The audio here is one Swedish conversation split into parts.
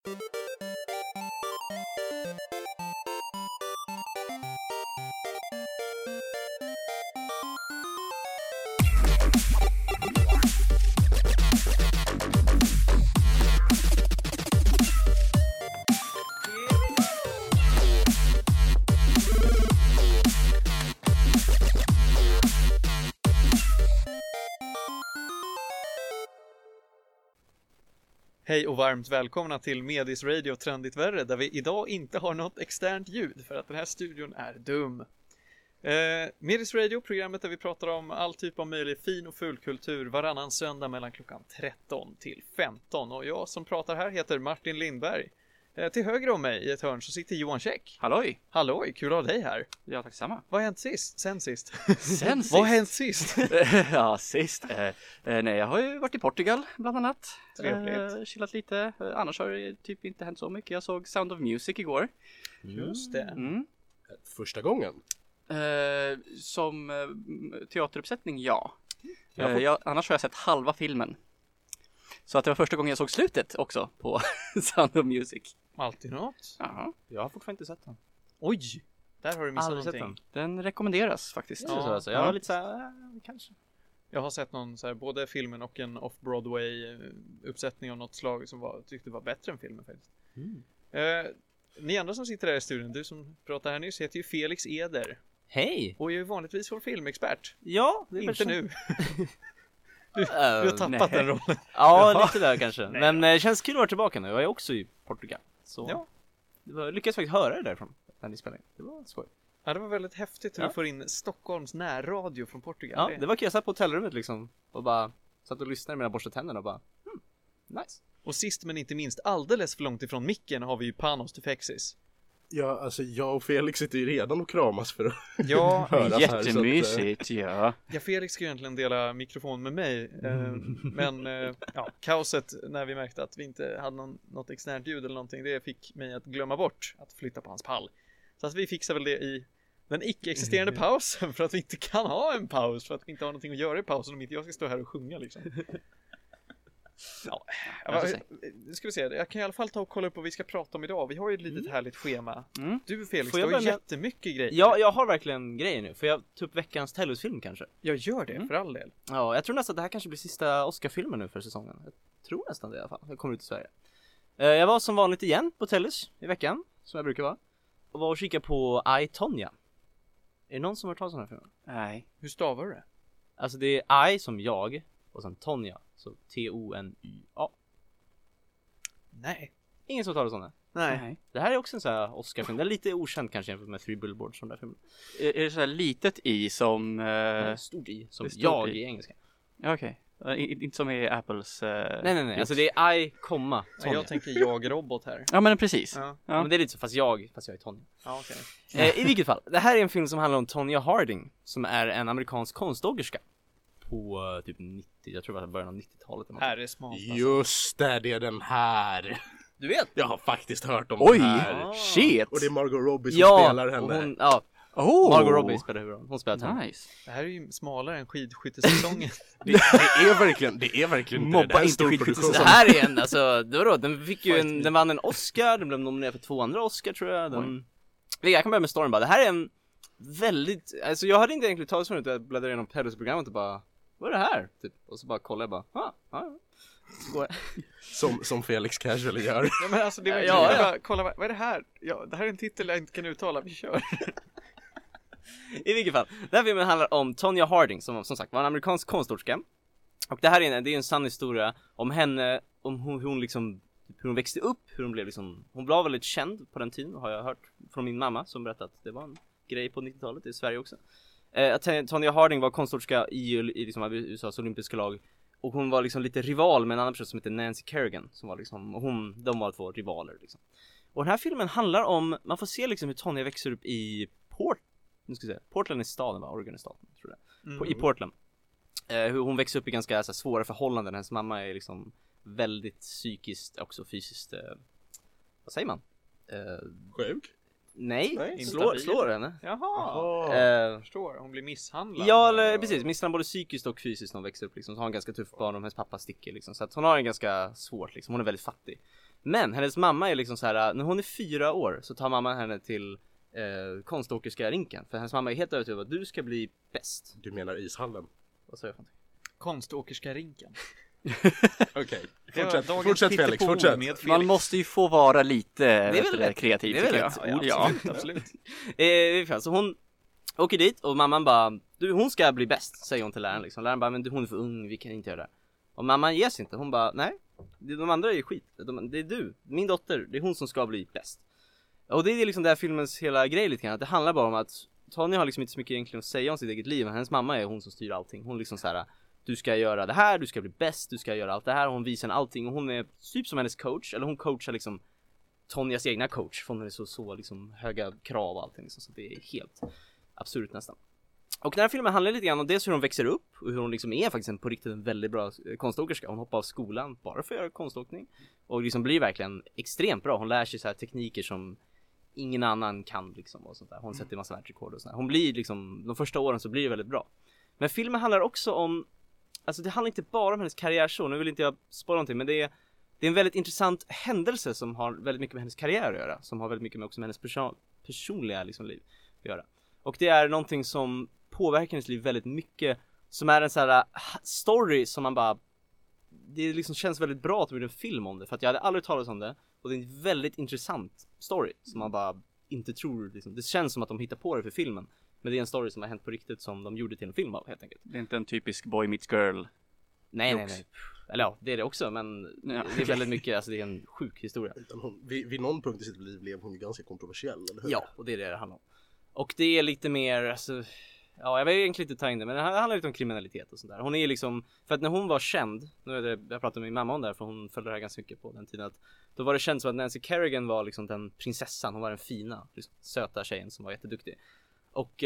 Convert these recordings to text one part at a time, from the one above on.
Hej och varmt välkomna till Medis Radio Trendigt Värre, där vi idag inte har något externt ljud för att den här studion är dum. Medis Radio, programmet där vi pratar om all typ av möjlig fin och fulkultur varannan söndag mellan klockan 13 till 15. Och jag som pratar här heter Martin Lindberg. Till höger om mig i ett hörn så sitter Johan Käck. Halloj! Halloj, kul att ha dig här. Ja, tack samma. Vad har hänt sist? Sen sist? Sen sist? Vad har hänt sist? Ja, sist. Nej, jag har ju varit i Portugal bland annat. Trevligt. Chillat lite. Annars har det typ inte hänt så mycket. Jag såg Sound of Music igår. Just det. Mm. Första gången? Som teateruppsättning, ja. Jag annars har jag sett halva filmen. Så att det var första gången jag såg slutet också på Sound of Music. Alltid något. Jaha. Jag har fortfarande inte sett den. Oj, där har du missat Aldrig sett någonting. Den rekommenderas faktiskt. Ja. Så alltså, jag var lite såhär, kanske. Jag har sett någon så här, både filmen och en off-Broadway uppsättning av något slag som tyckte var bättre än filmen faktiskt. Ni andra som sitter där i studion, du som pratar här nyss, heter ju Felix Eder. Hej! Och är ju vanligtvis vår filmexpert. Ja, det är Inte nu. Du Du har tappat den rollen. Ja, lite där kanske. Nej. Men det känns kul att vara tillbaka nu. Jag är också i Portugal. Så Ja. jag lyckades faktiskt höra det därifrån när ni spelade in. Det var skoj. Ja, det var väldigt häftigt hur Ja. du får in Stockholms närradio från Portugal. Ja, det var kul. Jag satt på hotellrummet liksom och bara satt och lyssnade med mina borstade tänderna och bara nice. Och sist men inte minst, alldeles för långt ifrån micken har vi ju Panos Tufexis. Ja, alltså jag och Felix sitter ju redan och kramas för att Ja, höras här. Jättemysigt, ja. Ja, Felix ska ju egentligen dela mikrofon med mig. Men kaoset när vi märkte att vi inte hade något externt ljud eller någonting, det fick mig att glömma bort att flytta på hans pall. Så att vi fixar väl det i den icke-existerande pausen, för att vi inte kan ha en paus, för att vi inte har någonting att göra i pausen om inte jag ska stå här och sjunga liksom. Ja, ska vi se. Jag kan i alla fall ta och kolla upp vad vi ska prata om idag. Vi har ju ett litet härligt schema. Du Felix, Får du jag har ju börja? jättemycket grejer. Ja, jag har verkligen grejer nu. Får jag ta upp veckans Tellus-film kanske? Jag gör det, för all del. Ja, jag tror nästan att det här kanske blir sista Oscar-filmen nu för säsongen. Jag tror nästan det i alla fall. Jag kommer ut i Sverige. Jag var som vanligt igen på Tellus i veckan, som jag brukar vara. Och var och kika på I, Tonya. Är det någon som har hört talas om den här filmen? Nej. Hur stavar du det? Alltså det är I som jag och sen Tonya. Så T-O-N-Y-A. Nej. Ingen som talar om det. Nej. Det här är också en sån här Oscar-film. Den är lite okänd kanske jämfört med Three Billboards som där filmen. Är det så här litet i som... Stort i. Som det är stort jag i. i engelska. Ja, okej. Inte som i Apples... Nej. Alltså det är I, komma, Ja, Tonya. jag tänker jag-robot här. Ja, men precis. Ja, Ja, men det är lite så, fast jag är Tonya. ja okej. I vilket fall, det här är en film som handlar om Tonya Harding, som är en amerikansk konstågerska på typ 90, jag tror det var början av 90-talet eller något. Här är smart alltså. Just det är den här. Du vet? Jag har faktiskt hört om Oj! den här. Shit! Och det är Margot Robbie som Ja, spelar och henne. hon, ja, Margot Robbie spelar huvudrollen. Hon spelar henne. Nice. Det här är ju smalare än skidskyttesäsongen. Det är verkligen Mobba det är en inte stor skitproduktion. produktion. Det här är en, alltså, den fick ju den vann en Oscar, den blev nominerad för 2 andra Oscar tror jag. Jag kan börja med storyn bara. Det här är en väldigt, alltså jag hade inte egentligen tagit så ut att jag bläddrade igenom Pedros-programmet och bara, vad är det här? Typ. Och så bara kollade jag bara, så går jag. Som Felix Casual gör. Ja, men alltså det var Ja. bara, kolla, vad är det här? Ja, det här är en titel jag inte kan uttala, vi kör. I vilket fall, den här filmen handlar om Tonya Harding som sagt var en amerikansk konstågerska. Och det här är en sann historia om henne, om hon liksom, hur hon växte upp, hur hon blev liksom, hon var väldigt känd på den tiden, har jag hört från min mamma som berättat att det var en grej på 90-talet i Sverige också. Tonya Harding var konstågerska i liksom USAs olympiska lag. Och hon var liksom lite rival med en annan person som heter Nancy Kerrigan, som var liksom, och de var 2 rivaler liksom. Och den här filmen handlar om, man får se liksom hur Tonya växer upp i Portland är staden, Oregon är staden, tror jag. I Portland. Hur hon växer upp i ganska så här, svåra förhållanden. Hennes mamma är liksom väldigt psykiskt, också fysiskt, vad säger man? Sjuk? Nej, slår henne. Jaha, förstår. Hon blir misshandlad. Ja, eller precis, misshandlad både psykiskt och fysiskt när hon växer upp liksom. Så har en ganska tuff barn och hennes pappa sticker liksom. Så att hon har en ganska svårt liksom, hon är väldigt fattig. Men hennes mamma är liksom så här, när hon är 4 år så tar mamma henne till konståkerska rinken. För hennes mamma är helt övertygad om att du ska bli bäst. Du menar ishallen? Vad sa jag för någonting? Konståkerska rinken. Okej, Det var dagens fortsätt Felix, hittepå fortsätt. med Felix. Man måste ju få vara lite väl rätt. kreativ, Det är väl tycker jag. rätt. Ja, absolut. Så hon åker dit och mamman bara, du, hon ska bli bäst, säger hon till läraren liksom. Läraren bara, men du, hon är för ung, vi kan inte göra det. Och mamman ges inte, hon bara, nej, de andra är ju skit. Det är du, min dotter, det är hon som ska bli bäst. Och det är liksom där filmens hela grej lite grann, att det handlar bara om att Tony har liksom inte så mycket egentligen att säga om sitt eget liv, men hennes mamma är hon som styr allting. Hon liksom så här, du ska göra det här, du ska bli bäst, du ska göra allt det här, och hon visar henne allting, och hon är typ som hennes coach, eller hon coachar liksom Tonjas egna coach, för hon är så liksom höga krav och allting liksom, så det är helt absurt nästan. Och den här filmen handlar lite grann om dels hur hon växer upp och hur hon liksom är faktiskt på riktigt en väldigt bra konståkerska. Hon hoppar av skolan bara för att göra konståkning och liksom blir verkligen extremt bra. Hon lär sig så här tekniker som ingen annan kan liksom och sånt där. Hon sätter en massa världsrekord och sånt där. Hon blir liksom, de första åren så blir det väldigt bra. Men filmen handlar också om, alltså det handlar inte bara om hennes karriär så, nu vill inte jag spoila någonting, men det är en väldigt intressant händelse som har väldigt mycket med hennes karriär att göra, som har väldigt mycket med också med hennes personliga liksom liv att göra. Och det är någonting som påverkar hennes liv väldigt mycket, som är en sån här story som man bara, det liksom känns väldigt bra att de gjorde en film om det, för att jag hade aldrig talat om det, och det är en väldigt intressant story som man bara inte tror liksom. Det känns som att de hittar på det för filmen, men det är en story som har hänt på riktigt som de gjorde till en film av, helt enkelt. Det är inte en typisk boy meets girl. Nej. Eller ja, det är det också, men Ja. det är väldigt mycket, alltså det är en sjuk historia. Utan hon, vid någon punkt i sitt liv blev hon ju ganska kontroversiell, eller hur? Ja, och det är det handlar om. Och det är lite mer, alltså, ja, jag vill egentligen inte ta in det, men det handlar lite om kriminalitet och sånt där. Hon är liksom, för att när hon var känd, nu är det, jag pratade med min mamma om det här, för hon följde det här ganska mycket på den tiden, att då var det känt som att Nancy Kerrigan var liksom den prinsessan, hon var den fina, liksom, söta tjejen som var jätteduktig. Och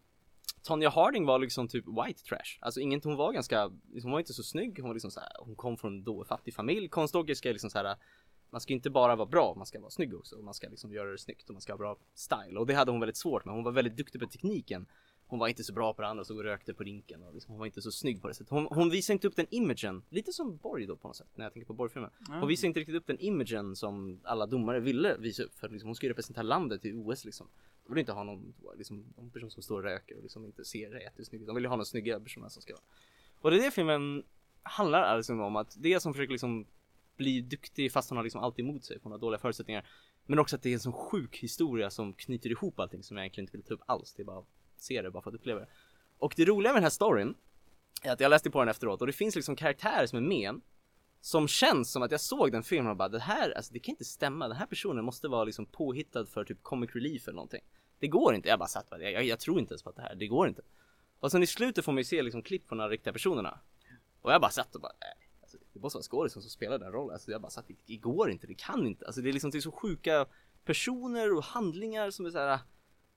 Tonya Harding var liksom typ white trash. Alltså hon var ganska, hon var inte så snygg, hon var liksom så här, hon kom från en fattig familj. Konståkerska är liksom så här, man ska inte bara vara bra, man ska vara snygg också, och man ska liksom göra det snyggt och man ska ha bra style. Och det hade hon väldigt svårt med. Hon var väldigt duktig på tekniken. Hon var inte så bra på det andra, så rökte på rinken och liksom, hon var inte så snygg på det sättet. Hon visade inte upp den imagen, lite som Borg då på något sätt, när jag tänker på Borg-filmen. Hon visade inte riktigt upp den imagen som alla domare ville visa upp, för liksom, hon skulle representera landet i OS liksom. De vill inte ha någon person som står och röker och liksom inte ser jättesnygg ut. De vill ju ha någon snygga personer som ska vara. Och det är det filmen handlar alltså om, att det är som försöker liksom bli duktig fast hon har liksom alltid emot sig på några dåliga förutsättningar. Men också att det är en sån sjuk historia som knyter ihop allting som jag egentligen inte vill ta upp alls. Det är bara att se det, bara för att uppleva det. Och det roliga med den här storyn är att jag läste på den efteråt, och det finns liksom karaktärer som är med som känns som att jag såg den filmen och bara, det här, alltså det kan inte stämma. Den här personen måste vara liksom påhittad för typ comic relief eller någonting. Det går inte. Jag bara satt bara, jag tror inte ens på att det här, det går inte. Och sen i slutet får man ju se liksom klipp från de riktiga personerna. Och jag bara satt och bara, alltså, det måste vara skådespelare som spelar den rollen. Alltså jag bara satt, det går inte, det kan inte. Alltså det är liksom, det är så sjuka personer och handlingar som är så här.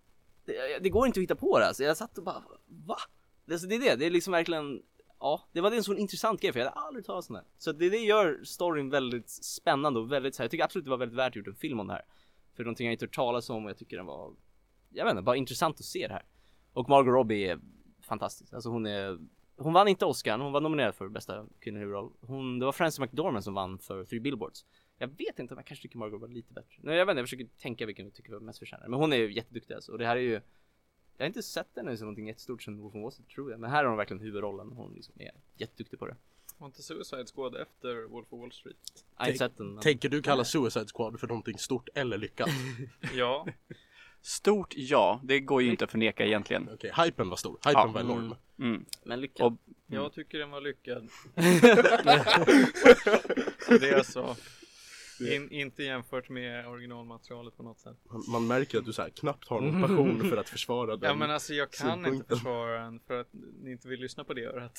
Det går inte att hitta på det. Alltså jag satt och bara, va? Alltså det är liksom verkligen, ja, det var en sån intressant grej, för jag hade aldrig talat om det. Så det gör storyn väldigt spännande och väldigt så här, jag tycker absolut det var väldigt värt att göra en film om det här. För någonting jag inte hört talas om, och jag tycker den var, jag vet inte, bara intressant att se det här. Och Margot Robbie är fantastisk. Alltså hon vann inte Oscar, hon var nominerad för bästa kvinnohuvudroll. Det var Frances McDormand som vann för 3 Billboards. Jag vet inte om jag kanske tycker Margot var lite bättre. Nej, jag vet inte, jag försöker tänka vilken jag tycker var mest förtjänar. Men hon är ju jätteduktig alltså. Och det här är ju, jag har inte sett henne som någonting jättestort sen Wolf of Wall Street, tror jag. Men här har hon verkligen huvudrollen. Hon liksom är jätteduktig på det. Var inte Suicide Squad efter Wolf of Wall Street? Jag har inte sett den. Men... Tänker du kalla Suicide Squad för någonting stort eller lyckat? Ja. Stort, ja. Det går ju inte att förneka egentligen. Okej, hypen var stor. Hypen var enorm. Men lyckad. Och, Jag tycker den var lyckad. Det är så. Inte jämfört med originalmaterialet på något sätt. Man märker att du så här knappt har någon passion för att försvara den. Ja, men alltså jag kan inte synpunkten. försvara den för att ni inte vill lyssna på det örat.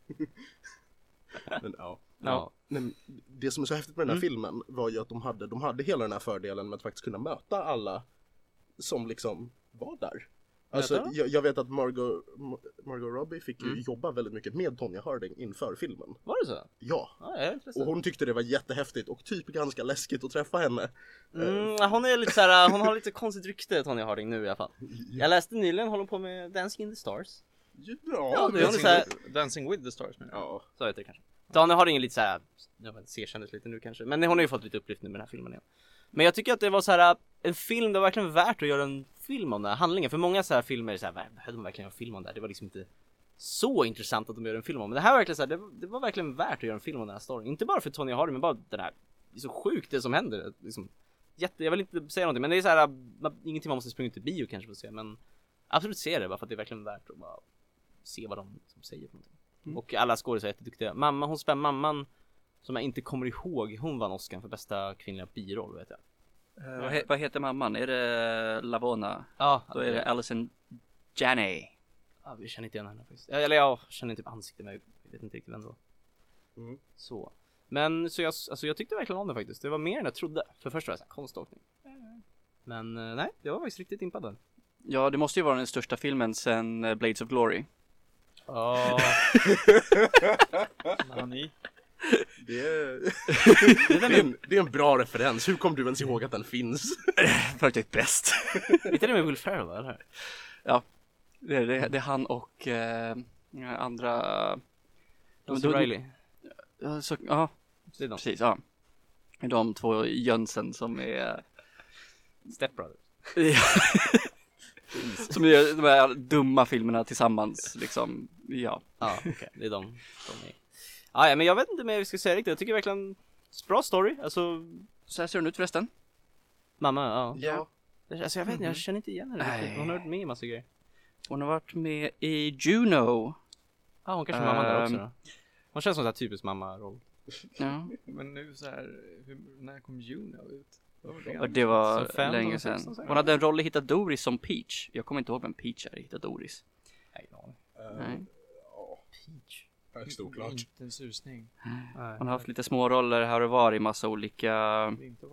Men, ja. Ja. Men det som är så häftigt med den här filmen var ju att de hade hela den här fördelen med att faktiskt kunna möta alla som liksom var där. Alltså jag vet att Margot Robbie fick ju jobba väldigt mycket med Tonya Harding inför filmen. Var det så? Ja. Ja, jag är intresserad. Och hon tyckte det var jättehäftigt och typ ganska läskigt att träffa henne. Hon är lite så här, hon har lite konstigt rykte, Tonya Harding, nu i alla fall. Jag läste nyligen, håller på med Dancing in the Stars. Ja, Ja, det är Dancing, så här, Dancing with the Stars, men ja. så heter det kanske. Tanya Harding är lite såhär, jag vet inte, ser kändes lite nu kanske, men hon har ju fått lite upplyft nu med den här filmen igen. Men jag tycker att det var så här en film, det var verkligen värt att göra en film om den här handlingen. För många så här filmer är så här, behövde de verkligen göra en film om det här? Det var liksom inte så intressant att de gör en film om. Men det här var verkligen så här, det var verkligen värt att göra en film om den här storyn. Inte bara för Tanya Harding, men bara den här, det är så sjukt det som händer. Liksom, jag vill inte säga någonting, men det är så här, ingenting man måste springa ut i bio kanske för att se. Men absolut se det, bara för att det är verkligen värt att bara se vad de liksom säger för någonting. Och alla skådespelare är jätteduktiga. Mamma, hon spelar mamman som jag inte kommer ihåg. Hon vann Oscar för bästa kvinnliga biroll, vet jag. Vad heter mamman? Är det Lavona? Ja, Då är det Allison Janney. Ja, vi känner inte igen henne faktiskt. Eller jag känner typ ansiktet, men jag vet inte riktigt vem det var. Så. Men så jag tyckte verkligen om det faktiskt. Det var mer än jag trodde. För först var det så här konståkning. Men nej, jag var faktiskt riktigt impad där. Ja, det måste ju vara den största filmen sen Blades of Glory. Ja. Nani? Det är en bra referens. Hur kom du ens ihåg att den finns? För att det är bäst. Inte det med Will Ferrell, eller? Ja, det är han och andra... Riley. Ja, Det är de. precis, ja. De två Jönsen som är... Step Brothers. som gör de här dumma filmerna tillsammans, liksom, ja. Ja, okej. Det är de är. Ja, men jag vet inte mer vi ska säga riktigt. Jag tycker verkligen bra story. Alltså, Så här ser den ut förresten. mamma, ja. Ja. Alltså jag vet inte, jag känner inte igen henne riktigt. Hon har varit med i massa grejer. Hon har varit med i Juno. Ja, hon kanske är mamma där också då. Hon känns som en typisk mamma-roll. Ja, Men nu så här, när kom Juno ut? och det var Så 15, länge 16 sedan. säkert. Hon hade en roll i Hitta Doris som Peach. Jag kommer inte ihåg vem Peach är i Hitta Doris. Nej, Nej. Peach. Högst oklart. Inte en susning. Nej. Hon har haft lite små roller här och var i massa olika Det är inte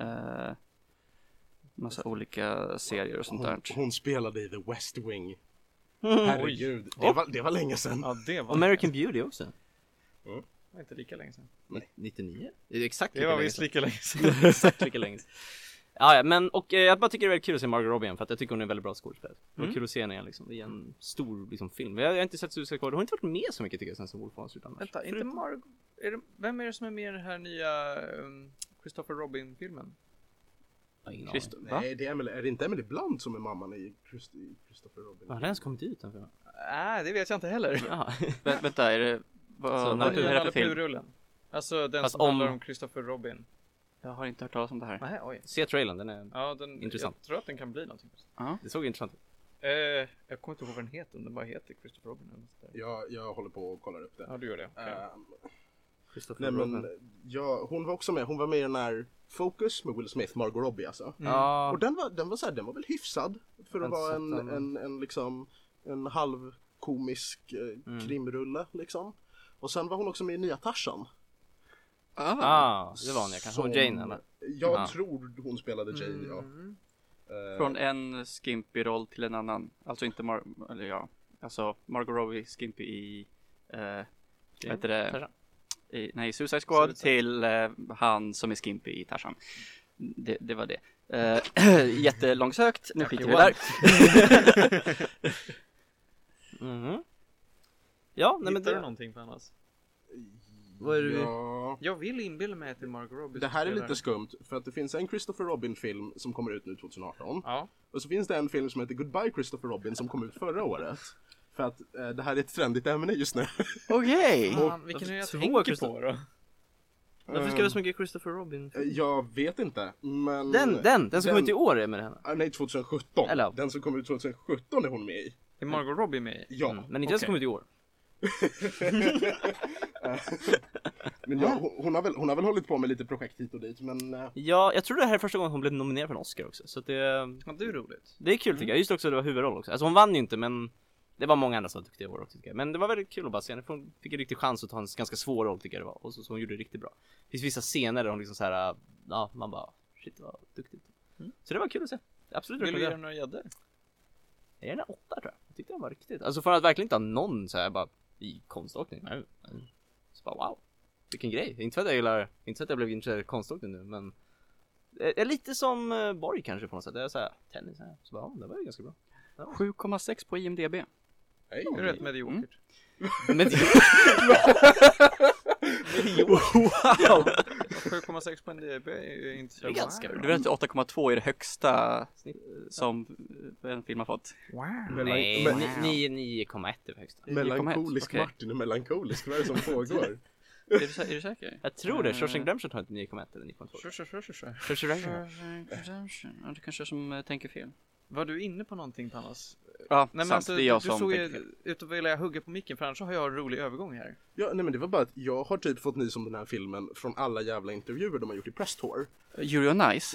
serier och sånt där. Hon spelade i The West Wing. Mm. Herregud, det var länge sedan. Ja, det var American Beauty också. det var inte lika länge sedan. 99. Det är exakt Det lika var länge visst sedan. lika länge sedan. Exakt lika länge sedan. Ja, men och jag bara tycker det är väldigt kul att se Margot Robbie igen, för att jag tycker hon är en väldigt bra skådespelare. Det var kul att se henne igen liksom, i en stor liksom, film. Jag har inte sett Suicide Squad, hon har inte varit med så mycket tycker jag sen som Wolf of Wall Street annars. Vänta, inte Margot. Vem är det som är med i den här nya Christopher Robin-filmen? Ja, ingen Christ- aning. va? Nej, är det inte Emily Blunt som är mamman i Christopher Robin? Har den ens kommit ut den filmen? Nej, det vet jag inte heller. Ja. Vänta, är det... Så Vad när- är det här för film? Rullen. Alltså den Fast som om- handlar om Christopher Robin. Jag har inte hört talas om det här. Nej, oj. Se trailern, den är... Ja, den, Intressant. Jag tror att den kan bli någonting. Det såg intressant ut. Jag kommer inte ihåg vad den heter, om den bara heter Christopher Robin eller något där. Jag håller på och kollar upp det. Ja, du gör det. Okej. Christopher Nej men, hon var också med. Hon var med i den här Focus med Will Smith, Margot Robbie alltså. Ja. Och den var väl hyfsad för att vara en liksom en halvkomisk krimrulle liksom. Och sen var hon också med i nya Tarzan. Det var hon, jag kanske. Hon Som- Jane eller? Jag tror hon spelade Jane, ja. Från en Skimpy-roll till en annan. Alltså inte alltså Margot Robbie Skimpy i vad heter det? Tarzan. Nej, Suicide Squad till han som är Skimpy i Tarzan. Det var det. Jättelångsökt. Nu skiter vi där. Ja, nej men Hittar du det... någonting för annars? Vad är det vi- Ja. Jag vill inbilla mig att det är Margot Robbie Det som här är spelar. lite skumt för att det finns en Christopher Robin-film som kommer ut nu 2018. Ja. Och så finns det en film som heter Goodbye Christopher Robin som kom ut förra året. För att det här är ett trendigt ämne just nu. Okej. Fan, vilken är jag Två tänker Christopher- på då? Varför ska det så mycket Christopher Robin? Jag vet inte, men... Den som kom ut i år är med henne. Nej, 2017. Eller- Den som kom ut 2017 är hon med i. Är Margot Robbie med i? Ja. Men inte den som kom ut i år. Men ja, hon har väl hållit på med lite projekt hit och dit, men... Ja, jag tror det här är första gången hon blev nominerad för en Oscar också. Så att det Ja, det är roligt. är kul tycker jag. Just också det var huvudroll också. Alltså hon vann ju inte, men det var många andra som var duktiga i år också tycker jag. Men det var väldigt kul att bara se henne. Hon fick en riktig chans att ta en ganska svår roll tycker jag det var. Och så hon gjorde det riktigt bra. Det finns vissa scener där hon liksom så här, ja, man bara shit vad duktigt. Så det var kul att se. Absolut Vill du ge rekommendera. dem några gäddor? Jag är en 8 tror jag. Jag tyckte den var riktigt. Alltså för att verkligen inte ha någon så här bara i konståkning. Nej. Så bara wow. Vilken grej. Inte för att jag gillar, inte så att jag blev intresserad av konståkning nu, men är lite som Borg kanske på något sätt. Det är så här tennis här. Så bara, det var ju ganska bra. 7,6 på IMDb. Hej, Det är rätt mediokert. Men Wow! 7,6 på en DB är inte så Det är ganska wow. Du vet att 8,2 är det högsta som en film har fått. Wow. Nej, Men- 9,1 är det högsta. Melankolisk Okej. Martin är melankolisk, vad är det som pågår? Är du säker? Jag tror det, Shawshank Redemption har inte 9,1 eller 9,2. Shawshank Redemption. Ja, du kanske som tänker fel. Var du inne på någonting, Panos? Ja, Nej, men sant. alltså, Det är jag du som såg tänker fel. ju ut att vilja hugga på micken, för annars har jag en rolig övergång här. Ja, nej men det var bara att jag har typ fått nys om den här filmen från alla jävla intervjuer de har gjort i Press Tour. You're nice.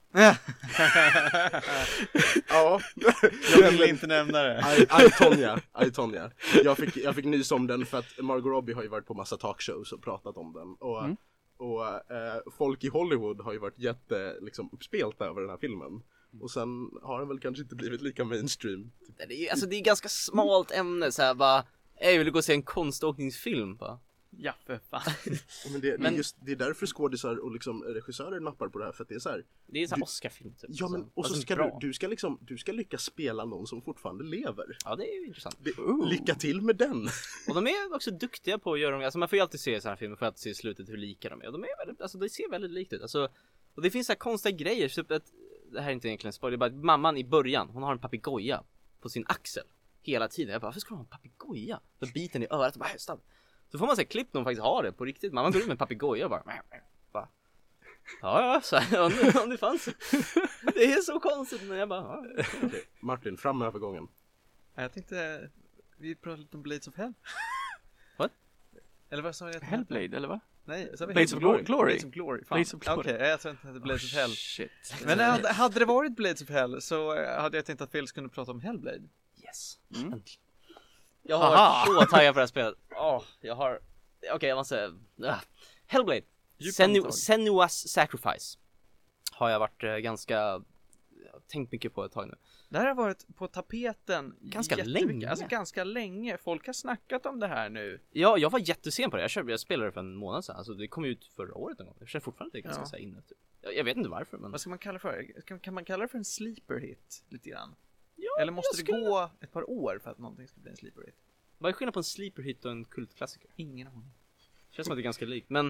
Ja. Jag vill inte nämna det. I Tonya. Jag fick nys om den för att Margot Robbie har ju varit på massa talkshows och pratat om den. Och folk i Hollywood har ju varit liksom uppspelta över den här filmen. Och sen har den väl kanske inte blivit lika mainstream. Det är, alltså det är ganska smalt ämne så här bara. Jag vill gå och se en konståkningsfilm va? Ja, för fan. Men det är därför skådisar och liksom regissörer nappar på det här, för att det är så här. Det är en sån här Oscar-film typ. Ja, men och så Alltså, ska bra. du ska lyckas spela någon som fortfarande lever. Ja, det är ju intressant. Lycka till med den. Och de är också duktiga på att göra dem, alltså man får ju alltid se sådana här filmer för att se i slutet hur lika de är. Och de är väldigt, alltså det ser väldigt likt ut. Alltså, och det finns så här konstiga grejer, typ att, det här är inte egentligen en spoiler, det är bara att mamman i början, hon har en papegoja på sin axel hela tiden. Jag bara, varför ska hon ha en papegoja? Så biten i örat och bara, stopp. Så får man se klipp när hon faktiskt har det på riktigt. Mamma går ut med en papegoja och bara ja, så här, om det fanns. Det är så konstigt, men jag bara, ja. Okej, Martin, fram med övergången. Jag tänkte, vi pratade lite om Blades of Hell. What? Eller vad sa jag? Hellblade, eller va? Nej, så Blades of Glory. Blades of Glory. Fan. Blades of Glory. Okej, jag tror inte att det är Blades of Hell. Shit. Men hade det varit Blades of Hell så hade jag tänkt att Felix kunde prata om Hellblade. Yes. Mm. Jag har varit så taggad på det här spelet. Jag har, okej, jag måste säga, Hellblade. Senua's Sacrifice. Har jag varit ganska, tänkt mycket på ett tag nu. Det här har varit på tapeten Ganska jättemycket. länge. Alltså ganska länge. Folk har snackat om det här nu. Ja, jag var jättesen på det. Jag spelade det för en månad sedan. Alltså det kom ut förra året en gång. Jag känner fortfarande att det är ganska så här inne. Typ. Jag vet inte varför, men Vad ska man kalla det för? Kan man kalla det för en sleeper hit lite grann? ja, Eller måste det gå ett par år för att någonting ska bli en sleeper hit? vad är skillnaden på en sleeper hit och en kultklassiker? Ingen aning. Känns som att det är ganska likt, men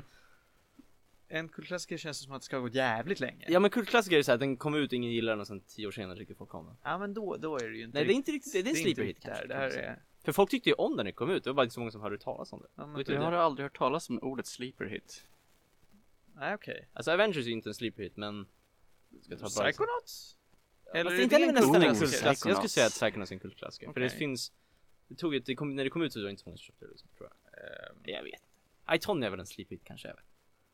En kultklassiker känns som att det ska gå jävligt länge. ja, men kultklassiker är så här, den kom ut, ingen gillar den och sen 10 år senare tycker folk om den. Ja, men då är det ju inte. Nej, det är inte riktigt, det är en sleeper hit där. kanske. Det här är. För folk tyckte ju om den när det kom ut, det var bara inte så många som hörde talas om det. Ja, men Vet du Jag det? har aldrig hört talas om ordet sleeper hit. Nej, okej. Alltså Avengers är ju inte en sleeper hit, men ska jag ta ett bra exempel? Psychonauts? Eller är är inte det nästan en kultklassiker? kultklassiker. Jag skulle Psychonauts. säga att Psychonauts är en kultklassiker. För det Okej. finns, det tog ju, när det kom ut så var det inte så många som köpte det liksom, tror jag. Jag vet inte. Itonia är väl en sleeper hit kanske, jag vet.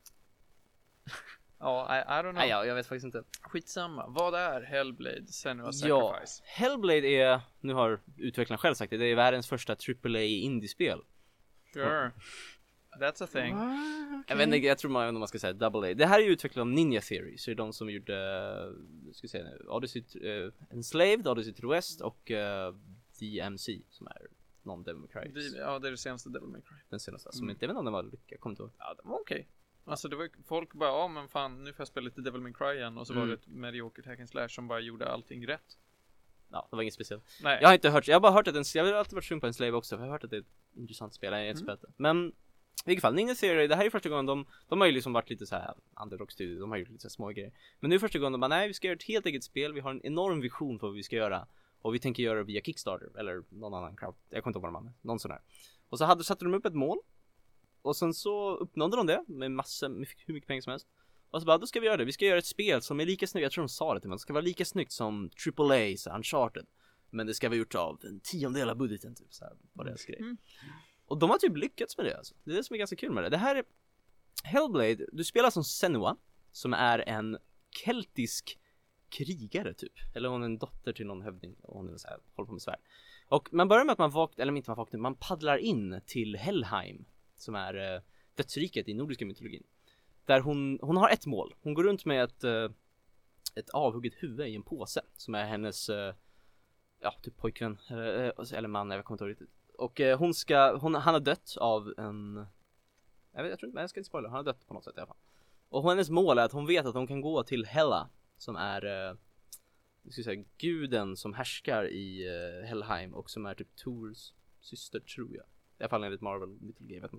Ja, I don't know. Nej, jag vet faktiskt inte. Skitsamma. Vad är Hellblade Senua's Ja, Sacrifice? Hellblade är, nu har utvecklaren själv sagt det är världens första AAA indiespel. Sure. That's a thing. Jag vet inte, jag tror man ska säga double A. Det här är ju utvecklat av Ninja Theory, så det är de som gjorde, ska jag säga, Odyssey, Enslaved, Odyssey to the West och DMC som är Non-Devil May Cry. Ja, det är det senaste Devil May Cry. Den senaste, som inte, jag vet inte om den var lyckad, jag kommer inte ihåg. Ja, det var okej. Alltså det var folk bara, ja men fan, nu får jag spela lite Devil May Cry igen. Och så var det ett mediokert hack and slash som bara gjorde allting rätt. Ja, det var inget speciellt. Nej. Jag har inte hört, jag har bara hört att jag har alltid varit sugen på Enslave också, för jag har hört att det är ett intressant spel, jag har inte spelat det. Men i vilket fall, Ninja Theory, det här är första gången de har ju liksom varit lite så här underdog-studio, de har gjort lite så här små grejer. Men nu är första gången de bara, nej, vi ska göra ett helt eget spel, vi har en enorm vision för vad vi ska göra. Och vi tänker göra det via Kickstarter, eller någon annan crowd, jag kommer inte ihåg vad de hade, någon sån här. Och så satte de upp ett mål. Och sen så uppnådde de det med hur mycket pengar som helst. Och så bara, då ska vi göra det. Vi ska göra ett spel som är lika snyggt. Jag tror de sa det till mig. Det ska vara lika snyggt som AAA, så Uncharted. Men det ska vara gjort av en 10% av budgeten typ, så här, var deras grej. Och de har typ lyckats med det alltså. Det är det som är ganska kul med det. Det här är Hellblade. Du spelar som Senua, som är en keltisk krigare typ. Eller hon är en dotter till någon hövding. Och hon är så här, håller på med svärd. Och man börjar med att man paddlar in till Helheim, som är dödsriket i nordiska mytologin. Där hon har ett mål. Hon går runt med ett avhugget huvud i en påse. Som är hennes typ pojkvän eller man, jag kommer inte ihåg riktigt. Och han har dött av en, jag tror inte, jag ska inte spoila. Han har dött på något sätt i alla fall. Och hennes mål är att hon vet att hon kan gå till Hela, som är jag ska säga guden som härskar i Helheim och som är typ Tors syster, tror jag. I alla fall enligt Marvel mytologi, vet inte.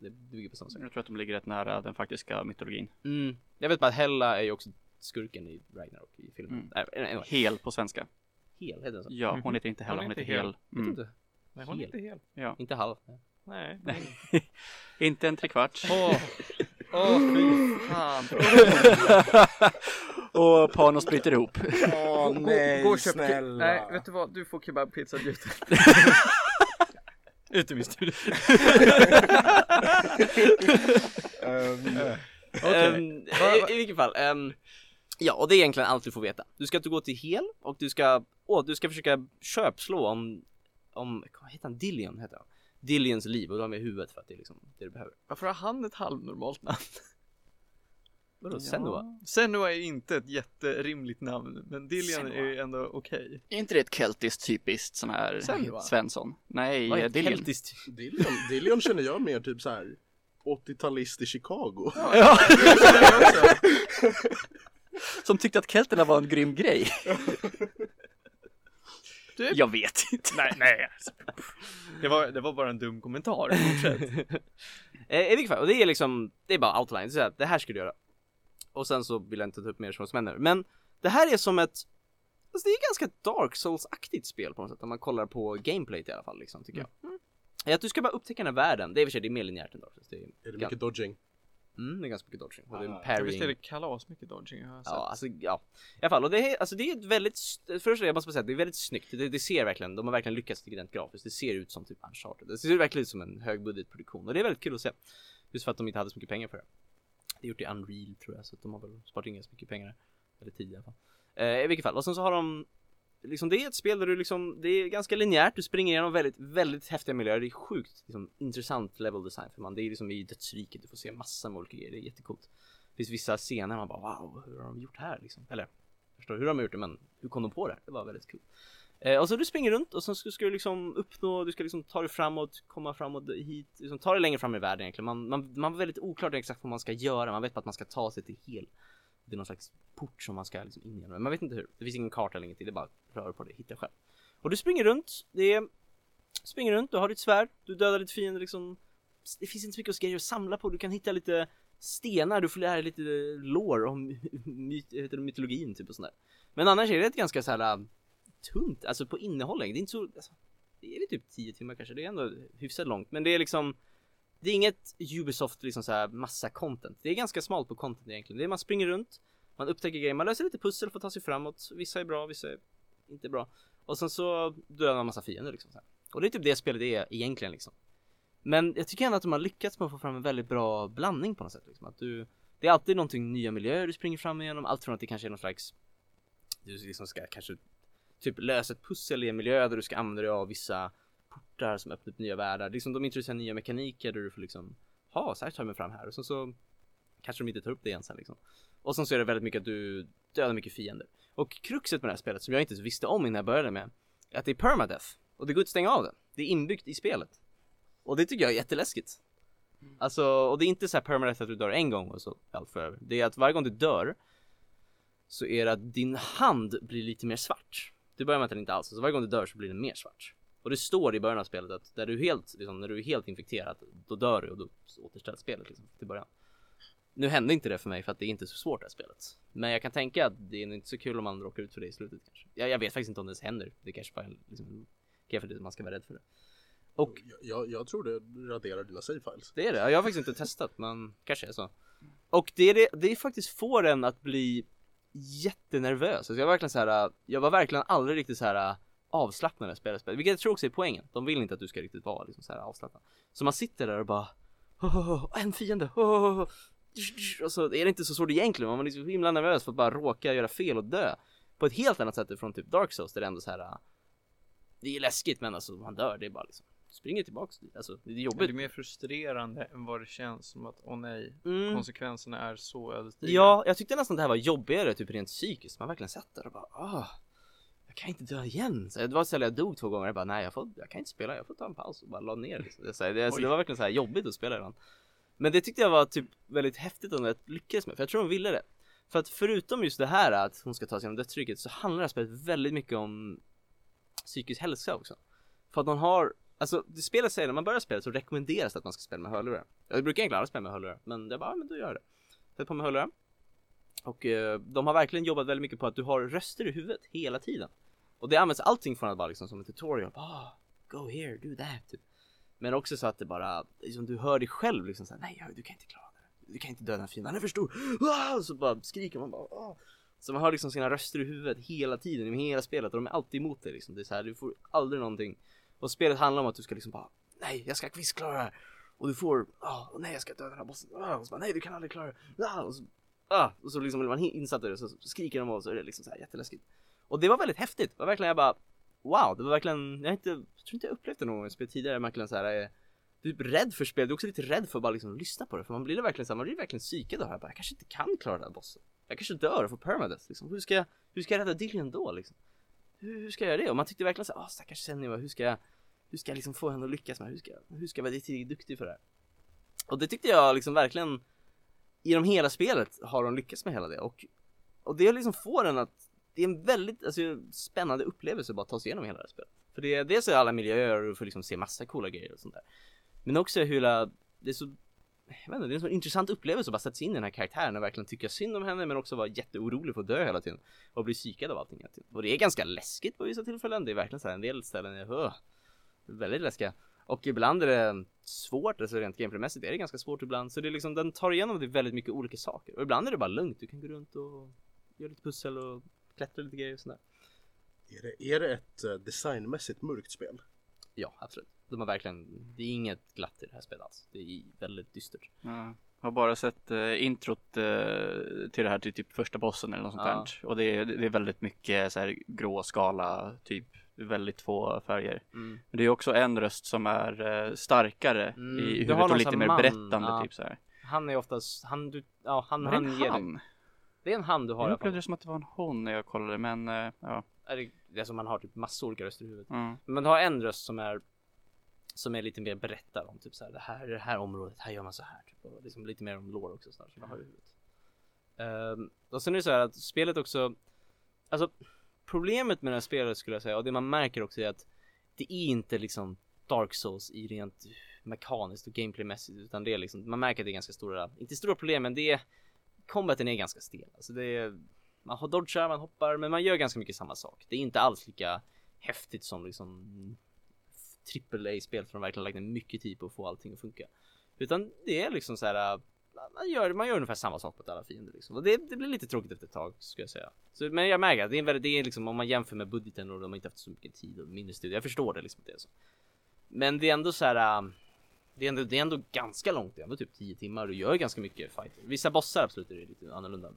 Det bygger på sånt. Jag tror att de ligger rätt nära den faktiska mytologin. Jag vet bara att Hela är ju också skurken i Ragnarok i filmen. Anyway. Hel på svenska. Hel heter den så? Ja, hon heter inte Hela, hon heter Hel. Vet inte. Nej, hon är inte hel. Ja. Inte halv. Nej. Inte en trekvarts. Fy fan. Och Panos bryter ihop. Nej, Gå och köp snälla. Nej, vet du vad? Du får kebabpizza bjuden. Ut ur min studio. I vilket fall. Ja, och det är egentligen allt du får veta. Du ska inte gå till Hel och du ska försöka köpslå om vad heter han? Dillion heter han. Dillions liv och de är i huvudet för att det är liksom det du behöver. Varför har han ett halvnormalt namn? Vadå, Senua? Senua är inte ett jätterimligt namn, men Dillion är ändå okej. Är inte det ett keltiskt typiskt sån här Senua? Svensson? Nej, Vad är Dillion. keltiskt? Dillion känner jag mer typ så här 80-talist i Chicago. Ja. Som tyckte att kelterna var en grym grej. Typ. Jag vet inte. Nej. Det var bara en dum kommentar. I vilket fall, och det är liksom, det är bara outline, det är så här, det här ska du göra. Och sen så vill jag inte ta upp mer som händer. Men det här är som ett, alltså det är ganska Dark Souls-aktigt spel på något sätt. Om man kollar på gameplayt i alla fall liksom, tycker jag. Att du ska bara upptäcka den här världen. Det är i och för sig, det är mer linjärt än Dark Souls. Är det mycket dodging? Det är ganska mycket dodging. Och det är Jag parrying. visst är det kalas mycket dodging jag har sett. Ja, alltså, ja. I alla fall, och det är ett väldigt, först jag måste säga att det är väldigt snyggt. Det ser verkligen, de har verkligen lyckats rent grafiskt. Det ser ut som typ Uncharted. Det ser verkligen ut som en högbudgetproduktion. Och det är väldigt kul att se. Just för att de inte hade så mycket pengar för det. Det är gjort i Unreal tror jag, så att de har väl sparat in så mycket pengar. Eller tid i alla fall. I vilket fall, och sen så har de liksom, det är ett spel där du liksom, det är ganska linjärt, du springer igenom väldigt, väldigt häftiga miljöer. Det är sjukt liksom, intressant level design för man, det är liksom i dödsriket, du får se massa med olika grejer, det är jättecoolt. Det finns vissa scener man bara, wow, hur har de gjort här liksom? Eller, förstår hur de har gjort det, men hur kom de på det? Det var väldigt kul. Och så du springer runt och så ska du liksom uppnå, du ska liksom ta dig framåt, komma framåt hit, liksom ta dig längre fram i världen egentligen. Man var väldigt oklart exakt vad man ska göra, man vet bara att man ska ta sig till Hel. Det är någon slags port som man ska liksom in igenom. Men man vet inte hur. Det finns ingen karta eller ingenting. Det är bara rör på det. Hitta själv. Och du springer runt. Du har ditt svärd. Du dödar lite fiender liksom. Det finns inte så mycket grejer att samla på. Du kan hitta lite stenar. Du får lära dig lite lore om mytologin typ och sånt där. Men annars är det ganska så här tunt. Alltså på innehållet. Det är inte så... Alltså, det är typ 10 timmar kanske. Det är ändå hyfsat långt. Men det är liksom... Det är inget Ubisoft liksom så här massa content. Det är ganska smalt på content egentligen. Det är man springer runt, man upptäcker grejer, man löser lite pussel för att ta sig framåt. Vissa är bra, vissa är inte bra. Och sen så dödar man en massa fiender liksom så här. Och det är typ det spelet är egentligen liksom. Men jag tycker ändå att de har lyckats med att få fram en väldigt bra blandning på något sätt liksom. Att det är alltid någonting nya miljöer du springer fram igenom. Allt från att det kanske är någon slags, du liksom ska kanske typ lösa ett pussel i en miljö där du ska använda dig av vissa portar som öppnar upp nya världar. Liksom de introducerar nya mekaniker där du får liksom så här tar jag mig fram här. Och så kanske de inte tar upp det igen sen liksom. Och sen så är det väldigt mycket att du dödar mycket fiender. Och kruxet med det här spelet som jag inte visste om innan jag började med är att det är permadeath. Och det går inte att stänga av det. Det är inbyggt i spelet. Och det tycker jag är jätteläskigt. Alltså, och det är inte så här permadeath att du dör en gång och så allt för över. Det är att varje gång du dör så är det att din hand blir lite mer svart. Det börjar med att den inte alls. Så varje gång du dör så blir den mer svart. Och det står i början av spelet att där du helt, liksom, när du är helt infekterad, då dör du och då återställs spelet liksom, till början. Nu hände inte det för mig för att det är inte så svårt det här spelet. Men jag kan tänka att det är inte så kul om man råkar ut för det i slutet kanske. Jag vet faktiskt inte om det ens händer. Det kanske bara liksom, för att man ska vara rädd för det. Och jag tror det raderar dina save files. det är det. Jag har faktiskt inte testat, men kanske är så. Och det faktiskt får en att bli jättenervös. Alltså jag var verkligen aldrig riktigt så här avslappnad när jag spelar. Vilket jag tror också är poängen. De vill inte att du ska riktigt vara liksom så här avslappnad. Så man sitter där och bara en fiende. Och så är det inte så svårt egentligen. Man är liksom himla nervös för att bara råka göra fel och dö. På ett helt annat sätt från typ Dark Souls. Där det är ändå så här. Det är läskigt, men alltså man dör. Det är bara liksom springer tillbaks. Alltså det är jobbigt. Det är mer frustrerande än vad det känns som att konsekvenserna är så ödesdigra. Ja, jag tyckte nästan det här var jobbigare typ rent psykiskt. Man verkligen satt där och bara jag kan inte dö igen. Så det var så att jag dog 2 gånger. Jag bara, nej, jag kan inte spela. Jag får ta en paus och bara la ner. Liksom. Det var verkligen så här jobbigt att spela ibland. Men det tyckte jag var typ väldigt häftigt om det lyckades med. För jag tror de ville det. För att förutom just det här att hon ska ta sig genom dödsriket så handlar det här spelet väldigt mycket om psykisk hälsa också. För att alltså det spelet säger när man börjar spela så rekommenderas att man ska spela med hörlurar. Jag brukar egentligen aldrig spela med hörlurar, men det bara, men då gör jag det. Sätt på med hörlurar. Och de har verkligen jobbat väldigt mycket på att du har röster i huvudet hela tiden. Och det används allting från att bara liksom som en tutorial. Go here, do that. Typ. Men också så att det bara, liksom, du hör dig själv liksom såhär, nej du kan inte klara det. Du kan inte döda den här fienden, han är för stor. Så bara skriker man bara. Så man hör liksom sina röster i huvudet hela tiden, i hela spelet. Och de är alltid emot dig liksom. Det är så här, du får aldrig någonting. Och spelet handlar om att du ska liksom bara, nej jag ska visst klara det här. Och du får, nej jag ska döda den här bossen. Och så bara, nej du kan aldrig klara det. Och så liksom blir man insatt i det, så skriker de och så är det liksom så här jätteläskigt. Och det var väldigt häftigt. Det var verkligen, jag bara, wow, det var verkligen, jag tror inte jag upplevt det någon gång i spel tidigare. Verkligen så här, du är rädd för spel, du är också lite rädd för att bara liksom lyssna på det. För man blir verkligen så här, man blir verkligen psykad av det här. Jag kanske inte kan klara den här bossen. Jag kanske dör och får permadeath liksom. Hur ska jag rädda Dillion då liksom? Hur ska jag göra det? Och man tyckte verkligen så här, stackars Senua, hur ska jag liksom få henne att lyckas med? Hur ska jag vara riktigt duktig för det här? Och det tyckte jag liksom verkligen, i de hela spelet har de lyckats med hela det. Och det liksom får en att, det är en väldigt spännande upplevelse att bara ta sig igenom hela det här spelet. För det är alla miljöer och du får liksom se massa coola grejer och sånt där. Men också hur det är så, jag vet inte, det är en så intressant upplevelse att bara sätta sig in i den här karaktären och verkligen tycka synd om henne, men också vara jätteorolig för att dö hela tiden och bli psykad av allting hela tiden. Och det är ganska läskigt på vissa tillfällen. Det är verkligen så här, en del ställen är väldigt läskiga. Och ibland är det svårt, alltså rent gameplaymässigt är det ganska svårt ibland. Så det är liksom, den tar igenom det väldigt mycket olika saker. Och ibland är det bara lugnt, du kan gå runt och göra lite pussel och klättra lite grejer och sådär. Är det ett designmässigt mörkt spel? Ja, absolut. De har verkligen, det är inget glatt i det här spelet alls. Det är väldigt dystert. Jag har bara sett introt till det här, till typ första bossen eller något sånt där. Och det är väldigt mycket så här grå skala typ. Väldigt få färger. Men det är också en röst som är starkare i huvudet och lite mer berättande typ så här. Han är oftast han ger han? Det är en han du har. Jag upplevde det som att det var en hon när jag kollade, men ja. Det är som man har typ massor olika röster i huvudet. Men man har en röst som är lite mer berättar om typ så här, det här området, här gör man så här typ, och liksom lite mer om lore också så man har i huvudet. Och sen är det så här att spelet också, alltså problemet med det här spelet skulle jag säga, och det man märker också är att det är inte liksom Dark Souls i rent mekaniskt och gameplaymässigt, utan det är liksom, man märker att det är ganska stora, inte stora problem, men det är, combaten är ganska stel. Alltså det är, man har dodgar, man hoppar, men man gör ganska mycket samma sak. Det är inte alls lika häftigt som liksom AAA-spel, för de verkligen lagt ner mycket tid på att få allting att funka. Utan det är liksom så här, man gör ungefär samma sak mot alla fiender liksom. Och det blir lite tråkigt efter ett tag, skulle jag säga. Så, men jag märker att det är liksom, om man jämför med budgeten och de har inte haft så mycket tid och minnesstudier. Jag förstår det liksom, det är så. Men det är ändå så här, det är ändå ganska långt, det är ändå typ 10 timmar och du gör ganska mycket fighter. Vissa bossar absolut är det lite annorlunda.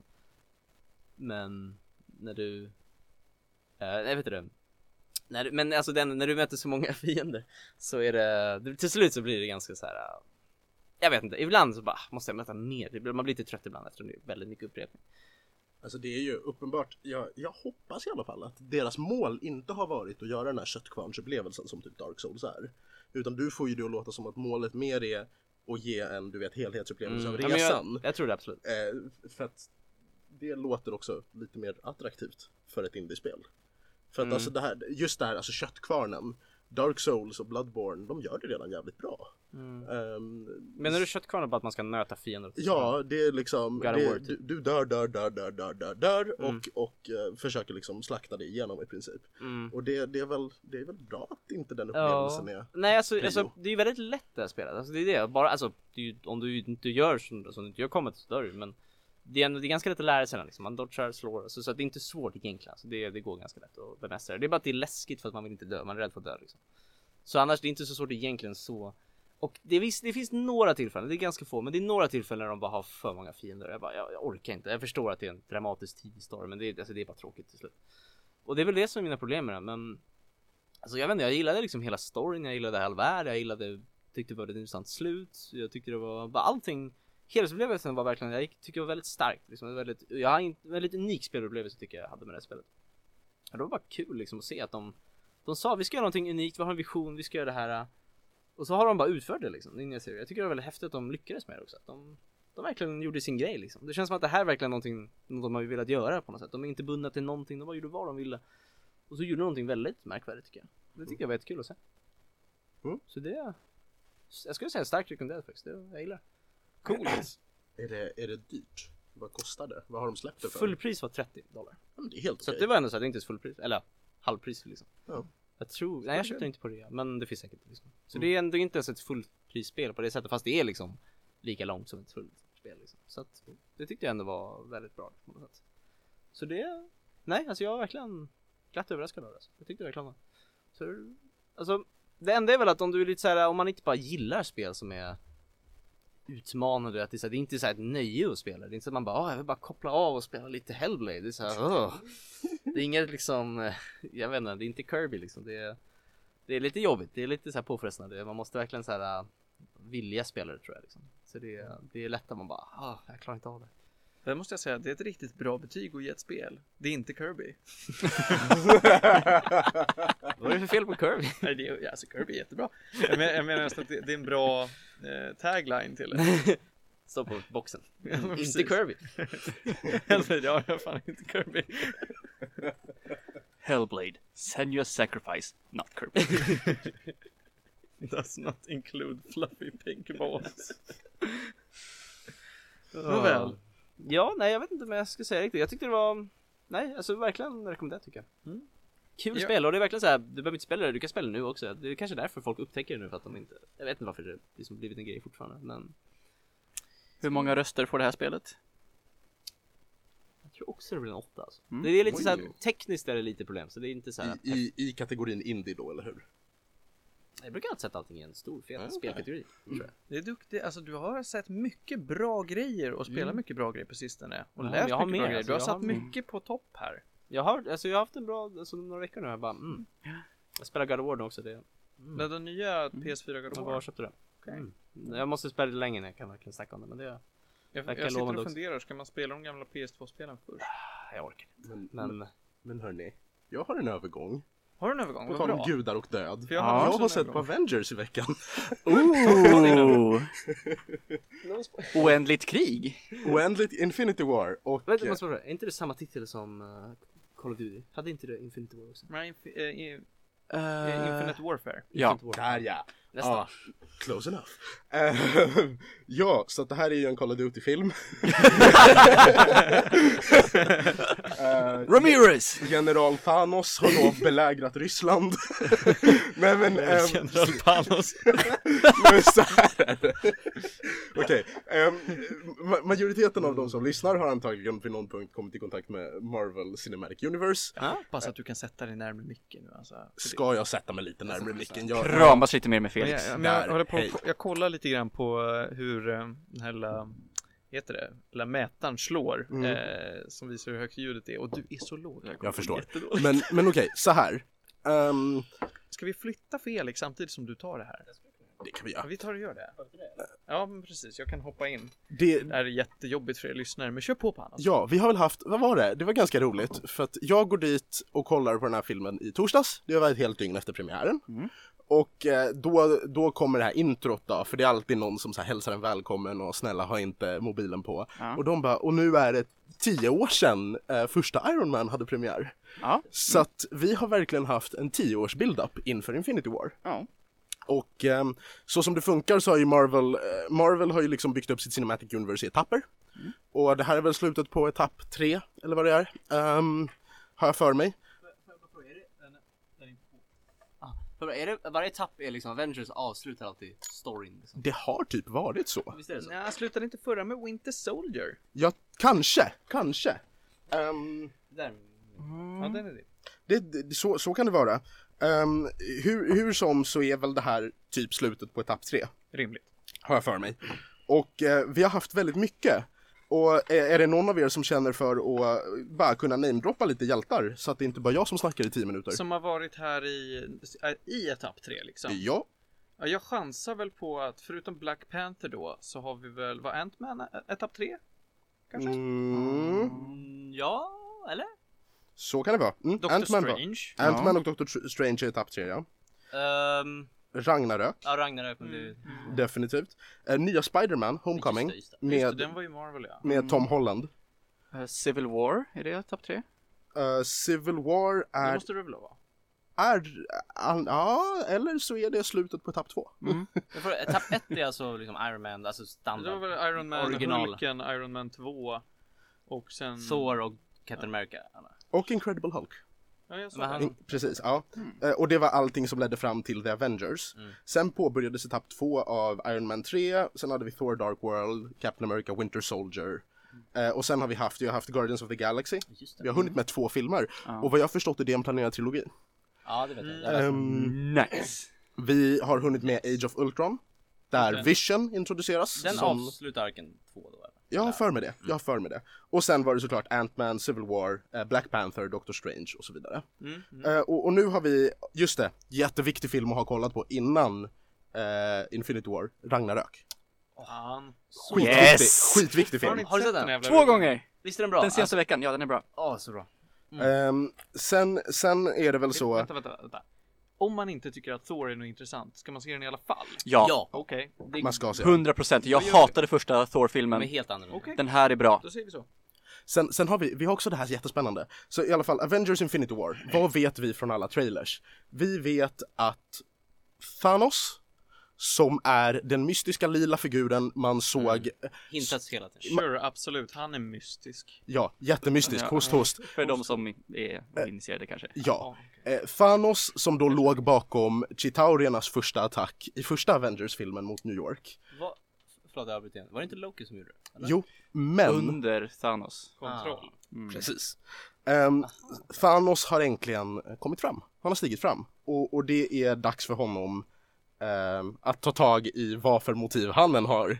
Men när du jag vet inte det. Men alltså när du möter så många fiender så är det till slut så blir det ganska så här. Jag vet inte, ibland så bara måste jag möta mer. Man blir lite trött ibland efter det är väldigt mycket upprepning. Alltså det är ju uppenbart, jag hoppas i alla fall att deras mål inte har varit att göra den här köttkvarnsupplevelsen som typ Dark Souls är. Utan du får ju det att låta som att målet mer är att ge en, du vet, helhetsupplevelse av resan. Jag tror det absolut. För att det låter också lite mer attraktivt för ett indiespel. För att alltså just det här, alltså köttkvarnen, Dark Souls och Bloodborne, de gör det redan jävligt bra. Menar du köttkvarnen på att man ska nöta fiender? Ja, det är liksom du dör och försöker liksom slakta det igenom i princip. Och det är väl bra att inte den upplevelsen är. Nej, alltså det är ju väldigt lätt det här spelet. Alltså det är det, bara alltså om du inte gör som du inte gör kommit så dör du, men det är ganska lätt att lära sig liksom. Man dodgar, slår, så att det är inte svårt egentligen. Alltså det går ganska lätt att bemästra. Det är bara att det är läskigt för att man vill inte dö, man är rädd för att dö liksom. Så annars det är inte så svårt egentligen så. Och det finns några tillfällen, det är ganska få, men det är några tillfällen när de bara har för många fiender. Jag orkar inte. Jag förstår att det är en dramatisk tidig story, men det är bara tråkigt till slut. Och det är väl det som är mina problem med det, men alltså jag vet inte, jag gillade liksom hela storyn, jag gillade all värld, tyckte det var ett intressant slut, jag tyckte det var bara allting. Helhetsupplevelsen var verkligen, jag tycker det var väldigt starkt liksom, jag har en väldigt unik spelupplevelse tycker jag hade med det här spelet. Och det var bara kul liksom att se att de sa, vi ska göra någonting unikt, vi har en vision, vi ska göra det här. Och så har de bara utfört det liksom. Jag tycker det var väldigt häftigt att de lyckades med det också. Att de verkligen gjorde sin grej liksom. Det känns som att det här är verkligen något de har velat göra på något sätt. De är inte bundna till någonting, de bara gjorde vad de ville. Och så gjorde de någonting väldigt märkvärdigt tycker jag. Det tycker jag var jättekul att se. Så det, jag skulle säga en stark rekommendation faktiskt, jag gillar. Coolt. Är det dyrt? Vad kostar det? Vad har de släppt det för? Fullpris var $30. Ja, men det är helt Så okej. det var ändå så att det inte är fullpris, eller halvpris liksom. Ja. Jag tror, nej jag köpte inte på det, men det finns säkert liksom. Så det är ändå inte ens ett fullprisspel på det sättet, fast det är liksom lika långt som ett fullprisspel liksom. Så att det tyckte jag ändå var väldigt bra på något sätt. Så det, nej alltså jag var verkligen glatt överraskad av det. Jag tyckte det verkligen var. Så, alltså det enda är väl att om du är lite så här, om man inte bara gillar spel som är utmanande, att det är inte så här ett nöje att spela. Det är inte så att man bara, jag vill bara koppla av och spela lite Hellblade. Det är så här, det är inget liksom, jag vet inte, det är inte Kirby liksom. Det är lite jobbigt, det är lite så här påfrestande. Man måste verkligen så här vilja spela det, tror jag liksom. Så det är lätt att man bara, jag klarar inte av det. Det måste jag säga, det är ett riktigt bra betyg att ge ett spel. Det är inte Kirby. Vad är det för fel på Kirby? Nej, alltså Kirby är jättebra. Jag menar nästan att det är en bra tagline till det. Stå på boxen. Ja, inte precis. Kirby. Ja, jag fan inte Kirby. Hellblade, Senua's Sacrifice, not Kirby. Does not include fluffy pink balls. Nåväl. Ja, nej jag vet inte vad jag ska säga riktigt. Jag tyckte det var, nej alltså verkligen rekommenderat tycker jag. Kul spel, och det är verkligen så här, du behöver inte spela det, du kan spela det nu också. Det är kanske därför folk upptäcker det nu, för att de inte, jag vet inte varför det liksom blivit en grej fortfarande, men Hur många röster får det här spelet? jag tror också det blir en 8 alltså. Mm. Det är lite Oj. så här, tekniskt är det lite problem, så det är inte så här. I kategorin indie då, eller hur? Jag brukar alltid sätta allting i en stor fet Okay. spelkategori, tror jag. Det är duktigt, alltså du har sett mycket bra grejer och spelat mycket bra grejer på sistone. Och Ja, läst jag har mycket bra mer, grejer. alltså, Du har jag satt har- mycket på topp här. Jag har haft en bra, alltså några veckor nu, jag bara, jag spelar God of War nu också, det. Men den nya PS4 God of Jag War. bara köpte det. Okej. Jag måste spela det länge när jag kan verkligen snacka om det, men det, Jag verkar sitter lovande och också. funderar, ska man spela de gamla PS2-spelen först? jag orkar inte. Men Men hörni, jag har en övergång. Har du en övergång? På Vad tal om bra. gudar och död. För jag Jag hade också har en sett på övergång. Avengers i veckan. Ooh. Oändligt krig. Oändligt Infinity War. Och vänta, måste fråga, är inte det samma titel som Call of Duty? Hade inte det Infinity War också? Nej, Infinite Warfare. Ja. Infinity War. där ja. Nästan. Ja, close enough. Ja, så att det här är ju en Call of Duty-film. Ramirez! General Thanos har då belägrat Ryssland. Nej men, General Panos. men så här är det. Okej, majoriteten av de som lyssnar har antagligen vid någon punkt kommit i kontakt med Marvel Cinematic Universe. Jag hoppas att du kan sätta dig närmare micken nu alltså. Ska jag sätta mig lite närmare micken? Kramas lite mer med Men Felix. jag Där, håller på, hej. jag kollar lite grann på hur den här lilla mätaren slår som visar hur högt ljudet är, och du är så låg. Jag förstår. Jättedåligt. Men okej, så här. Ska vi flytta Felix samtidigt som du tar det här? Det kan vi Ja, göra. vi tar och gör det. Ja, men precis. Jag kan hoppa in. Det, Det här är jättejobbigt för er lyssnare, men kör på Panos. ja, vi har väl haft, vad var det? Det var ganska roligt för att jag går dit och kollar på den här filmen i torsdags. Det var ett helt dygn efter premiären. Och då kommer det här introt då, för det är alltid någon som så här hälsar en välkommen och snälla ha inte mobilen på. Ja. Och de bara, och nu är det 10 år sedan första Iron Man hade premiär. Ja. Så att vi har verkligen haft en 10-års build-up inför Infinity War. Ja. Och så som det funkar så har ju Marvel har ju liksom byggt upp sitt Cinematic Universe i etapper. Och det här är väl slutet på etapp 3, eller vad det är. Har jag för mig. Är det, varje etapp är liksom, Avengers avslutar alltid storyn liksom. Det har typ varit så. Visst är det så? Nej, slutade inte förra med Winter Soldier? Ja, kanske. Där. Ja, den är det. Så kan det vara. Hur som så är väl det här typ slutet på etapp 3. Rimligt. Har jag för mig. Och vi har haft väldigt mycket. Och är det någon av er som känner för att bara kunna namedroppa lite hjältar så att det inte bara jag som snackar i 10 minuter? Som har varit här i etapp 3 liksom. Ja. Ja, jag chansar väl på att förutom Black Panther då så har vi väl, var Ant-Man etapp 3? Kanske? Ja, eller? Så kan det vara. Doctor Ant-Man Strange. Ant-Man och Doctor Strange är etapp 3, ja. Ragnarök, Ja, Ragnarök, men det... definitivt. Nya Spider-Man, Homecoming, Just det. Just det, med, den var ju Marvel, ja. med Tom Holland. Civil War, är det etapp 3? Civil War Det är... måste det väl vara? ja, eller så är det slutet på etapp 2. Etapp 1 är alltså liksom Iron Man, alltså standard. Det var väl Iron Man, original. Hulken, Iron Man 2 och sen Thor och Captain America. Och Incredible Hulk. Ja, jag sa Men det. han, Precis, ja. Och det var allting som ledde fram till The Avengers. Sen påbörjades etapp 2 av Iron Man 3. Sen hade vi Thor Dark World, Captain America Winter Soldier. Och sen har vi haft Guardians of the Galaxy. just Vi det. har hunnit med 2 filmer. Och vad jag har förstått är det en planerad trilogi. Ja, det vet jag. Nice. Vi har hunnit med Age of Ultron. Där Vision introduceras. Den avslutar arken 2 då, eller? Jag har för mig det. Och sen var det såklart Ant-Man, Civil War, Black Panther, Doctor Strange och så vidare. Och nu har vi, just det, jätteviktig film att ha kollat på innan Infinity War, Ragnarök. Skitviktig film. Har du sett den? 2 gånger! Visst är den bra? Den senaste veckan, ja den är bra. Så bra. Sen är det väl så... Vänta. Om man inte tycker att Thor är något intressant, ska man se den i alla fall? Ja, Okej. Man ska se. 100%. Jag hatade första Thor-filmen. De är helt annorlunda. Okej. Den här är bra. Då säger vi så. Sen har vi har också det här jättespännande. Så i alla fall, Avengers Infinity War. Vad vet vi från alla trailers? Vi vet att Thanos, som är den mystiska lila figuren man såg, Hintats hela tiden. Sure, absolut. Han är mystisk. ja, jättemystisk, host. För de som är initierade kanske. Ja, Thanos som då låg bakom Chitauriernas första attack i första Avengers-filmen mot New York. Förlåt, jag avbryter igen. Var det inte Loki som gjorde det? Eller? Jo, men... Under Thanos. Kontroll. Precis. Thanos har äntligen kommit fram. Han har stigit fram. Och det är dags för honom att ta tag i vad för motiv han än har.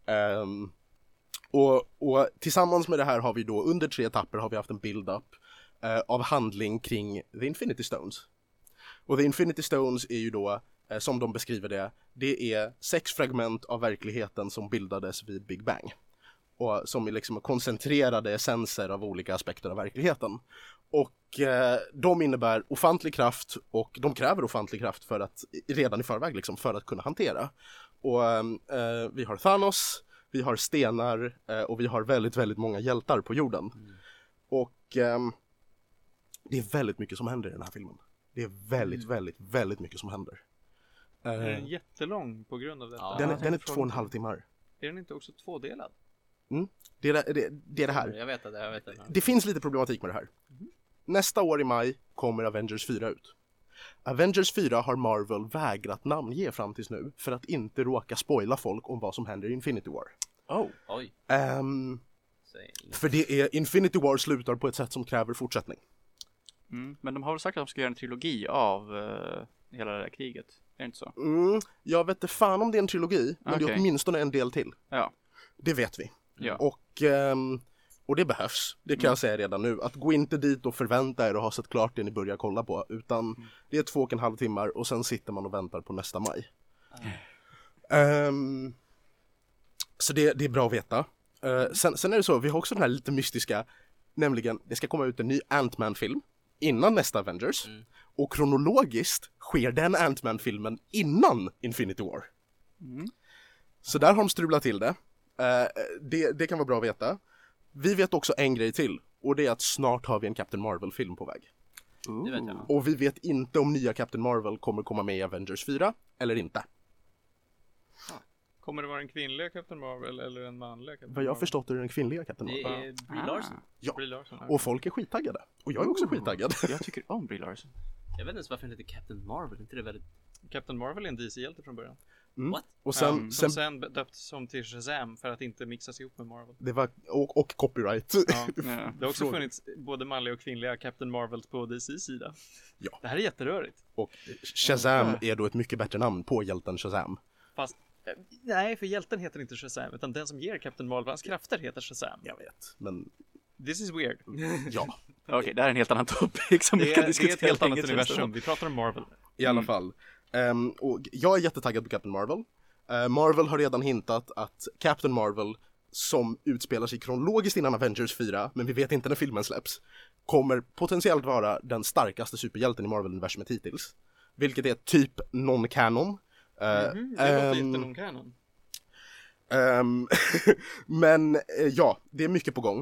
Och tillsammans med det här har vi då under 3 etapper har vi haft en build-up av handling kring The Infinity Stones. Och The Infinity Stones är ju då, som de beskriver det är 6 fragment av verkligheten som bildades vid Big Bang. Och som är liksom koncentrerade essenser av olika aspekter av verkligheten. Och de innebär ofantlig kraft och de kräver ofantlig kraft för att, redan i förväg liksom, för att kunna hantera. Och vi har Thanos, vi har stenar och vi har väldigt, väldigt många hjältar på jorden. Och det är väldigt mycket som händer i den här filmen. Det är väldigt, väldigt, väldigt mycket som händer. Är den jättelång på grund av detta? Ja. Den är 2,5 timmar. Är den inte också 2-delad? Det är det här. Jag vet det. Det finns lite problematik med det här. Nästa år i maj kommer Avengers 4 ut. Avengers 4 har Marvel vägrat namnge fram tills nu för att inte råka spoila folk om vad som händer i Infinity War. Oj. För det är Infinity War slutar på ett sätt som kräver fortsättning. Men de har väl sagt att de ska göra en trilogi av hela det här kriget. Är det inte så? Jag vet inte fan om det är en trilogi, men det är åtminstone en del till. Ja. Det vet vi. Ja. Och det behövs. Det kan jag säga redan nu. Att gå inte dit och förvänta er att ha sett klart det ni börjar kolla på. Utan det är 2,5 timmar och sen sitter man och väntar på nästa maj. Så det är bra att veta. Sen är det så, vi har också den här lite mystiska, nämligen det ska komma ut en ny Ant-Man-film innan nästa Avengers. Och kronologiskt sker den Ant-Man-filmen innan Infinity War. Så där har de strulat till det. Det kan vara bra att veta. Vi vet också en grej till. Och det är att snart har vi en Captain Marvel-film på väg. Det vet jag. Och vi vet inte om nya Captain Marvel kommer komma med i Avengers 4 eller inte. Kommer det vara en kvinnliga Captain Marvel eller en manliga Captain Marvel? Vad jag har förstått är det den kvinnliga Captain Det Marvel. är Brie Larson. Ja, Brie Larson, och folk är skittaggade. Och jag är också skittaggad. Jag tycker om Brie Larson. Jag vet inte ens varför den heter Captain Marvel. Inte det väldigt... Captain Marvel är en DC-hjälte från början. What? Och Som sen sen döpts som till Shazam för att inte mixas ihop med Marvel. det var, och copyright. Ja. Det har också funnits både manliga och kvinnliga Captain Marvels på DC:s sida. Ja. Det här är jätterörigt. Och Shazam är då ett mycket bättre namn på hjälten Shazam. Fast nej, för hjälten heter inte Shazam, utan den som ger Captain Marvel hans krafter heter Shazam. Jag vet, men This is weird. ja. Okej, det här är en helt annan topic som vi Det kan är diskutera. ett helt annat länge, universum. Vi pratar om Marvel. I alla fall. Och jag är jättetaggad på Captain Marvel. Marvel har redan hintat att Captain Marvel, som utspelar sig kronologiskt innan Avengers 4, men vi vet inte när filmen släpps, kommer potentiellt vara den starkaste superhjälten i Marvel-universumet hittills. Vilket är typ non-canon. Det låter inte någon kanon. Men ja, det är mycket på gång.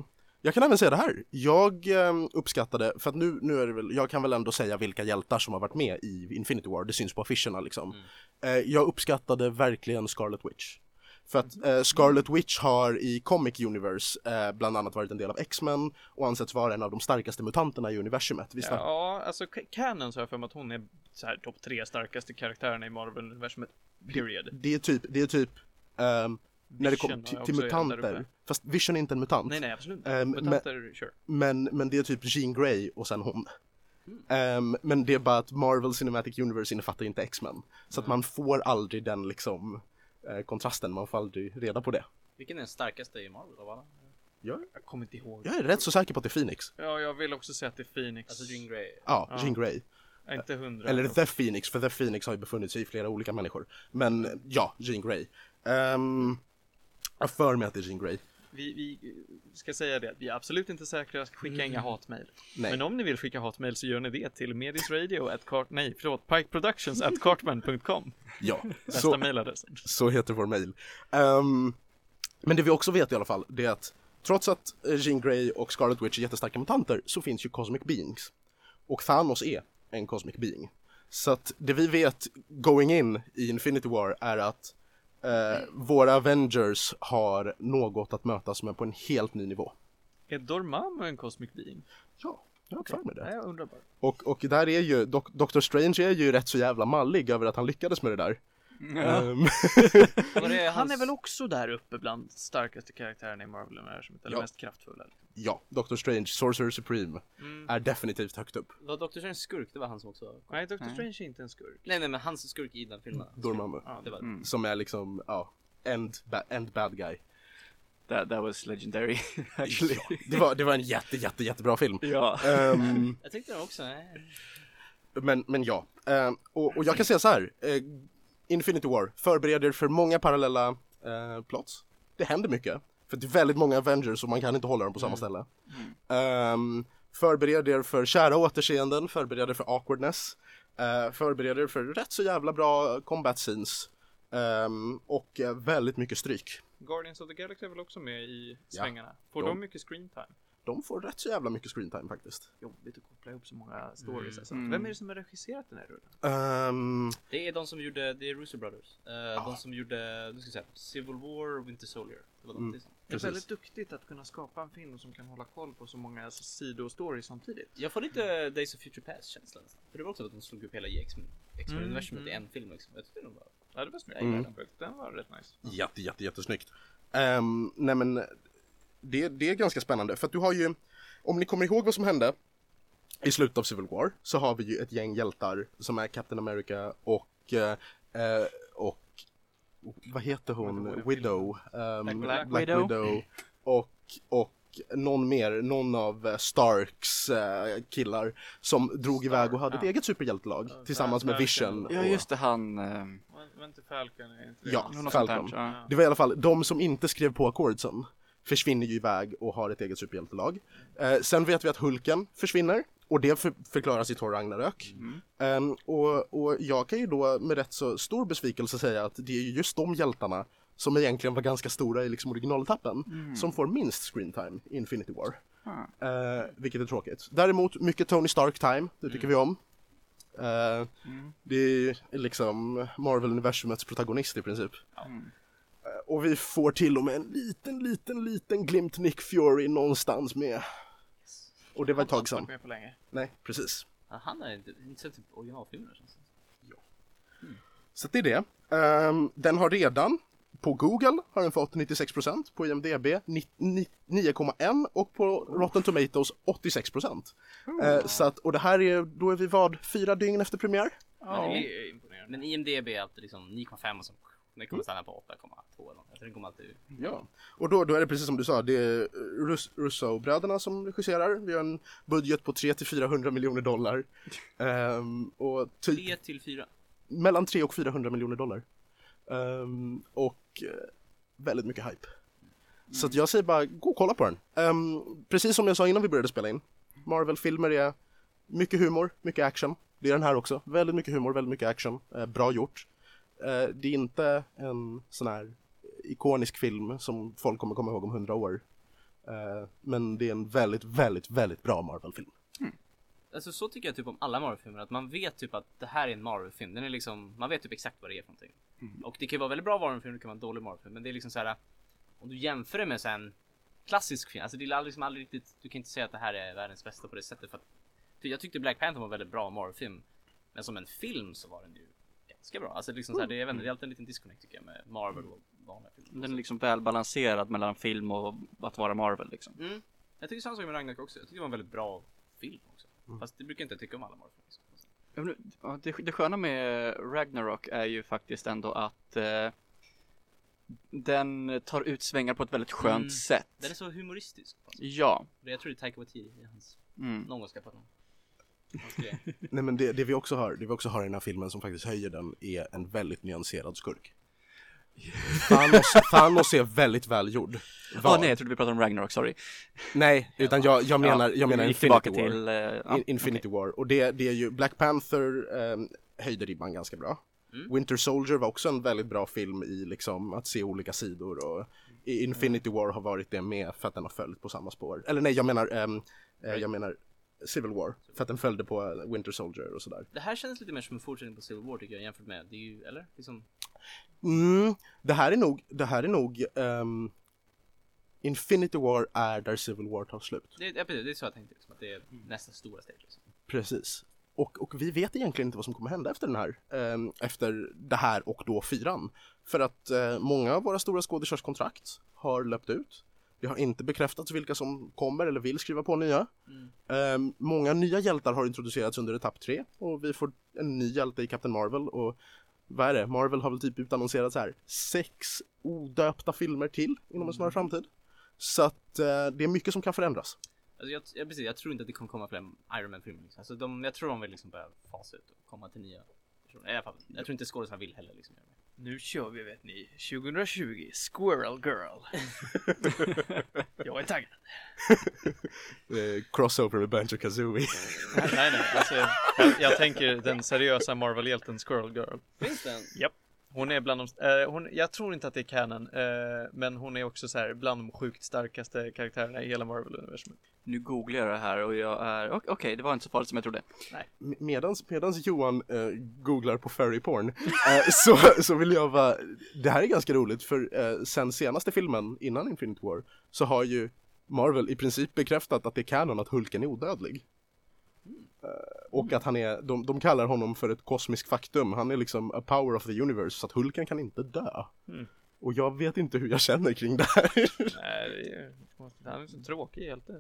Jag kan även säga det här. Jag uppskattade, för att nu är det väl, jag kan väl ändå säga vilka hjältar som har varit med i Infinity War. Det syns på affischerna liksom. Jag uppskattade verkligen Scarlet Witch. För att Scarlet Witch har i Comic Universe bland annat varit en del av X-Men och ansetts vara en av de starkaste mutanterna i universumet. Visst? Ja, alltså Canon så har jag för mig att hon är så här topp 3 starkaste karaktärerna i Marvel-universumet. Period. Det är typ när det kommer till mutanter. Fast Vision är inte en mutant. Nej, absolut inte. Mutanter, sure. Men det är typ Jean Grey och sen hon. Men det är bara att Marvel Cinematic Universe innefattar inte X-Men. Så att man får aldrig den liksom kontrasten, man får aldrig reda på det. Vilken är den starkaste i Marvel av alla? Jag kommer inte ihåg. Jag är rätt så säker på att det är Phoenix. Ja, jag vill också säga att det är Phoenix. Alltså Jean Grey. Ja, Jean Grey. Inte 100. Eller The Phoenix, för The Phoenix har ju befunnit sig i flera olika människor. Men ja, Jean Grey. Jag för mig att det är Jean Grey. Vi ska säga det, vi är absolut inte säkra, skicka inga hatmejl. Nej. Men om ni vill skicka hatmejl så gör ni det till pikeproductions@cartman.com. Ja, Bästa mejladressen. så heter vår mejl. Men det vi också vet i alla fall, det är att trots att Jean Grey och Scarlet Witch är jättestarka mutanter så finns ju Cosmic Beings. Och Thanos är en Cosmic Being. Så att det vi vet going in i Infinity War är att våra Avengers har något att mötas med på en helt ny nivå. Är Dormammu en Cosmic Being? Ja, jag har för mig det. Nej, jag undrar bara. Och där är ju, Doctor Strange är ju rätt så jävla mallig över att han lyckades med det där. Han är väl också där uppe bland starkaste karaktärerna i Marvel-universumet, eller mest kraftfulla. Ja, Doctor Strange, Sorcerer Supreme, är definitivt högt upp. Var Doctor Strange skurk? Det var han som också... Nej, Doctor Strange är inte en skurk. Nej, men hans skurk i den filmen. Dormammu. Ja, det var som är liksom, end bad guy. That was legendary, actually. Det var en jättebra film. Ja. Jag tyckte det också. Men ja. Och jag kan säga så här. Infinity War förbereder för många parallella plots. Det händer mycket. För det är väldigt många Avengers och man kan inte hålla dem på samma ställe. Förbereder för kära återseenden. Förbereder för awkwardness. Förbereder för rätt så jävla bra combat scenes. Och väldigt mycket stryk. Guardians of the Galaxy är väl också med i svängarna. Får de mycket screen time? De får rätt så jävla mycket screen time faktiskt. Jobbigt att koppla ihop så många stories. Alltså. Vem är det som har regisserat den här rullen? Det är de som gjorde, det är Russo Brothers. De som gjorde, nu ska jag säga, Civil War och Winter Soldier. Det är väldigt duktigt att kunna skapa en film som kan hålla koll på så många sidostories samtidigt. Jag får lite Days of Future Past-känslan. För det var också att de slog upp hela X-Men-universumet i en film liksom. Jag tyckte de var... Ja, det var snyggt. Den var rätt nice. Jättesnyggt. Nej men det är ganska spännande för att du har ju, om ni kommer ihåg vad som hände i slutet av Civil War så har vi ju ett gäng hjältar som är Captain America och vad heter hon? Widow. Black Widow. Och någon av Starks killar som drog iväg och hade ett eget superhjältelag tillsammans med Vision. Ja, just det, han... Men inte Falcon är inte det. Ja, Falcon. Det var i alla fall de som inte skrev på ackordsen försvinner ju iväg och har ett eget superhjältelag. Sen vet vi att Hulken försvinner och det förklaras i Thor Ragnarök. Och jag kan ju då med rätt så stor besvikelse säga att det är just de hjältarna som egentligen var ganska stora i liksom originaletappen som får minst screen time i Infinity War. Vilket är tråkigt. Däremot mycket Tony Stark time, det tycker vi om. Det är liksom Marvel-universumets protagonist i princip. Och vi får till och med en liten glimt Nick Fury någonstans med. Och det var ett tag sedan. Nej, precis. Han är inte sett typ originalfilmer. Ja. Så det är det. Den har redan på Google har den fått 96%, på IMDb 9,1 och på Rotten Tomatoes 86%. Så att, och det här är, då är vi 4 dygn efter premiär? Ja, det är imponerande. Men IMDb är alltid liksom 9,5 och så den kommer stanna på 8,2 eller något. Den kommer alltid... Ja, och då är det precis som du sa, det är Russo-bröderna som regisserar. Vi har en budget på $300-400 miljoner. Och 3-4? Mellan 300 och 400 miljoner dollar. Och väldigt mycket hype. Så att jag säger bara, gå och kolla på den. Precis som jag sa innan vi började spela in. Marvel-filmer är mycket humor, mycket action. Det är den här också. Väldigt mycket humor, väldigt mycket action. Bra gjort. Det är inte en sån här ikonisk film som folk kommer komma ihåg om 100 år. Men det är en väldigt, väldigt, väldigt bra Marvel-film. Alltså så tycker jag typ om alla Marvel-filmer, att man vet typ att det här är en Marvel-film. Den är liksom, man vet typ exakt vad det är för någonting. Och det kan ju vara väldigt bra Marvel-film, det kan vara en dålig Marvel-film. Men det är liksom så här, om du jämför det med så här en klassisk film, alltså det är liksom aldrig riktigt, du kan inte säga att det här är världens bästa på det sättet. För att, jag tyckte Black Panther var en väldigt bra Marvel-film. Men som en film så var den ju ganska bra. Alltså liksom så här, det är alltid en liten disconnect tycker jag med Marvel och vanliga filmer. Den är liksom välbalanserad mellan film och att vara Marvel liksom. Jag tycker samma sak med Ragnarok också. Jag tycker det var en väldigt bra film också. Fast det brukar jag inte tycka om alla Marvel. Det sköna med Ragnarok är ju faktiskt ändå att den tar ut svängar på ett väldigt skönt sätt. Den är så humoristisk. Ja. Jag tror det är Taika Waititi i hans någon gång ska på den. Nej, men det vi också har i den här filmen som faktiskt höjer den är en väldigt nyanserad skurk. Thanos är väldigt välgjord. Nej, jag trodde vi pratade om Ragnarok, sorry. Nej, utan jag menar Infinity War. Till, Infinity War. Och det är ju Black Panther höjde ribban ganska bra. Winter Soldier var också en väldigt bra film i liksom att se olika sidor, och Infinity War har varit det med för att den har följt på samma spår. Eller nej, jag menar Civil War, för att den följde på Winter Soldier och sådär. Det här känns lite mer som en fortsättning på Civil War tycker jag, jämfört med det är ju, eller? Liksom... Det här är nog Infinity War är där Civil War tar slut. Det är så jag tänkte, liksom, att det är nästa stora steg liksom. Precis. Och vi vet egentligen inte vad som kommer hända efter den här, efter det här och då 4:an. För att många av våra stora skådespelars kontrakt har löpt ut. Det har inte bekräftats vilka som kommer eller vill skriva på nya. Många nya hjältar har introducerats under etapp 3. Och vi får en ny hjälte i Captain Marvel. Och vad är det? Marvel har väl typ utannonserat så här 6 odöpta filmer till inom en snar framtid. Så att det är mycket som kan förändras. Alltså jag tror inte att det kommer komma fler Iron Man-filmer. Liksom. Alltså jag tror de vill liksom börja fasa ut och komma till nya. Jag tror inte skådespelarna vill heller liksom göra det. Nu kör vi, vet ni, 2020 Squirrel Girl. Jag är taggad. Crossover med Banjo-Kazooie. nej, alltså, jag tänker den seriösa Marvel-hjälten Squirrel Girl. Finns den? Japp. Hon är bland jag tror inte att det är canon, men hon är också så här bland de sjukt starkaste karaktärerna i hela Marvel-universumet. Nu googlar jag det här och jag är... Okej, det var inte så farligt som jag trodde. Nej. Medans Johan googlar på furry porn så vill jag vara... Det här är ganska roligt, för sen senaste filmen innan Infinity War så har ju Marvel i princip bekräftat att det är canon att Hulken är odödlig. Och att han är, de kallar honom för ett kosmiskt faktum. Han är liksom a power of the universe, så att Hulken kan inte dö. Och jag vet inte hur jag känner kring det här. Nej, han är så tråkig hjälte.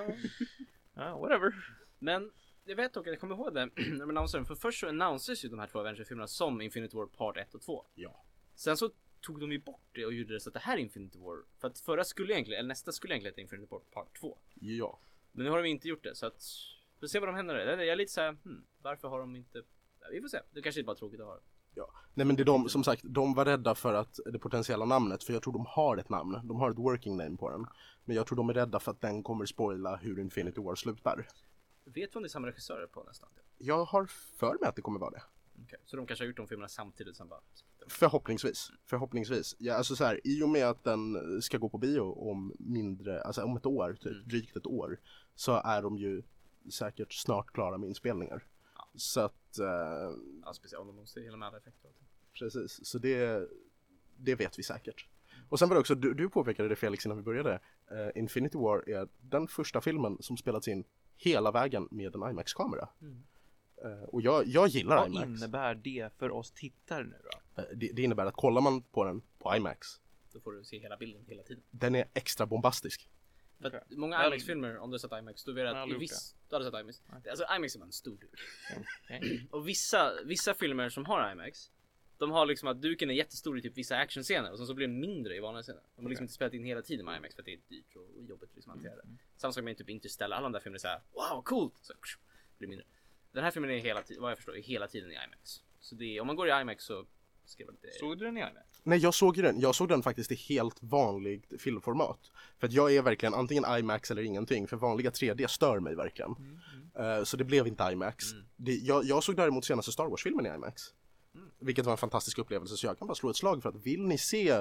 Ja, whatever. Men jag vet dock att jag kommer ihåg det när man annonserade. För först så annonserades ju de här 2 Avengers-filmerna som Infinity War Part 1 och 2. Ja. Sen så tog de ju bort det och gjorde det så att det här är Infinity War. För att nästa skulle egentligen heta Infinity War Part 2. Ja. Men nu har de inte gjort det, så att vi får se vad de händer. Jag är lite såhär, varför har de inte... Ja, vi får se, det kanske är bara tråkigt att ha det. Ja. Nej, men det är de, som sagt, de var rädda för att det potentiella namnet, för jag tror de har ett namn, de har ett working name på den. Men jag tror de är rädda för att den kommer spoila hur Infinity War slutar. Vet du om det är samma regissörer på nästan? Jag har för mig att det kommer vara det. Okay. Så de kanske har gjort de filmerna samtidigt som bara... Förhoppningsvis. Ja, alltså så här, i och med att den ska gå på bio om ett år, typ drygt ett år, så är de ju säkert snart klara med inspelningar. Ja. Så att... speciellt om de måste hela med alla effekter. Precis, så det vet vi säkert. Och sen var det också, du påpekade det Felix innan vi började, Infinity War är den första filmen som spelats in hela vägen med en IMAX-kamera. Och jag gillar Vad IMAX. Vad innebär det för oss tittare nu då? Det innebär att kollar man på den på IMAX, då får du se hela bilden hela tiden. Den är extra bombastisk. För att många IMAX-filmer, om du har sett IMAX, då vet att du hade sett IMAX. Alltså IMAX är bara en stor duk. Och vissa filmer som har IMAX, de har liksom att duken är jättestor i typ vissa actionscener och sen så blir den mindre i vanliga scener. De har liksom inte spelat in hela tiden med IMAX för att det är dyrt och jobbigt liksom att hantera det. Samma sak med typ Interstellar, alla de där filmerna är såhär, wow, coolt! Så blir mindre. Den här filmen är hela tiden, vad jag förstår, är hela tiden i IMAX. Så det, om man går i IMAX så ska det vara lite... Såg du den i IMAX? Nej, jag såg den faktiskt i helt vanligt filmformat. För att jag är verkligen antingen IMAX eller ingenting. För vanliga 3D stör mig verkligen. Så det blev inte IMAX. Jag såg däremot senaste Star Wars-filmen i IMAX. Vilket var en fantastisk upplevelse. Så jag kan bara slå ett slag för att vill ni se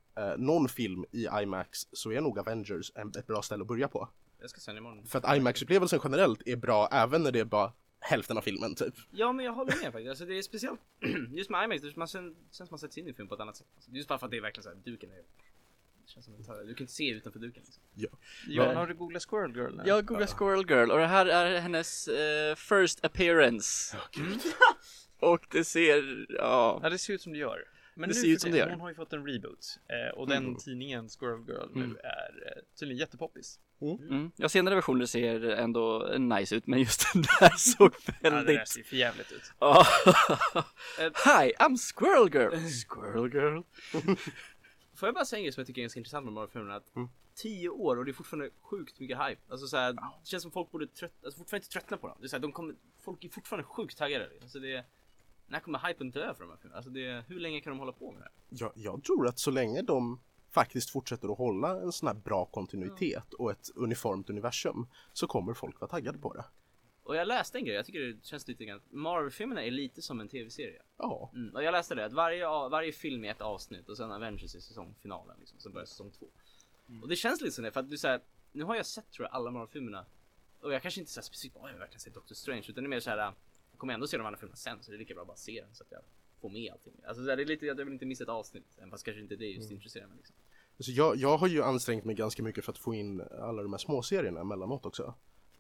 någon film i IMAX så är nog Avengers ett bra ställe att börja på. Jag ska se den imorgon. För att IMAX-upplevelsen generellt är bra även när det är bara hälften av filmen typ. Ja, men jag håller med faktiskt. Alltså, det är speciellt just med IMAX, man känns som man sätter sig in i film på ett annat sätt. Alltså, just bara för att det är verkligen så här, duken är... Det känns som du kan inte se utanför duken liksom. Ja, har du googlat Squirrel Girl nu? Jag googlar Squirrel Girl och det här är hennes first appearance. Och det ser, Ja, det ser ut som det gör. Men Det nu ser ut som det gör. Hon har ju fått en reboot. Och den tidningen, Squirrel Girl, nu är tydligen jättepoppis. Ja, senare versioner ser ändå nice ut, men just den där såg Ja, det väldigt... där ser för jävligt ut. Hi, I'm Squirrel Girl. Squirrel Girl. Får jag bara säga en grej som jag tycker är ganska intressant med Marvel-filmerna, att 10 år och det är fortfarande sjukt mycket hype. Alltså såhär, det känns som folk borde fortfarande inte tröttna på dem. Det är såhär, folk är fortfarande sjukt taggade. Alltså när kommer hypen dö för de här filmerna? Alltså hur länge kan de hålla på med det? Jag tror att så länge de faktiskt fortsätter att hålla en sån här bra kontinuitet och ett uniformt universum så kommer folk vara taggade på det. Och jag läste en grej, jag tycker det känns lite grann. Marvel-filmerna är lite som en tv-serie. Ja. Och jag läste det, att varje film är ett avsnitt och sen Avengers i säsongfinalen liksom, sen börjar säsong 2. Och det känns lite som det, för att du säger, nu har jag sett tror jag alla Marvel-filmerna. Och jag kanske inte så specifikt, jag har verkligen sett Doctor Strange, utan det är mer så här, jag kommer ändå se de andra filmerna sen, så det är lika bra att bara se den så att jag får med allting. Alltså det är lite, jag vill inte missa ett avsnitt, fast kanske inte det just intresserar mig liksom. Så jag har ju ansträngt mig ganska mycket för att få in alla de här små serierna emellanåt också.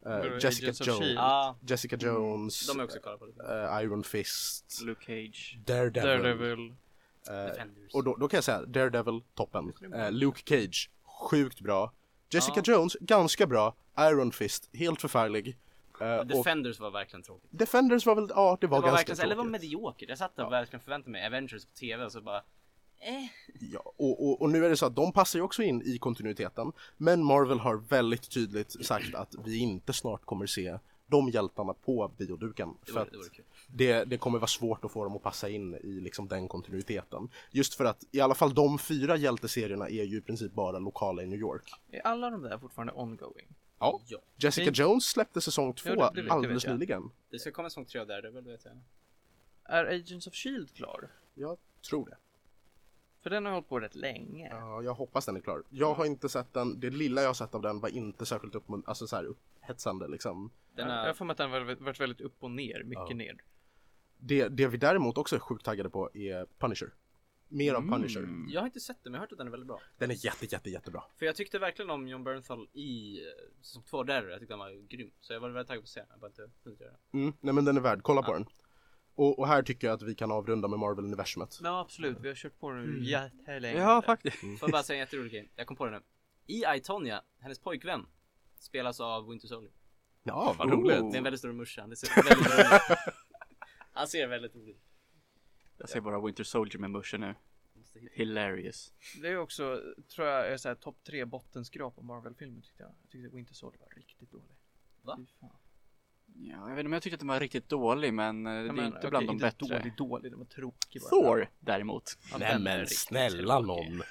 Jessica Jones, de är också kollat på det. Iron Fist, Luke Cage, Daredevil. Och då kan jag säga Daredevil, toppen. Luke Cage, sjukt bra. Jessica Jones, ganska bra. Iron Fist, helt förfärlig. Defenders var verkligen tråkigt. Defenders var väl, det var ganska tråkigt. Eller var mediokert. Jag satt där och verkligen förväntade mig Avengers på tv och så bara Ja, och nu är det så att de passar ju också in i kontinuiteten. Men Marvel har väldigt tydligt sagt att vi inte snart kommer se de hjältarna på bioduken. För att det kommer vara svårt att få dem att passa in i liksom den kontinuiteten. Just för att i alla fall de 4 hjälteserierna är ju i princip bara lokala i New York. Är alla de där fortfarande ongoing? Ja. Jessica Jones släppte säsong 2 alldeles nyligen. Det ska komma säsong 3 där, det vet jag. Är Agents of S.H.I.E.L.D. klar? Jag tror det. För den har hållit på rätt länge. Ja, jag hoppas den är klar. Jag har inte sett den. Det lilla jag har sett av den var inte särskilt upphetsande liksom. Jag får med att den har varit väldigt upp och ner. Mycket ner. Det vi däremot också är sjukt taggade på är Punisher. Mer av Punisher. Jag har inte sett den, men jag har hört att den är väldigt bra. Den är jättebra. För jag tyckte verkligen om Jon Bernthal i säsong 2 där. Jag tyckte han var grym. Så jag var väldigt taggad på att se den. Jag bara inte hunnit göra det. Nej, men den är värd. Kolla på den. Och här tycker jag att vi kan avrunda med Marvel-universumet. Ja, absolut. Vi har kört på den jättelänge. Ja, faktiskt. Får jag bara säga en jätterolig grej. Jag kom på det nu. I Tonya, hennes pojkvän, spelas av Winter Soldier. Ja, vad roligt. Det är en väldigt stor morsa. Det ser väldigt roligt. Han ser väldigt roligt. Jag ser bara Winter Soldier med muscher nu. Hilarious. Det är också, tror jag, är såhär topp 3 bottenskrap på Marvel-filmer tyckte jag. Jag tyckte Winter Soldier var riktigt dålig. Va? Ja, jag vet inte om jag tyckte att den var riktigt dålig, men det är inte bland de bättre. Dålig, den var tråkig bara. Thor däremot. Nej men snälla någon.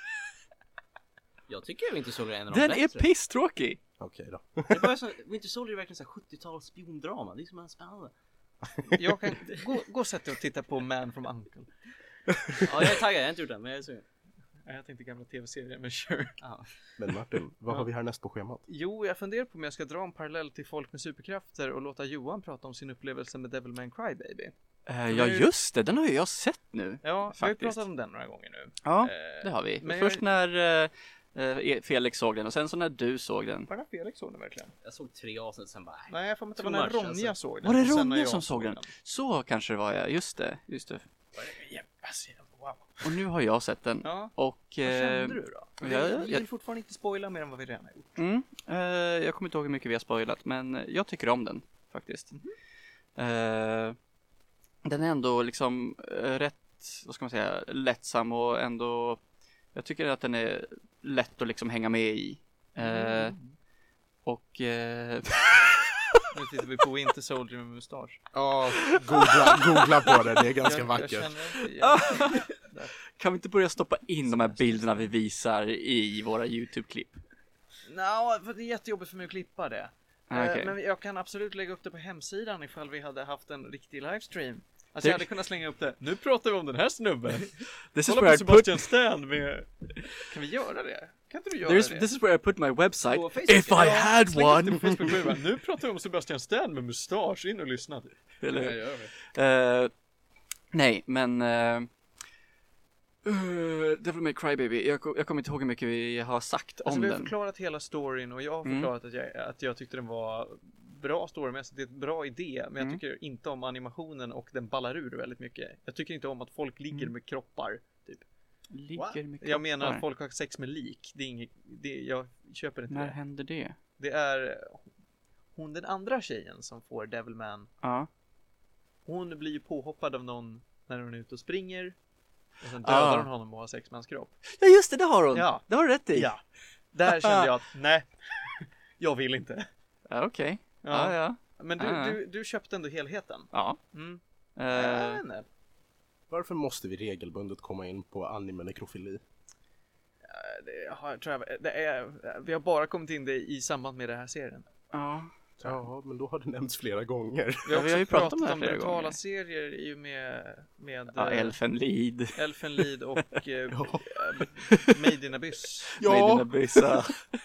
Jag tycker Winter Soldier är en av de bättre. Den är pisstråkig. Okej då. Det är bara så, Winter Soldier är verkligen så 70-tals spiondrama. Det är som en spännande. Jag kan gå och sätta och titta på Man from Uncle. Ja, jag är taggad. Jag har inte gjort det, men jag är sugen. Jag tänkte gamla tv-serier, men sure. Men Martin, vad har vi härnäst på schemat? Jo, jag funderar på om jag ska dra en parallell till folk med superkrafter och låta Johan prata om sin upplevelse med Devilman Crybaby. Ja, just det. Den har ju jag sett nu. Ja, vi har ju pratat om den några gånger nu. Ja, det har vi. Men först när Felix såg den och sen så när du såg den. Var det Felix såg den verkligen? Jag såg 3 avsnitt sen bara. Nej, jag får inte vara när Ronja såg den. Var det Ronja som såg den? Så kanske det var jag. Just det. Wow. Och nu har jag sett den. Ja. Och vad kände du då? Jag vill fortfarande inte spoila mer än vad vi redan har gjort. Jag kommer inte ihåg hur mycket vi har spoilat, men jag tycker om den faktiskt. Den är ändå liksom rätt, vad ska man säga, lättsam och ändå, jag tycker att den är lätt att liksom hänga med i. Och nu tittar vi på Winter Soldier med mustasch. Ja, googla på det, det är ganska vackert. Kan vi inte börja stoppa in de här bilderna vi visar i våra YouTube-klipp? Nej, för det är jättejobbigt för mig att klippa det. Okay. Men jag kan absolut lägga upp det på hemsidan ifall vi hade haft en riktig livestream. Alltså jag hade kunnat slänga upp det. Nu pratar vi om den här snubben. This is Kolla where på I Sebastian Stan med... Kan vi göra det? Kan inte du göra det? This is where I put my website. På Facebook? If I had släng upp one. det på Facebook. Nu pratar vi om Sebastian Stan med mustasch. In och lyssna. Eller Det gör vi. nej, men Devil May Cry Baby. Jag kommer inte ihåg hur mycket vi har sagt Alltså om vi har den. förklarat hela storyn och jag har förklarat att jag tyckte den var bra storymässigt, det är ett bra idé, men jag tycker inte om animationen och den ballar ur väldigt mycket. Jag tycker inte om att folk ligger med kroppar typ. Ligger med Jag menar kroppar. att folk har sex med lik. Det är inget, jag köper inte När det. händer det? Det är hon den andra tjejen som får Devilman. Ja. Hon blir ju påhoppad av någon när hon är ute och springer. Och sen dödar hon honom och har sex med hans kropp. Ja, just det har hon. Ja. Det har du rätt i. Ja. Där kände jag att nej, jag vill inte. Ja, okej. Ja. Ja. Men du köpte ändå helheten. Ja. Jag vet inte. Varför måste vi regelbundet komma in på anime-nekrofili? Vi har bara kommit in det i samband med den här serien. Ja. Ja, men då har det nämnts flera gånger. Vi har vi har ju också pratat om det här om flera brutala gånger. serier i och med Ja, Elfenlied. Elfenlied och Made in Abyss. Made in Abyss. Ja.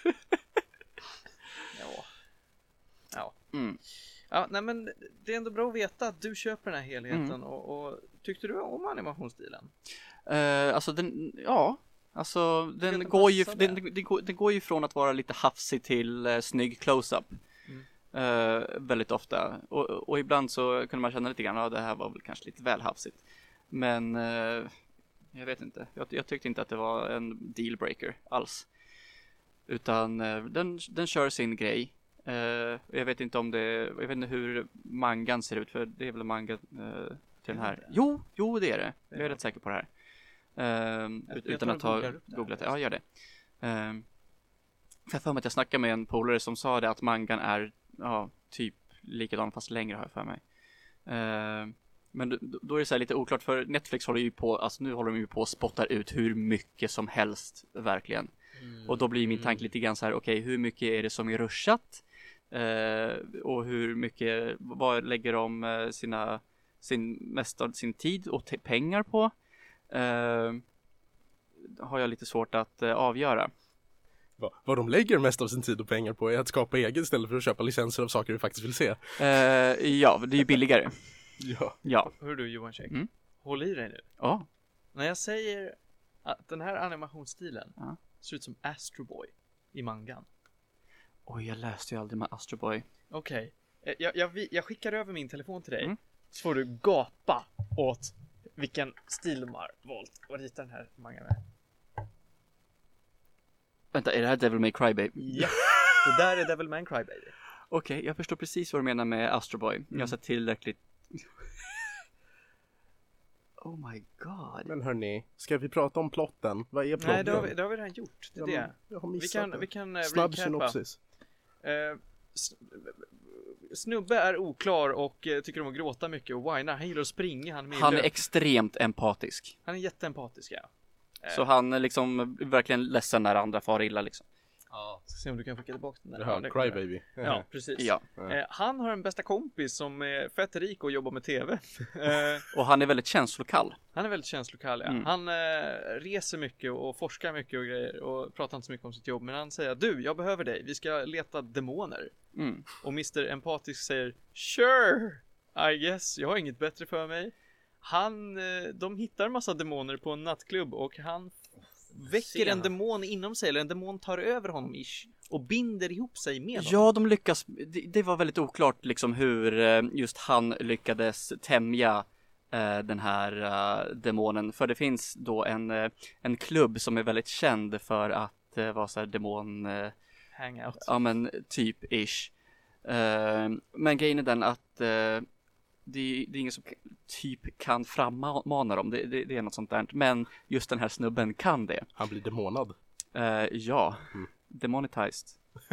Ja, nej men det är ändå bra att veta att du köper den här helheten och tyckte du om animationsstilen? Alltså den att går ju passa den går ju från att vara lite hafsig till snygg close-up. Väldigt ofta. Och ibland så kunde man känna lite grann, ja det här var väl kanske lite väl hafsigt. Men jag vet inte. Jag tyckte inte att det var en dealbreaker alls. Utan den kör sin grej. Jag vet inte hur mangan ser ut, för det är väl manga till den här. Jo det är det. Jag är rätt säker på det här. Utan att ha googlat det. Ja, gör det. Jag för mig att jag snackade med en polare som sa det, att mangan är typ likadan fast längre, har jag för mig. Men då är det så här lite oklart, för Netflix håller ju på, alltså nu håller de ju på och spottar ut hur mycket som helst verkligen. Och då blir min tanke lite grann så här, okej, hur mycket är det som är rushat? Och hur mycket, vad lägger de mest av sin tid och pengar på? Har jag lite svårt att avgöra. Vad de lägger mest av sin tid och pengar på är att skapa egen istället för att köpa licenser av saker vi faktiskt vill se. Ja, det är ju billigare. Ja. Hör du Johan Käck? Håll i dig nu. Ja. När jag säger att den här animationsstilen ser ut som Astro Boy i mangan. Oj, jag läste ju aldrig med Astro Boy. Okej. Jag skickar över min telefon till dig. Så får du gapa åt vilken stil de har valt och rita den här mangan med. Vänta, är det här Devil May Cry Baby? Ja, det där är Devil May Cry Baby. Okej, jag förstår precis vad du menar med Astro Boy. Jag har sett tillräckligt. Oh my god. Men hörni, ska vi prata om plotten? Vad är plotten? Nej, det har vi redan gjort. Det är det. Jag har missat Vi kan snabb recapa. synopsis. Snubbe är oklar och tycker om att gråta mycket och whinar. Han gillar att springa. Han är extremt empatisk. Han är jätteempatisk, ja. Så han är liksom verkligen ledsen när andra far illa liksom. Ja, ska se om du kan skicka tillbaka den där. Det här, Crybaby. Ja, precis. Ja. Han har en bästa kompis som är fett rik och jobbar med tv. Och han är väldigt känslokall. Han är väldigt känslokall, ja. Han reser mycket och forskar mycket och grejer och pratar inte så mycket om sitt jobb. Men han säger, du, jag behöver dig. Vi ska leta demoner. Och Mr. Empatisk säger, sure, I guess. Jag har inget bättre för mig. De hittar en massa demoner på en nattklubb och han väcker en demon inom sig, eller en demon tar över honom ish och binder ihop sig med honom. Ja, de lyckas. Det var väldigt oklart liksom hur just han lyckades tämja den här demonen. För det finns då en klubb som är väldigt känd för att vara så här demon hangout. Ja, men typ ish. Men grejen är den att det är ingen som typ kan frammana dem. Det är något sånt där. Men just den här snubben kan det. Han blir demonad. Ja. Demonetized.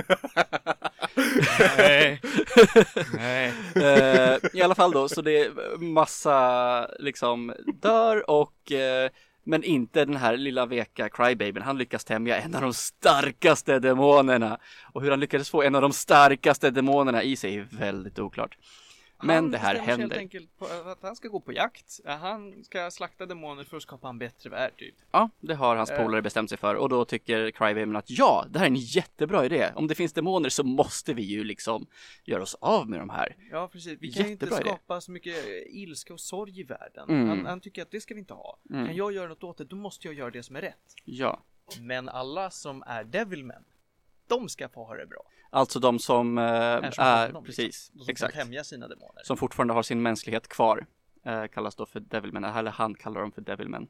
Nej. I alla fall då. Så det är massa liksom dör och men inte den här lilla veka Crybabyn. Han lyckas tämja en av de starkaste demonerna. Och hur han lyckades få en av de starkaste demonerna i sig är väldigt oklart. Men det här bestämmer sig händer. helt enkelt på att han ska gå på jakt. Han ska slakta demoner för att skapa en bättre värld typ. Ja, det har hans polare bestämt sig för. Och då tycker Crybaby att ja, det här är en jättebra idé. Om det finns demoner så måste vi ju liksom göra oss av med de här. Ja, precis. Vi kan ju inte Jättebra idé. skapa så mycket ilska och sorg i världen. Han tycker att det ska vi inte ha. Kan jag göra något åt det, då måste jag göra det som är rätt. Ja. Men alla som är Devilmen, de ska få ha det bra. Alltså de som är honom, precis, liksom. De som exakt. kan tämja sina demoner. Som fortfarande har sin mänsklighet kvar. Kallas då för Devilmen, eller han kallar dem för Devilmen.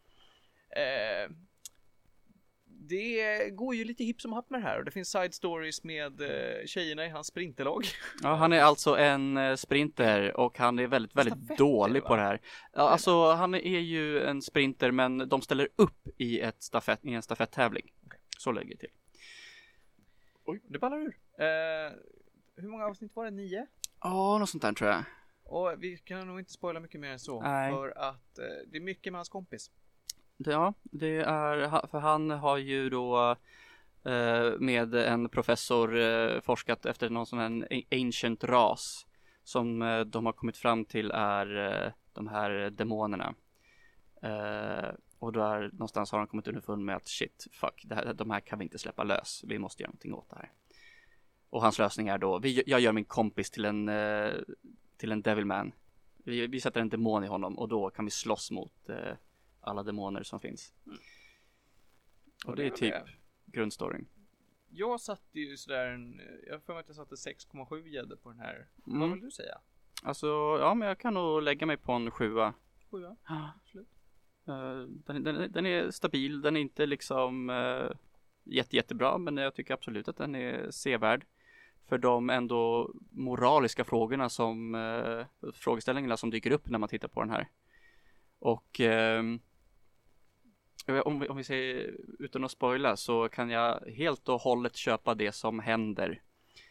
Det går ju lite hipp som happ med det här. Och det finns side stories med tjejerna i hans sprinterlag. Ja, han är alltså en sprinter och han är väldigt, väldigt Stafett, dålig va? på det här. Ja, alltså han är ju en sprinter, men de ställer upp i en stafetttävling. Okay. Så lägger jag till. Oj, det ballar ur. Hur många avsnitt var det? 9? Ja, något sånt där tror jag. Och vi kan nog inte spoila mycket mer än så. Nej. För att det är mycket med hans kompis. Ja, det är, för han har ju då med en professor forskat efter någon sån här ancient ras som de har kommit fram till är de här demonerna. Och där någonstans har han kommit underfund med att shit, fuck, de här kan vi inte släppa lös. Vi måste göra någonting åt det här. Och hans lösning är då, jag gör min kompis till en Devilman. Vi sätter en demon i honom och då kan vi slåss mot alla demoner som finns. Och det är typ grundstoryn. Jag satte ju sådär jag får att jag satte 6,7 gäddor på den här. Vad vill du säga? Alltså, ja, men jag kan nog lägga mig på en 7. 7, absolut. Den är stabil, den är inte liksom jättebra, men jag tycker absolut att den är sevärd. För de ändå moraliska frågorna frågeställningarna som dyker upp när man tittar på den här. Och om vi säger utan att spoila så kan jag helt och hållet köpa det som händer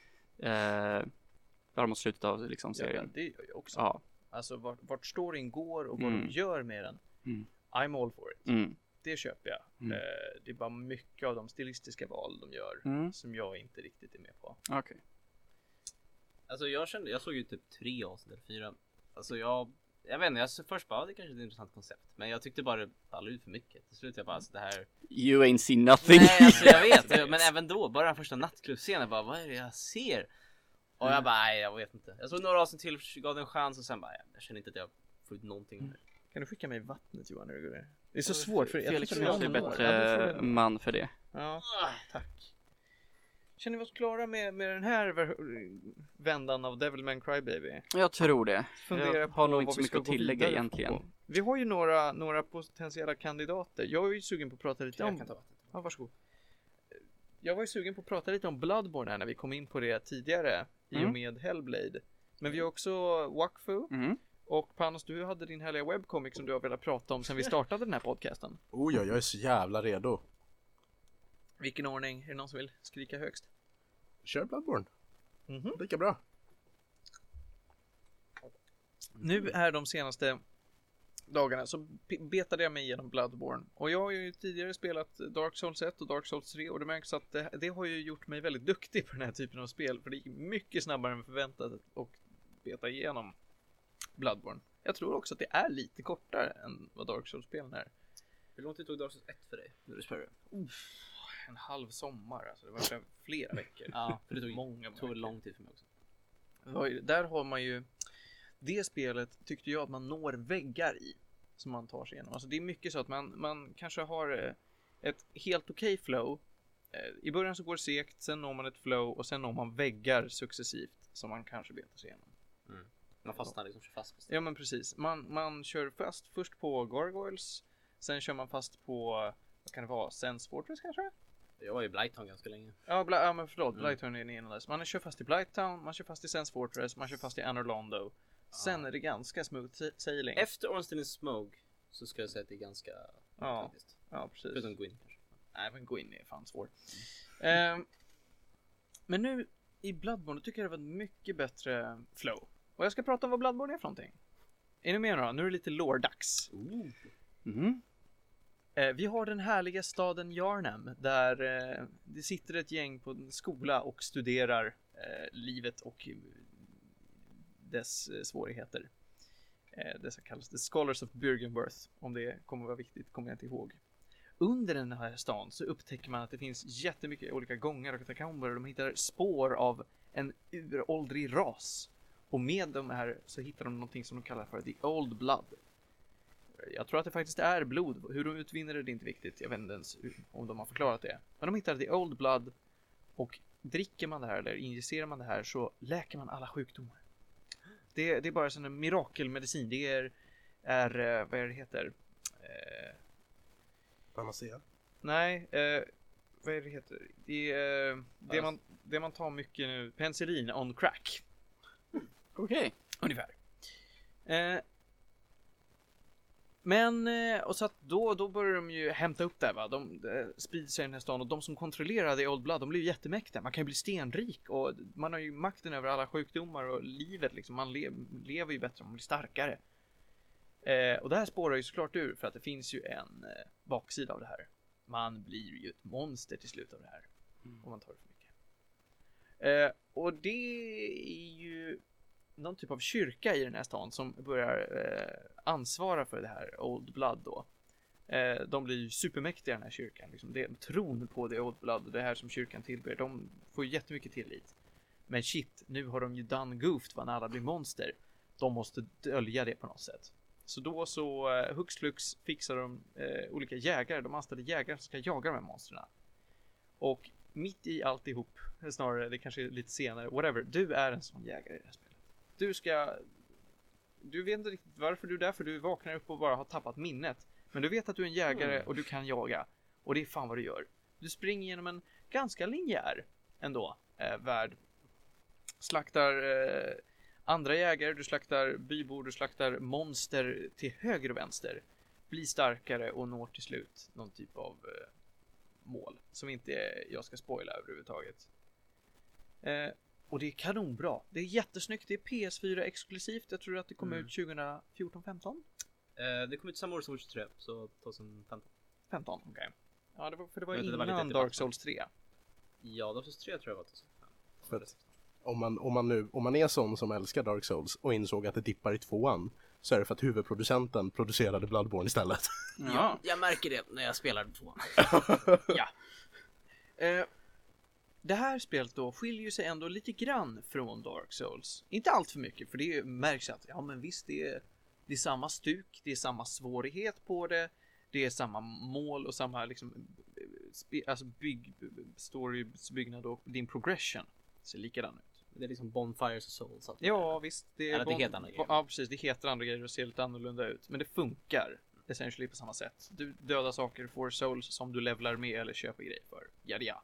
där mot slutet av liksom serien. Ja, det gör jag också. Ja. Alltså vart storyn går och vad de gör med den. I'm all for it. Det köper jag. Det är bara mycket av de stilistiska val de gör som jag inte riktigt är med på. Okej. Alltså jag såg ju typ 3 avsnitt eller 4. Alltså jag vet inte, jag först bara det kanske är ett intressant koncept, men jag tyckte bara det ballade ut för mycket. Till slut jag bara alltså det här. You ain't seen nothing. Nej, alltså jag vet, men även då bara den första nattklubbscenen bara vad är det jag ser? Och jag bara nej, jag vet inte. Jag såg några avsnitt till, gav det en chans och sen bara jag känner inte att jag får ut någonting. Kan du skicka mig vattnet Johan när du går ner? Det är så svårt för Felix jag är bättre man för det. Ja, tack. Känner vi oss klara med den här vändan av Devilman Crybaby? Jag tror det. Fundera Jag på har nog vad inte så vi mycket ska att gå tillägga vidare egentligen. på. Vi har ju några potentiella kandidater. Jag är ju sugen på att prata lite om... kan ta vattnet. Ja, varsågod. Jag var ju sugen på att prata lite om Bloodborne här när vi kom in på det tidigare i och med Hellblade. Men vi har också Wakfu. Och Panos, du hade din härliga webcomic som du har velat prata om sen vi startade den här podcasten. Oh ja, jag är så jävla redo. Vilken ordning? Är det någon som vill skrika högst? Kör Bloodborne. Lika bra. Nu är de senaste dagarna så betade jag mig igenom Bloodborne. Och jag har ju tidigare spelat Dark Souls 1 och Dark Souls 3. Och det märks att det har ju gjort mig väldigt duktig på den här typen av spel. För det gick mycket snabbare än förväntat och beta igenom Bloodborne. Jag tror också att det är lite kortare än vad Dark Souls-spelen är. Hur lång tid tog Dark Souls 1 för dig när du spelade? En halv sommar, alltså det var flera veckor. Ja, för det tog många lång tid för mig också. Där har man ju det spelet tyckte jag att man når väggar i som man tar sig igenom. Alltså det är mycket så att man kanske har ett helt okej flow. I början så går det segt, sen når man ett flow och sen når man väggar successivt som man kanske betar sig igenom. Man fastnar liksom, kör fast. Ja men precis. Man kör fast först på Gargoyles, sen kör man fast på, vad kan det vara, Sense Fortress kanske? Jag var i Blighttown ganska länge. Ja, men förlåt, Blighttown är innan dess. Man kör fast i Blighttown, man kör fast i Sense Fortress, man kör fast i Anor Londo. Sen är det ganska smooth sailing. Efter Ornstein and Smoke så ska jag säga att det är ganska faktiskt. Ja, precis. Förutom Gwyn kanske. Nej, men Gwyn är fan svår. Men nu i Bloodborne tycker jag det var mycket bättre flow. Och jag ska prata om vad Bloodborne är för någonting. Är ni med då? Nu är det lite lore-dags. Vi har den härliga staden Yharnam där det sitter ett gäng på en skola och studerar livet och dess svårigheter. Dessa kallas The Scholars of Byrgenworth. Om det kommer vara viktigt kommer jag inte ihåg. Under den här stan så upptäcker man att det finns jättemycket olika gångar och katakomber, och de hittar spår av en uråldrig ras. Och med de här så hittar de någonting som de kallar för The Old Blood. Jag tror att det faktiskt är blod. Hur de utvinner det är inte viktigt. Jag vet inte ens om de har förklarat det. Men de hittar The Old Blood, och dricker man det här eller injicerar man det här så läker man alla sjukdomar. Det är bara sån en mirakelmedicin. Det är vad är det heter? Panacea? Nej, vad är det heter? Det man tar mycket nu. Penicillin on crack. Okej. Ungefär. Men, och så att då börjar de ju hämta upp det, va? De sprider sig i den här stan, och de som kontrollerar The Old Blood, de blir ju jättemäktiga. Man kan ju bli stenrik, och man har ju makten över alla sjukdomar och livet liksom. Man lever ju bättre om man blir starkare. Och det här spårar ju såklart ur, för att det finns ju en baksida av det här. Man blir ju ett monster till slut av det här. Om man tar det för mycket. Och det är ju någon typ av kyrka i den här stan som börjar ansvara för det här Old Blood då. De blir ju supermäktiga i den här kyrkan. Liksom. Det är tron på det Old Blood, det här som kyrkan tillber. De får ju jättemycket tillit. Men shit, nu har de ju done goofed när alla blir monster. De måste dölja det på något sätt. Så då så hux flux fixar de olika jägare. De anställer jägare som ska jaga de här monsterna. Och mitt i alltihop, snarare det kanske är lite senare, whatever. Du är en sån jägare i det här spelet. Du vet inte riktigt varför du är där, för du vaknar upp och bara har tappat minnet. Men du vet att du är en jägare och du kan jaga. Och det är fan vad du gör. Du springer genom en ganska linjär ändå värld. Slaktar andra jägare, du slaktar bybor, du slaktar monster till höger och vänster. Blir starkare och når till slut någon typ av mål. Som inte jag ska spoila överhuvudtaget. Och det är kanonbra. Det är jättesnyggt. Det är PS4 exklusivt. Jag tror att det kom ut 2014-15. Det kom ut samma år som 23, så 2015. 15, okej. Ja, det var Men det var innan lite Dark Souls 3. Ja, Dark Souls 3 tror jag var 2015. För att om man är sån som älskar Dark Souls och insåg att det dippar i 2:an, så är det för att huvudproducenten producerade Bloodborne istället. Ja, jag märker det när jag spelar 2. Ja. Det här spelet då skiljer sig ändå lite grann från Dark Souls. Inte allt för mycket, för det märks att ja, men visst, det är samma stuk, det är samma svårighet på det, det är samma mål och samma liksom storybyggnad, och din progression ser likadan ut. Det är liksom Bonfires och Souls. Att Ja, visst. Det heter andra grejer. Ja, precis. Det heter andra grejer och ser lite annorlunda ut. Men det funkar essentially på samma sätt. Du dödar saker, får souls som du levlar med eller köper grejer för. Ja.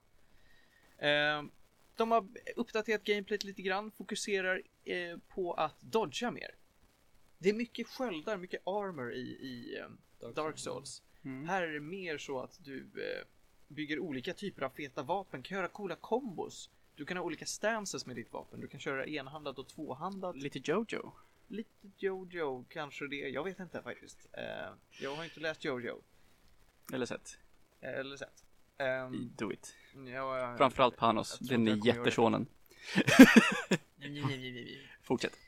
De har uppdaterat gameplayet lite grann. Fokuserar på att dodga mer. Det är mycket sköldar, mycket armor i Dark Souls. Här är det mer så att du bygger olika typer av feta vapen. Kan göra coola kombos. Du kan ha olika stances med ditt vapen. Du kan köra enhandad och tvåhandad. Lite Jojo. Lite Jojo, kanske det. Jag vet inte faktiskt. Jag har inte läst Jojo. Eller sett. Do it. Framförallt Panos. Den är jättesonen. Fortsätt.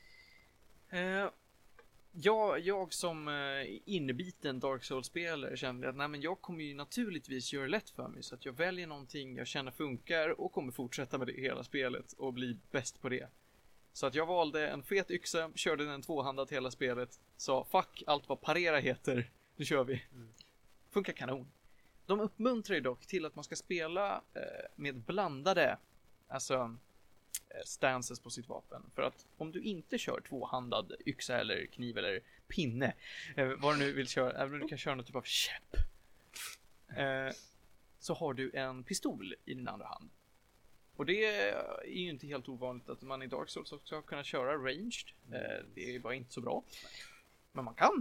Jag som innebiten Dark Souls-spelare kände att nej, men jag kommer ju naturligtvis göra lätt för mig, så att jag väljer någonting jag känner funkar och kommer fortsätta med det hela spelet och bli bäst på det. Så att jag valde en fet yxa, körde den tvåhandad hela spelet, sa fuck allt vad parera heter, nu kör vi. Funkar kanon. De uppmuntrar ju dock till att man ska spela med blandade stances på sitt vapen. För att om du inte kör tvåhandad yxa eller kniv eller pinne, vad du nu vill köra, även om du kan köra någon typ av käpp, så har du en pistol i din andra hand. Och det är ju inte helt ovanligt att man i Dark Souls också har kunnat köra ranged. Det är bara inte så bra. Men man kan.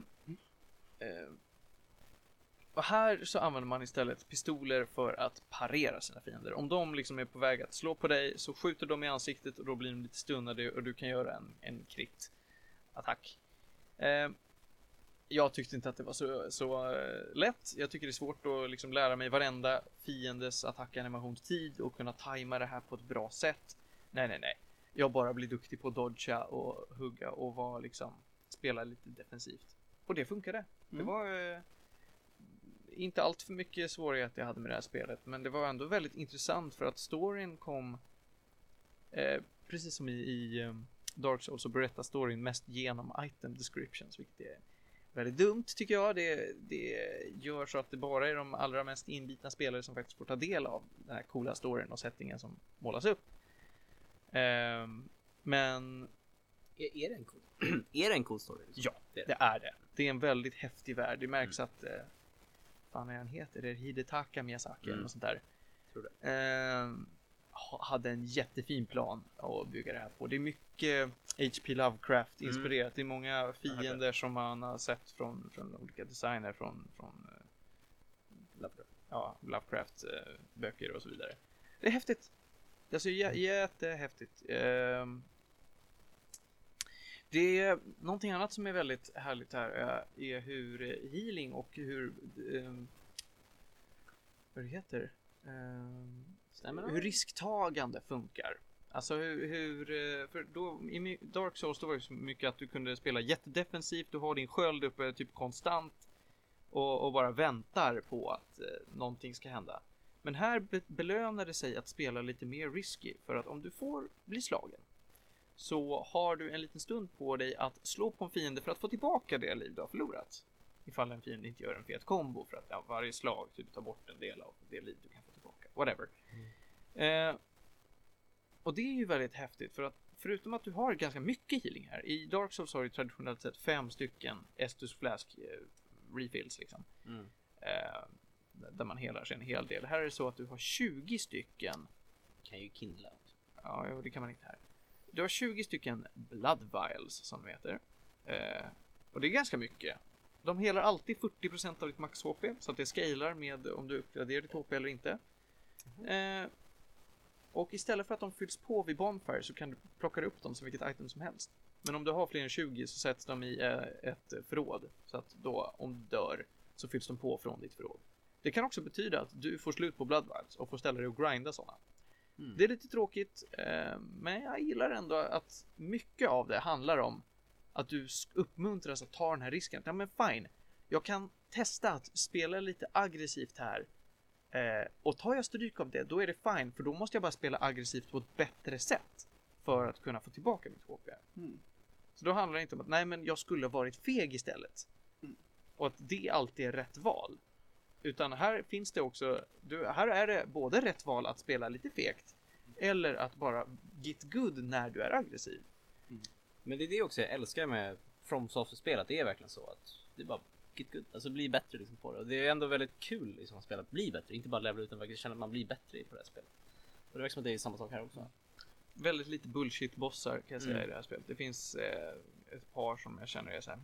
Och här så använder man istället pistoler för att parera sina fiender. Om de liksom är på väg att slå på dig så skjuter de i ansiktet och då blir de lite stunnade och du kan göra en crit-attack. Jag tyckte inte att det var så lätt. Jag tycker det är svårt att liksom lära mig varenda fiendes attackanimation tid och kunna tajma det här på ett bra sätt. Nej. jag bara blir duktig på att dodga och hugga och vara liksom, spela lite defensivt. Och det funkade. Det var inte allt för mycket svårigheter jag hade med det här spelet, men det var ändå väldigt intressant för att storyn kom precis som i Dark Souls, så berättar storyn mest genom item descriptions, vilket är väldigt dumt tycker jag. Det gör så att det bara är de allra mest inbitna spelare som faktiskt får ta del av den här coola storyn och settingen som målas upp. Men är det en cool är det en cool story? Ja, det är det. Det är en väldigt häftig värld. Det märks att fan är han heter? Det är Hidetaka Miyazaki eller något sånt där. Tror det. Hade en jättefin plan att bygga det här på. Det är mycket H.P. Lovecraft inspirerat. Det är många fiender som man har sett från olika designer från Lovecraft böcker och så vidare. Det är häftigt. Det är så jättehäftigt. Det är någonting annat som är väldigt härligt här är hur healing och hur vad det heter hur risktagande funkar. Alltså hur för då i Dark Souls då var det så mycket att du kunde spela jättedefensivt, du har din sköld uppe typ konstant och bara väntar på att någonting ska hända. Men här belönar det sig att spela lite mer risky, för att om du får bli slagen så har du en liten stund på dig att slå på en fiende för att få tillbaka det liv du har förlorat. Ifall en fiende inte gör en fet kombo för att varje slag typ tar bort en del av det liv du kan få tillbaka. Whatever. Och det är ju väldigt häftigt, för att förutom att du har ganska mycket healing här. I Dark Souls har du traditionellt sett 5 stycken Estus Flask refills liksom. Där man helar sig en hel del. Här är det så att du har 20 stycken. Kan ju kindla också. Ja, det kan man inte här. Du har 20 stycken blood vials som de heter. Och det är ganska mycket. De helar alltid 40% av ditt max HP, så att det scalar med om du uppgraderar ditt HP eller inte. Och istället för att de fylls på vid bonfire så kan du plocka upp dem som vilket item som helst. Men om du har fler än 20 så sätts de i ett förråd. Så att då om du dör så fylls de på från ditt förråd. Det kan också betyda att du får slut på blood vials och får ställa dig och grinda sådana. Det är lite tråkigt, men jag gillar ändå att mycket av det handlar om att du uppmuntras att ta den här risken. Ja, men fine, jag kan testa att spela lite aggressivt här. Och tar jag stryk av det, då är det fine, för då måste jag bara spela aggressivt på ett bättre sätt för att kunna få tillbaka mitt HP. Så då handlar det inte om att nej, men jag skulle varit feg istället. Och att det alltid är rätt val. Utan här finns det också, här är det både rätt val att spela lite fegt eller att bara get good när du är aggressiv. Men det är det också jag älskar med FromSoft-spel, att det är verkligen så att det är bara get good, alltså bli bättre liksom på det. Och det är ändå väldigt kul liksom att spela, bli bättre, inte bara levla utan verkligen känna att man blir bättre på det här spelet. Och det verkar som att det är samma sak här också. Väldigt lite bullshit-bossar kan jag säga i det här spelet. Det finns ett par som jag känner är så här,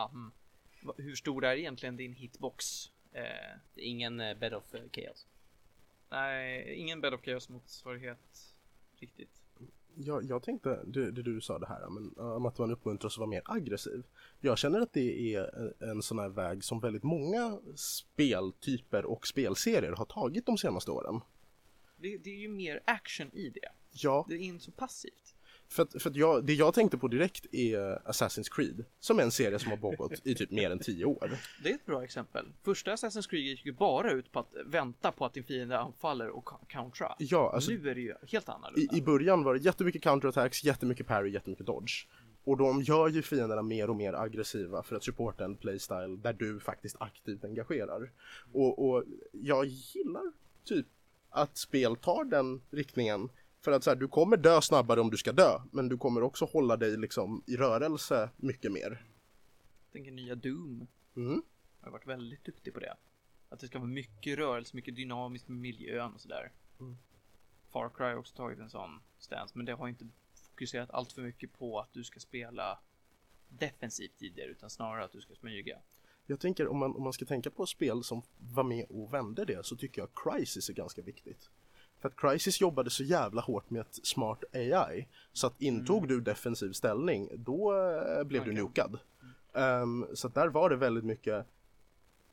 hur stor är egentligen din hitbox? Det är ingen Bed of Chaos. Nej, ingen Bed of Chaos motsvarighet riktigt. Jag tänkte, det du sa det här, men, om att man uppmuntras att vara mer aggressiv. Jag känner att det är en sån här väg som väldigt många speltyper och spelserier har tagit de senaste åren. Det är ju mer action i det. Ja. Det är inte så passivt. För att det jag tänkte på direkt är Assassin's Creed, som är en serie som har pågått i typ mer än 10 år. Det är ett bra exempel. Första Assassin's Creed gick ju bara ut på att vänta på att din fiende anfaller och countera. Ja, alltså, nu är det ju helt annorlunda. I början var det jättemycket counterattacks, jättemycket parry, jättemycket dodge. Och de gör ju fienderna mer och mer aggressiva för att supporta en playstyle där du faktiskt aktivt engagerar. Och jag gillar typ att spel tar den riktningen. För att så här, du kommer dö snabbare om du ska dö, men du kommer också hålla dig liksom i rörelse mycket mer. Jag tänker nya Doom. Jag har varit väldigt duktig på det. Att det ska vara mycket rörelse, mycket dynamiskt med miljön och sådär. Far Cry har också tagit en sån stance, men det har inte fokuserat allt för mycket på att du ska spela defensivt tidigare, utan snarare att du ska smyga. Jag tänker, om man ska tänka på spel som var med och vände det, så tycker jag Crysis är ganska viktigt. För att Crysis jobbade så jävla hårt med ett smart AI, så att intog du defensiv ställning, då blev du nukad. Så att där var det väldigt mycket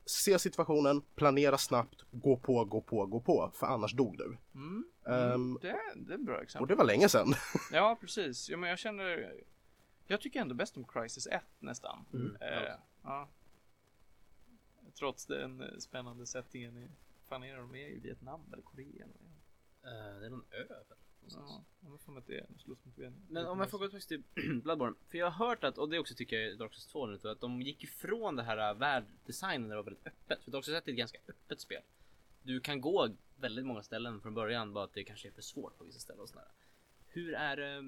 se situationen, planera snabbt, gå på, för annars dog du. Det är ett bra exempel. Och det var länge sedan. Ja, precis. Ja, men jag tycker ändå bäst om Crysis 1 nästan. Ja. Trots den spännande settingen. Fan, är de i Vietnam eller Korea? Det är någon ö väl? Ja, jag får med det. Men om jag får gå tillbaka till Bloodborne. För jag har hört att, och det också tycker jag i Dark Souls 2 nu, att de gick ifrån det här världdesignen där det var väldigt öppet. För Dark Souls 1 är ett ganska öppet spel. Du kan gå väldigt många ställen från början, bara att det kanske är för svårt på vissa ställen och sådär. Hur är det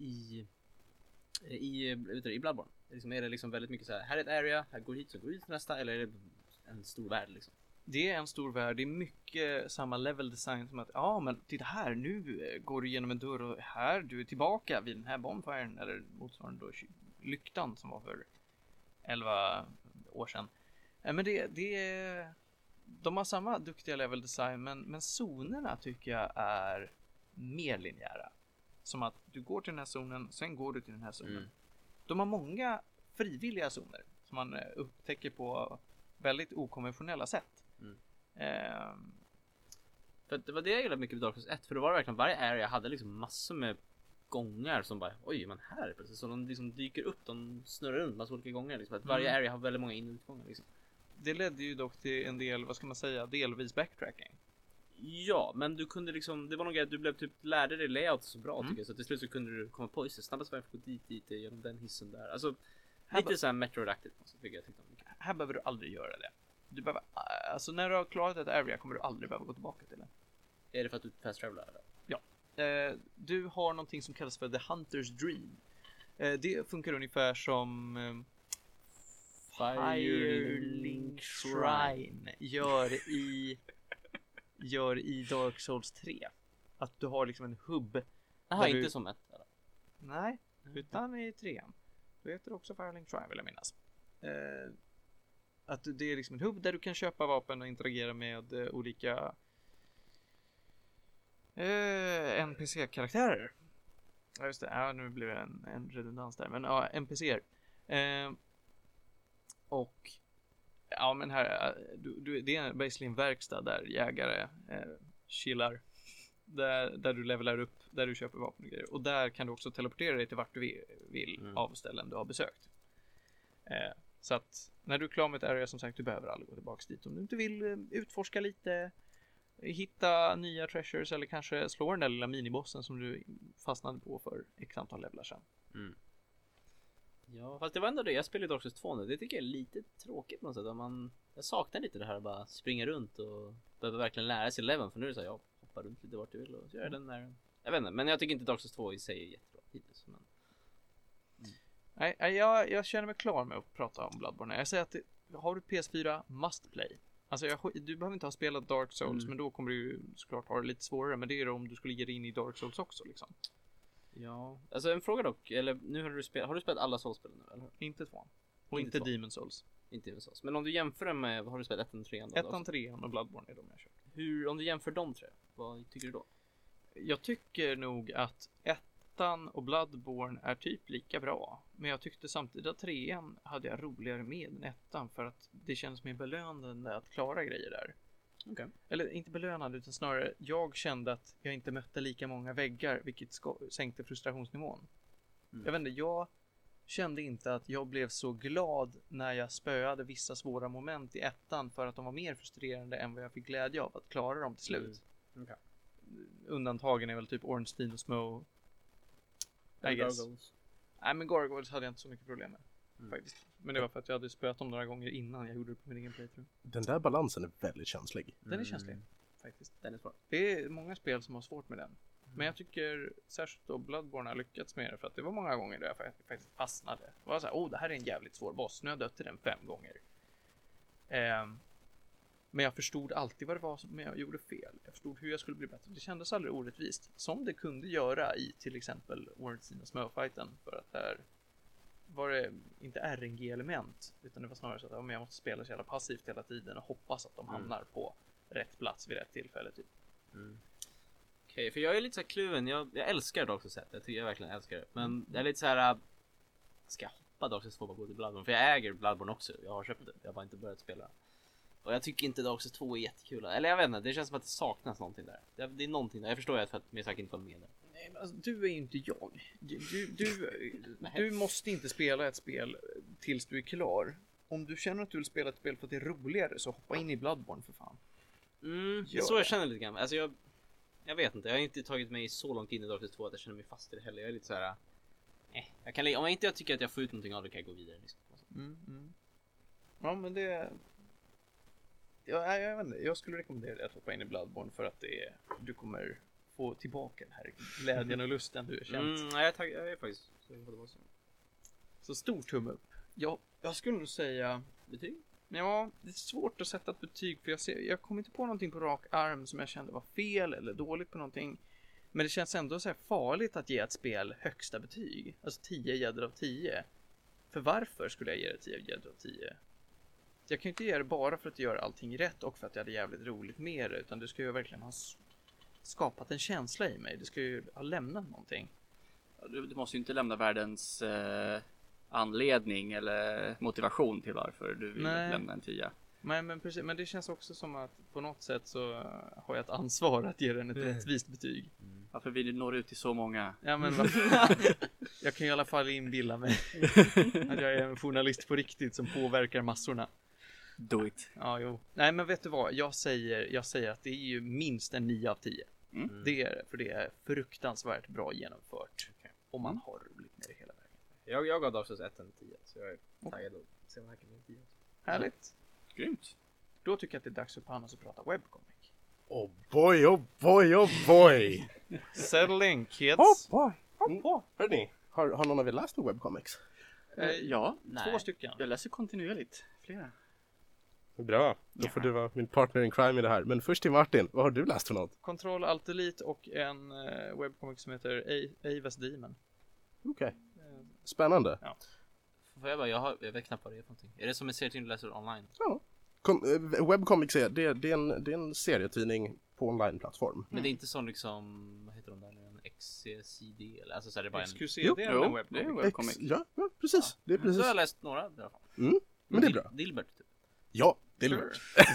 i Bloodborne? Är det liksom väldigt mycket så här är ett area, här går hit så går hit till nästa, eller är det en stor värld liksom? Det är en stor värld, det är mycket samma level design som att men titta här, nu går du genom en dörr och här, du är tillbaka vid den här bonfiren eller motsvarande då lyktan som var för 11 år sedan. Men de har samma duktiga level design, men zonerna tycker jag är mer linjära. Som att du går till den här zonen, sen går du till den här zonen. De har många frivilliga zoner som man upptäcker på väldigt okonventionella sätt. För det var det jag gillade mycket med Dark Souls 1, för det var verkligen varje area hade liksom massor med gångar som bara, oj men här är precis så de liksom dyker upp, de snurrar runt massor olika gånger liksom, att varje area har väldigt många in- och utgångar liksom. Det ledde ju dock till en del, vad ska man säga, delvis backtracking. Ja, men du kunde liksom, det var nog att du blev typ, lärde dig layout så bra tycker jag, så till slut så kunde du komma på just det, snabbast väg för att gå dit genom den hissen där. Alltså lite såhär Metroid-aktigt tycker jag. Här behöver du aldrig göra det. Du behöver, alltså när du har klarat ett area kommer du aldrig behöva gå tillbaka till det. Är det för att du fast travelar eller? Ja. Du har någonting som kallas för The Hunter's Dream. Det funkar ungefär som Firelink Shrine gör i Dark Souls 3. Att du har liksom en hubb. Jaha, inte som ett eller? Nej, utan i 3:an. Då heter det också Firelink Shrine vill jag minnas. Att det är liksom en hubb där du kan köpa vapen och interagera med olika NPC-karaktärer. Ja just det, nu blir det en redundans där. Men ja, NPCer. Och ja men här, det är basically en verkstad där jägare chillar. Där du levelar upp, där du köper vapen och grejer. Och där kan du också teleportera dig till vart du vill av ställen du har besökt. Så att när du är klar med ett area, som sagt, du behöver aldrig gå tillbaka dit. Om du inte vill utforska lite, hitta nya treasures eller kanske slå den där lilla minibossen som du fastnade på för x antal levlar sedan. Ja, fast det var ändå det. Jag spelade Dark Souls 2 nu. Det tycker jag är lite tråkigt på något sätt. Jag saknar lite det här att bara springa runt och behöva verkligen lära sig leveln. För nu är det så här, jag hoppar runt lite vart du vill och så gör den där. Jag vet inte, men jag tycker inte Dark Souls 2 i sig är jättebra hittills. Men... Nej, jag känner mig klar med att prata om Bloodborne. Jag säger att har du PS4, must play. Alltså du behöver inte ha spelat Dark Souls, men då kommer du ju såklart ha det lite svårare. Men det är om du skulle ge dig in i Dark Souls också liksom. Ja, alltså en fråga dock, eller nu har du spelat alla Souls-spel nu, eller? Inte 2. Och inte Demon Souls. Inte Demon Souls. Men om du jämför dem med, vad har du spelat? 1 och 3? 1 och 3 och Bloodborne är de jag kört. Om du jämför de tre, vad tycker du då? Jag tycker nog att 1:an och Bloodborne är typ lika bra. Men jag tyckte samtidigt att 3:an hade jag roligare med än 1:an för att det känns mer belönande att klara grejer där. Okay. Eller inte belönande utan snarare jag kände att jag inte mötte lika många väggar, vilket sänkte frustrationsnivån. Jag vet inte, jag kände inte att jag blev så glad när jag spöade vissa svåra moment i 1:an för att de var mer frustrerande än vad jag fick glädje av att klara dem till slut. Okay. Undantagen är väl typ Ornstein och Smough. I guess. Gargoyles. Nej, men Gargoyles hade jag inte så mycket problem med. Faktiskt. Men det var för att jag hade spöat dem några gånger innan jag gjorde det på min egen playthrough. Den där balansen är väldigt känslig. Den är känslig, faktiskt. Den är svår. Det är många spel som har svårt med den. Men jag tycker särskilt då Bloodborne har lyckats med det. För att det var många gånger där jag faktiskt fastnade. Det var såhär, det här är en jävligt svår boss. Nu har jag dött till den 5 gånger. Men jag förstod alltid vad det var som jag gjorde fel. Jag förstod hur jag skulle bli bättre. Det kändes aldrig orättvist. Som det kunde göra i till exempel Ornstein och Smough-fighten. För att där var det inte RNG-element. Utan det var snarare så att jag måste spela så jävla passivt hela tiden. Och hoppas att de hamnar på rätt plats vid rätt tillfälle typ. Okej, för jag är lite så här kluven. Jag älskar Dark Souls 1. Jag tycker jag verkligen älskar det. Men jag är lite så här. Ska jag hoppa Dark Souls 2 och gå till Bloodborne? För jag äger Bloodborne också. Jag har köpt det. Jag har bara inte börjat spela. Och jag tycker inte Dark Souls 2 är jättekul. Eller jag vet inte, det känns som att det saknas någonting där. Det är någonting där. Jag förstår att Miyazaki inte var med där. Nej, men alltså, du är ju inte jag. Du måste inte spela ett spel tills du är klar. Om du känner att du vill spela ett spel för att det är roligare, så hoppa in i Bloodborne för fan. Det är så jag känner lite grann. Alltså jag vet inte, jag har inte tagit mig så långt in i Dark Souls 2 att jag känner mig fast i det heller. Jag är lite så här. Om jag inte tycker att jag får ut någonting av det, kan jag gå vidare liksom. Ja, men det... Jag vet inte, jag skulle rekommendera dig att hoppa in i Bloodborne för att du kommer få tillbaka den här glädjen och lusten du har känt. Jag är faktiskt så stor tumme upp. Jag skulle nog säga betyg. Ja, det är svårt att sätta ett betyg, för jag kom inte på någonting på rak arm som jag kände var fel eller dåligt på någonting. Men det känns ändå så här farligt att ge ett spel högsta betyg. Alltså 10 gäddor av 10. För varför skulle jag ge det 10 gäddor av 10? Jag kan ju inte ge det bara för att göra allting rätt och för att jag hade jävligt roligt med det, utan det ska ju verkligen ha skapat en känsla i mig. Det ska ju ha lämnat någonting. Du måste ju inte lämna världens anledning eller motivation till varför du vill lämna en 10. Nej, men precis, men det känns också som att på något sätt så har jag ett ansvar att ge den ett rättvist betyg. Varför vill du nå ut till så många? Ja, men jag kan i alla fall inbilla mig att jag är en journalist på riktigt som påverkar massorna. Do it. Ja, jo. Nej, men vet du vad? Jag säger att det är ju minst en 9 av 10. Det är det, för det är fruktansvärt bra genomfört. Om man har roligt med det hela vägen. Jag gav Dark Souls 1 en 10, så jag är taggad att se om det här kan bli en 10. Härligt. Grymt. Då tycker jag att det är dags för Panos att prata webcomic. Oh boy, oh boy, oh boy. Settle in, kids. Oh boy. Hörrni, har någon av er läst webcomics? Ja, 2 stycken. Jag läser kontinuerligt. Flera. Bra, då får du vara min partner in crime i det här. Men först till Martin, vad har du läst för något? Control Alt Delete och en webcomic som heter Ava's Demon. Okej. Spännande. Ja. Får jag vet knappt vad det är för någonting. Är det som en serietidning du läser online? Ja. Webcomics det är en serietidning på online-plattform. Men det är inte sån liksom, vad heter de där nu? XCD eller? Alltså så är det bara XQCD är en webcomic. Ja, precis. Det är precis. Så har jag läst några i alla fall. Men det är bra. Dilbert typ. Ja, Dilbert.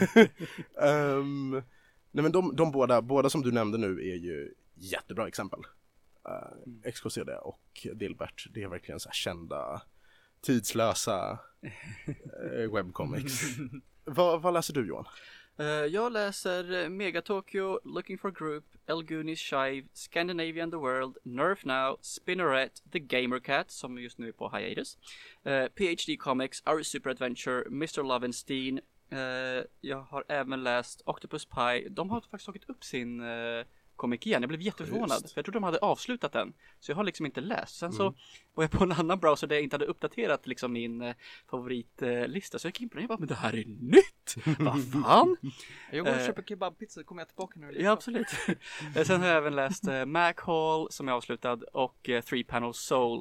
Nej, men de båda som du nämnde nu är ju jättebra exempel. XKCD och Dilbert, det är verkligen så här kända, tidslösa webcomics. Vad läser du, Johan? Jag läser Mega Tokyo, Looking for Group, El Goonies Shive, Scandinavian The World, Nerf Now, Spinneret, The Gamer Cat som just nu är på hiatus, PhD Comics, Our Super Adventure, Mr. Lovenstein. Jag har även läst Octopus Pie. De har faktiskt tagit upp sin comic igen. Jag blev jätteförvånad för jag trodde de hade avslutat den. Så jag har liksom inte läst. Sen så var jag på en annan browser där jag inte hade uppdaterat liksom min favoritlista. Så jag gick in på den och bara, men det här är nytt! Vad fan? Jag går och köper kebabpizza, kommer jag tillbaka nu. Ja, absolut. Sen har jag även läst Mac Hall som är avslutad och Three Panel Soul.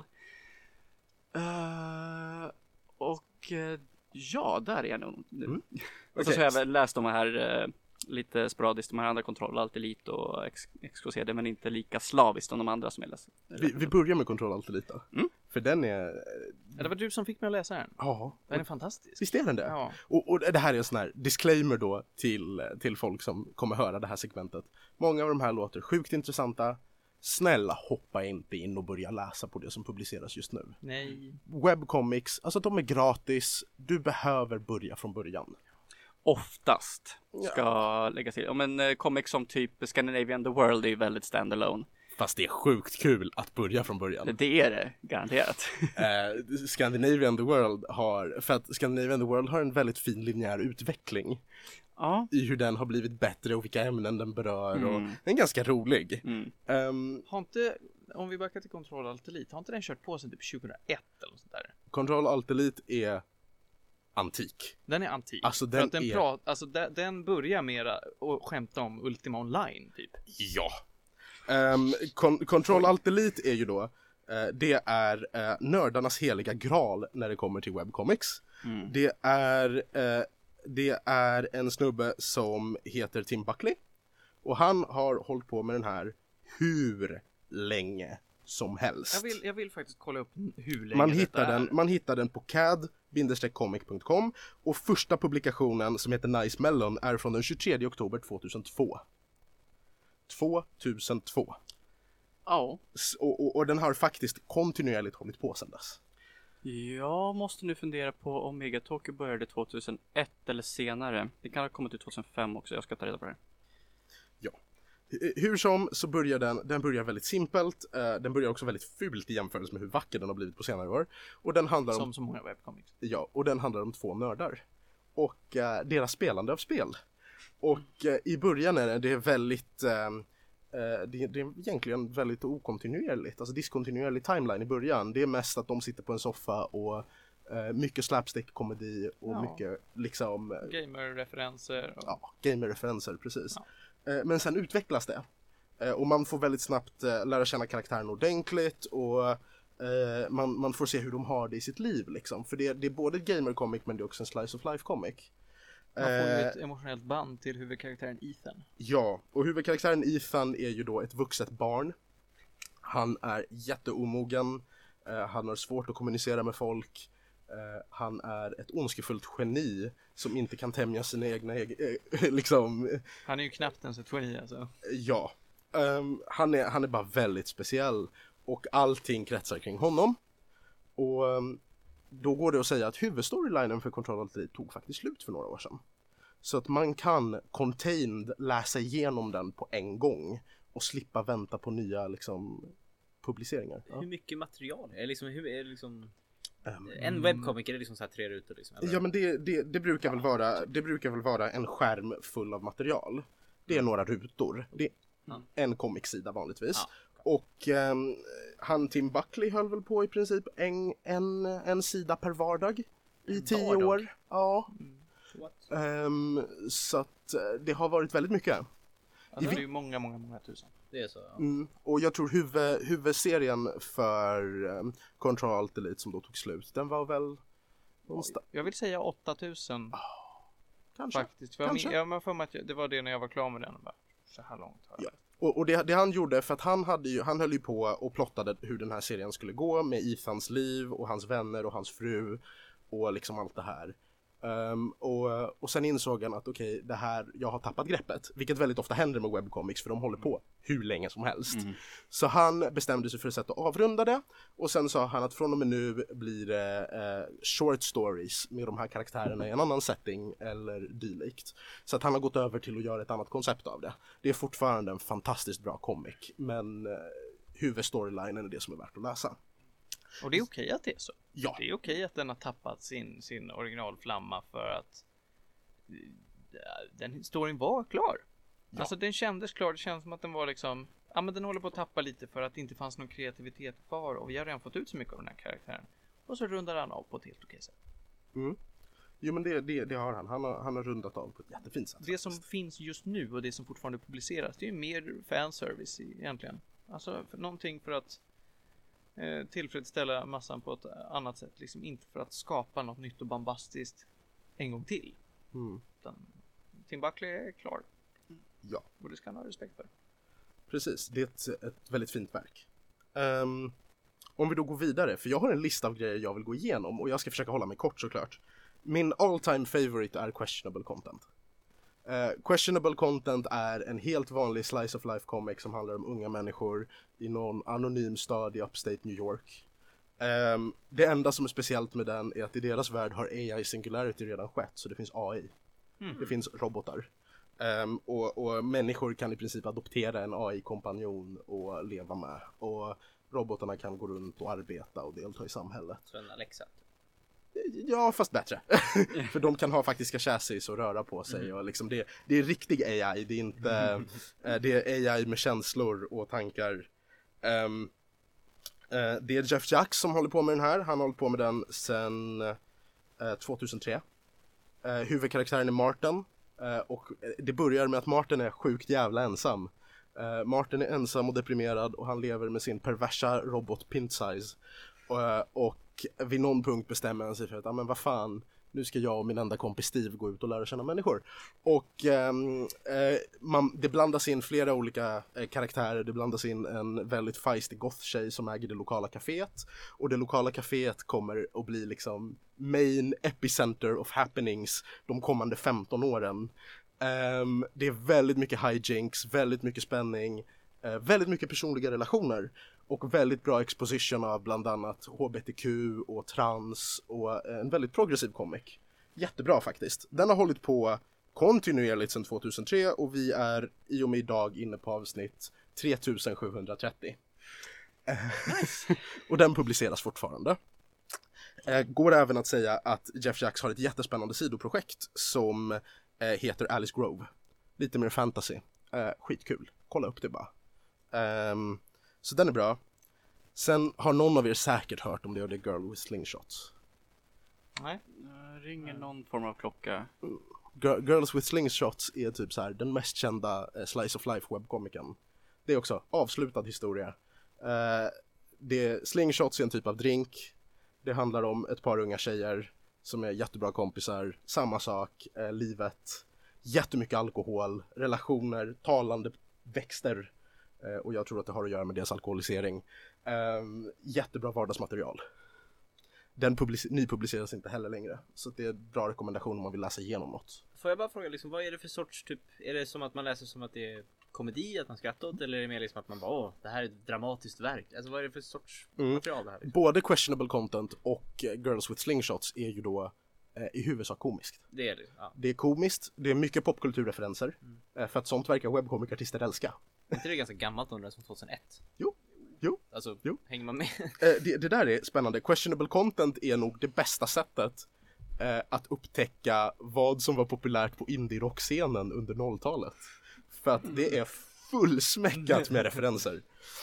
Ja, där är jag nog nu. Och så har jag även läst de här lite sporadiskt, de här andra Control Alt Delete och XKCD, men inte lika slaviskt som de andra som jag läser. Vi börjar med Control Alt Delete. För den är... Ja, det var du som fick mig att läsa den. Ja. Den är fantastisk. Visst är den det? Ja. Och det här är en sån här disclaimer då till folk som kommer höra det här segmentet. Många av de här låter sjukt intressanta. Snälla hoppa inte in och börja läsa på det som publiceras just nu. Nej. Webcomics, alltså de är gratis. Du behöver börja från början. Oftast ska lägga till. Men comics som typ Scandinavian The World är ju väldigt standalone. Fast det är sjukt kul att börja från början. Det är det, garanterat. Scandinavian The World har en väldigt fin linjär utveckling. Ja. I hur den har blivit bättre och vilka ämnen den berör. Och den är ganska rolig. Har inte, om vi backar till Control Alt Delete, har inte den kört på sig typ 2001 eller något sånt där? Control Alt Delete är antik. Den är antik. Alltså den börjar med att skämta om Ultima Online typ. Ja. Control Alt Delete är ju då det är nördarnas heliga graal när det kommer till webcomics. Det är en snubbe som heter Tim Buckley. Och han har hållit på med den här hur länge som helst. Jag vill faktiskt kolla upp hur länge man hittar den på CAD, gamer-comic.com, och första publikationen som heter Nice Melon är från den 23 oktober 2002. 2002. Ja. Och den har faktiskt kontinuerligt hållit på sedan dess. Jag måste nu fundera på om Mega Tokyo började 2001 eller senare. Det kan ha kommit ut 2005 också, jag ska ta reda på det. Ja. Hur som så börjar den börjar väldigt simpelt. Den börjar också väldigt fult i jämförelse med hur vacker den har blivit på senare år. Och den handlar som så många webcomics. Ja, och den handlar om två nördar. Och deras spelande av spel. Och i början är det väldigt... det är egentligen väldigt okontinuerligt, alltså diskontinuerlig timeline i början. Det är mest att de sitter på en soffa och mycket slapstick-komedi och mycket liksom... gamer-referenser. Ja, gamer-referenser, precis. Ja. Men sen utvecklas det. Och man får väldigt snabbt lära känna karaktären ordentligt och man får se hur de har det i sitt liv liksom. För det är både gamer-comic men det är också en slice of life-comic. Man får ju ett emotionellt band till huvudkaraktären Ethan. Ja, och huvudkaraktären Ethan är ju då ett vuxet barn. Han är jätteomogen. Han har svårt att kommunicera med folk. Han är ett ondskefullt geni som inte kan tämja sina egna liksom... Han är ju knappt ens ett geni alltså. Ja, han är bara väldigt speciell. Och allting kretsar kring honom. Och då går det att säga att huvudstorylinen för Control Alt Delete tog faktiskt slut för några år sedan. Så att man kan contained läsa igenom den på en gång och slippa vänta på nya liksom publiceringar. Hur mycket material är liksom, hur är det liksom en webbcomic, är det liksom så här 3 rutor liksom, eller? Ja, men det brukar väl vara en skärm full av material. Det är några rutor. Det är en comic-sida vanligtvis. Ja. Och han Tim Buckley höll väl på i princip en sida per vardag i 10 år. Ja. Så att det har varit väldigt mycket. Alltså, det är ju många tusen. Det är så, ja. Och jag tror huvudserien för Control Alt Delete som då tog slut, den var väl... Jag vill säga 8000. Kanske. Faktiskt. För jag får mig att det var det när jag var klar med den. Så här långt har jag. Ja. Och det han gjorde, för att han höll ju på och plottade hur den här serien skulle gå med Ethans liv och hans vänner och hans fru och liksom allt det här. Och sen insåg han att okej, det här, jag har tappat greppet, vilket väldigt ofta händer med webcomics för de håller på hur länge som helst. Så han bestämde sig för ett sätt att avrunda det, och sen sa han att från och med nu blir det short stories med de här karaktärerna i en annan setting eller dylikt. Så att han har gått över till att göra ett annat koncept av det. Det är fortfarande en fantastiskt bra comic, men huvudstorylinen är det som är värt att läsa. Och det är okej att det är så. Ja. Det är okej att den har tappat sin originalflamma för att den historien var klar. Ja. Alltså den kändes klar, det känns som att den var liksom, ja men den håller på att tappa lite för att det inte fanns någon kreativitet kvar och vi har redan fått ut så mycket av den här karaktären. Och så rundar han av på ett helt okej sätt. Jo, men det har han. Han har rundat av på ett jättefint sätt. Det som finns just nu och det som fortfarande publiceras, det är ju mer fanservice egentligen. Alltså någonting för att tillfredsställa massan på ett annat sätt, liksom inte för att skapa något nytt och bombastiskt en gång till. Utan Tim Buckley är klar. Ja. Och det ska han ha respekt för. Precis, det är ett väldigt fint verk. Om vi då går vidare, för jag har en lista av grejer jag vill gå igenom och jag ska försöka hålla mig kort såklart. Min all-time favorite är questionable content. Questionable content är en helt vanlig slice of life comic som handlar om unga människor i någon anonym stad i upstate New York. Det enda som är speciellt med den är att i deras värld har AI singularity redan skett, så det finns AI. Det finns robotar. Och människor kan i princip adoptera en AI-kompanjon och leva med. Och robotarna kan gå runt och arbeta och delta i samhället. Så en Alexa? Ja, fast bättre. För de kan ha faktiska chassis och röra på sig. Och liksom det är riktig AI. Det är inte det är AI med känslor och tankar. Det är Jeff Jacks som håller på med den här. Han har hållit på med den sedan 2003. Huvudkaraktären är Martin. Och det börjar med att Martin är sjukt jävla ensam. Martin är ensam och deprimerad och han lever med sin perversa robot Pint Size. Och vid någon punkt bestämmer han sig för att men vad fan, nu ska jag och min enda kompis Steve gå ut och lära känna människor. Och det blandas in flera olika karaktärer. Det blandas in en väldigt feisty goth-tjej som äger det lokala kaféet. Och det lokala kaféet kommer att bli liksom main epicenter of happenings de kommande 15 åren. Det är väldigt mycket hijinks, väldigt mycket spänning, väldigt mycket personliga relationer och väldigt bra exposition av bland annat HBTQ och trans och en väldigt progressiv comic. Jättebra faktiskt. Den har hållit på kontinuerligt sedan 2003 och vi är i och med idag inne på avsnitt 3730. Nice. Och den publiceras fortfarande. Går även att säga att Jeff Jacks har ett jättespännande sidoprojekt som heter Alice Grove. Lite mer fantasy. Skitkul. Kolla upp det bara. Så den är bra. Sen har någon av er säkert hört om det och det är Girl with Slingshots. Nej. Ringer någon form av klocka. Girls with Slingshots är typ så här den mest kända slice of life webkomikern. Det är också avslutad historia. Slingshots är en typ av drink. Det handlar om ett par unga tjejer som är jättebra kompisar. Samma sak, livet, jättemycket alkohol, relationer, talande växter. Och jag tror att det har att göra med deras alkoholisering. Jättebra vardagsmaterial. Den nypubliceras inte heller längre. Så det är en bra rekommendation om man vill läsa igenom något. Får jag bara fråga, liksom, vad är det för sorts typ? Är det som att man läser som att det är komedi, att man skrattar åt? Eller är det mer liksom att man bara, det här är ett dramatiskt verk? Alltså vad är det för sorts material det här? Både questionable content och Girls with Slingshots är ju då i huvudsak komiskt. Det är det, ja. Det är komiskt, det är mycket popkulturreferenser. För att sånt verkar webkomikartister älska. Är inte det ganska gammalt under som 2001? Jo. Alltså, hänger man med? Det där är spännande. Questionable content är nog det bästa sättet att upptäcka vad som var populärt på indie-rockscenen under 00-talet. För att det är fullsmäckat med referenser.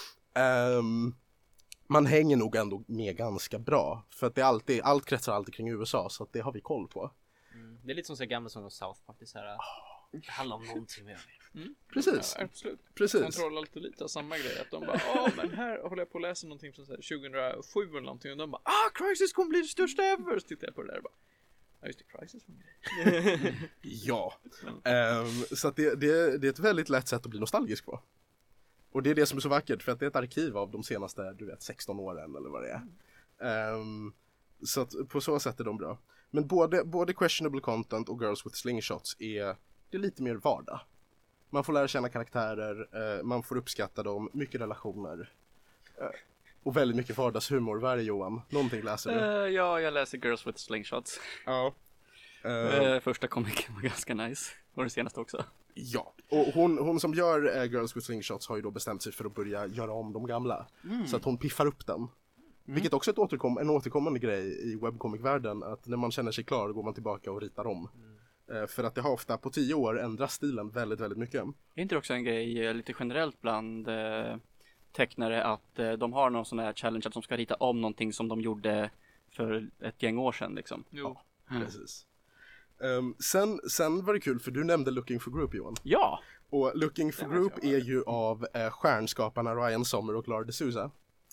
Man hänger nog ändå med ganska bra. För att allt kretsar alltid kring USA, så att det har vi koll på. Det är lite som så gamla sång av South Park. Det handlar om någonting med Precis. Ja, absolut. Precis. Kontroll alltid lite av samma grej. Att de bara, men här håller jag på att läsa någonting från 2007 eller någonting. Och de bara, Crisis kommer bli det största ever. Så tittar jag på det där och bara, ja just det, Crisis var en grej. Ja. Så att det är ett väldigt lätt sätt att bli nostalgisk på. Och det är det som är så vackert, för att det är ett arkiv av de senaste, 16 åren eller vad det är. Så att på så sätt är de bra. Men både questionable content och Girls with Slingshots det är lite mer vardag. Man får lära känna karaktärer, man får uppskatta dem, mycket relationer. Och väldigt mycket vardagshumor. Vad är det, Johan? Någonting läser du? Ja, jag läser Girls with Slingshots. Ja. Första komiken var ganska nice. Och det senaste också. Ja, och hon som gör Girls with Slingshots har ju då bestämt sig för att börja göra om de gamla. Så att hon piffar upp den. Vilket också är en återkommande grej i webcomic-världen, att när man känner sig klar går man tillbaka och ritar om. För att det har ofta på 10 år ändrat stilen väldigt, väldigt mycket. Är inte det också en grej lite generellt bland tecknare att de har någon sån här challenge att de ska rita om någonting som de gjorde för ett gäng år sedan liksom? Jo. Ja, precis. Sen var det kul för du nämnde Looking for Group, Johan. Ja! Och Looking for Group är ju av stjärnskaparna Ryan Sommer och Lara DeSouza.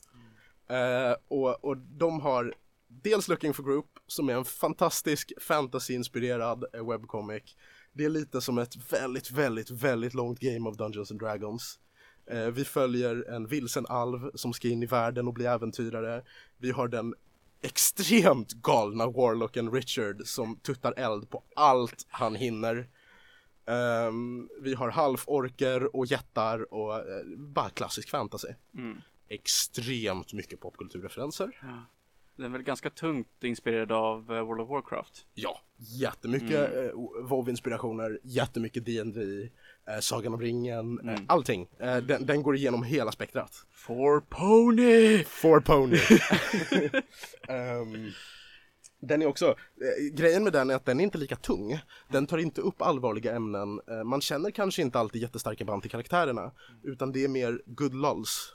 Och de har dels Looking for Group som är en fantastisk fantasy-inspirerad webcomic. Det är lite som ett väldigt, väldigt, väldigt långt game of Dungeons and Dragons. Vi följer en vilsen alv som ska in i världen och bli äventyrare. Vi har den extremt galna warlocken Richard som tuttar eld på allt han hinner. Vi har halvorker och jättar och bara klassisk fantasy. Extremt mycket popkulturreferenser. Ja. Den är väl ganska tungt inspirerad av World of Warcraft. Ja, jättemycket WoW-inspirationer, jättemycket D&D, Sagan om ringen, allting. Den går igenom hela spektrat. For Pony! Den är också, grejen med den är att den är inte lika tung. Den tar inte upp allvarliga ämnen. Man känner kanske inte alltid jättestarka band till karaktärerna, utan det är mer good lulls.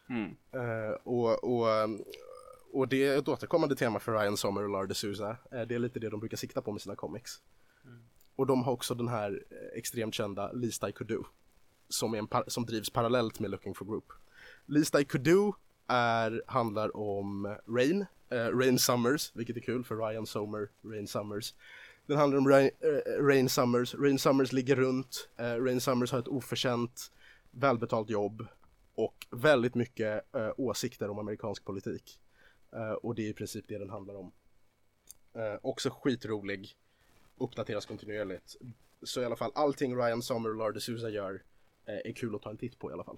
Och det är ett återkommande tema för Ryan Sommer och Lara DeSouza. Det är lite det de brukar sikta på med sina comics. Och de har också den här extremt kända Least I Could Do, som drivs parallellt med Looking for Group. Least I Could Do handlar om Rain, Rain Summers, vilket är kul för Ryan Sommer, Rain Summers. Den handlar om Rain Summers. Rain Summers ligger runt. Rain Summers har ett oförtjänt välbetalt jobb och väldigt mycket åsikter om amerikansk politik. Och det är i princip det den handlar om. Också skitrolig, uppdateras kontinuerligt. Så i alla fall allting Ryan Sommer och Lara DeSouza gör är kul att ta en titt på i alla fall.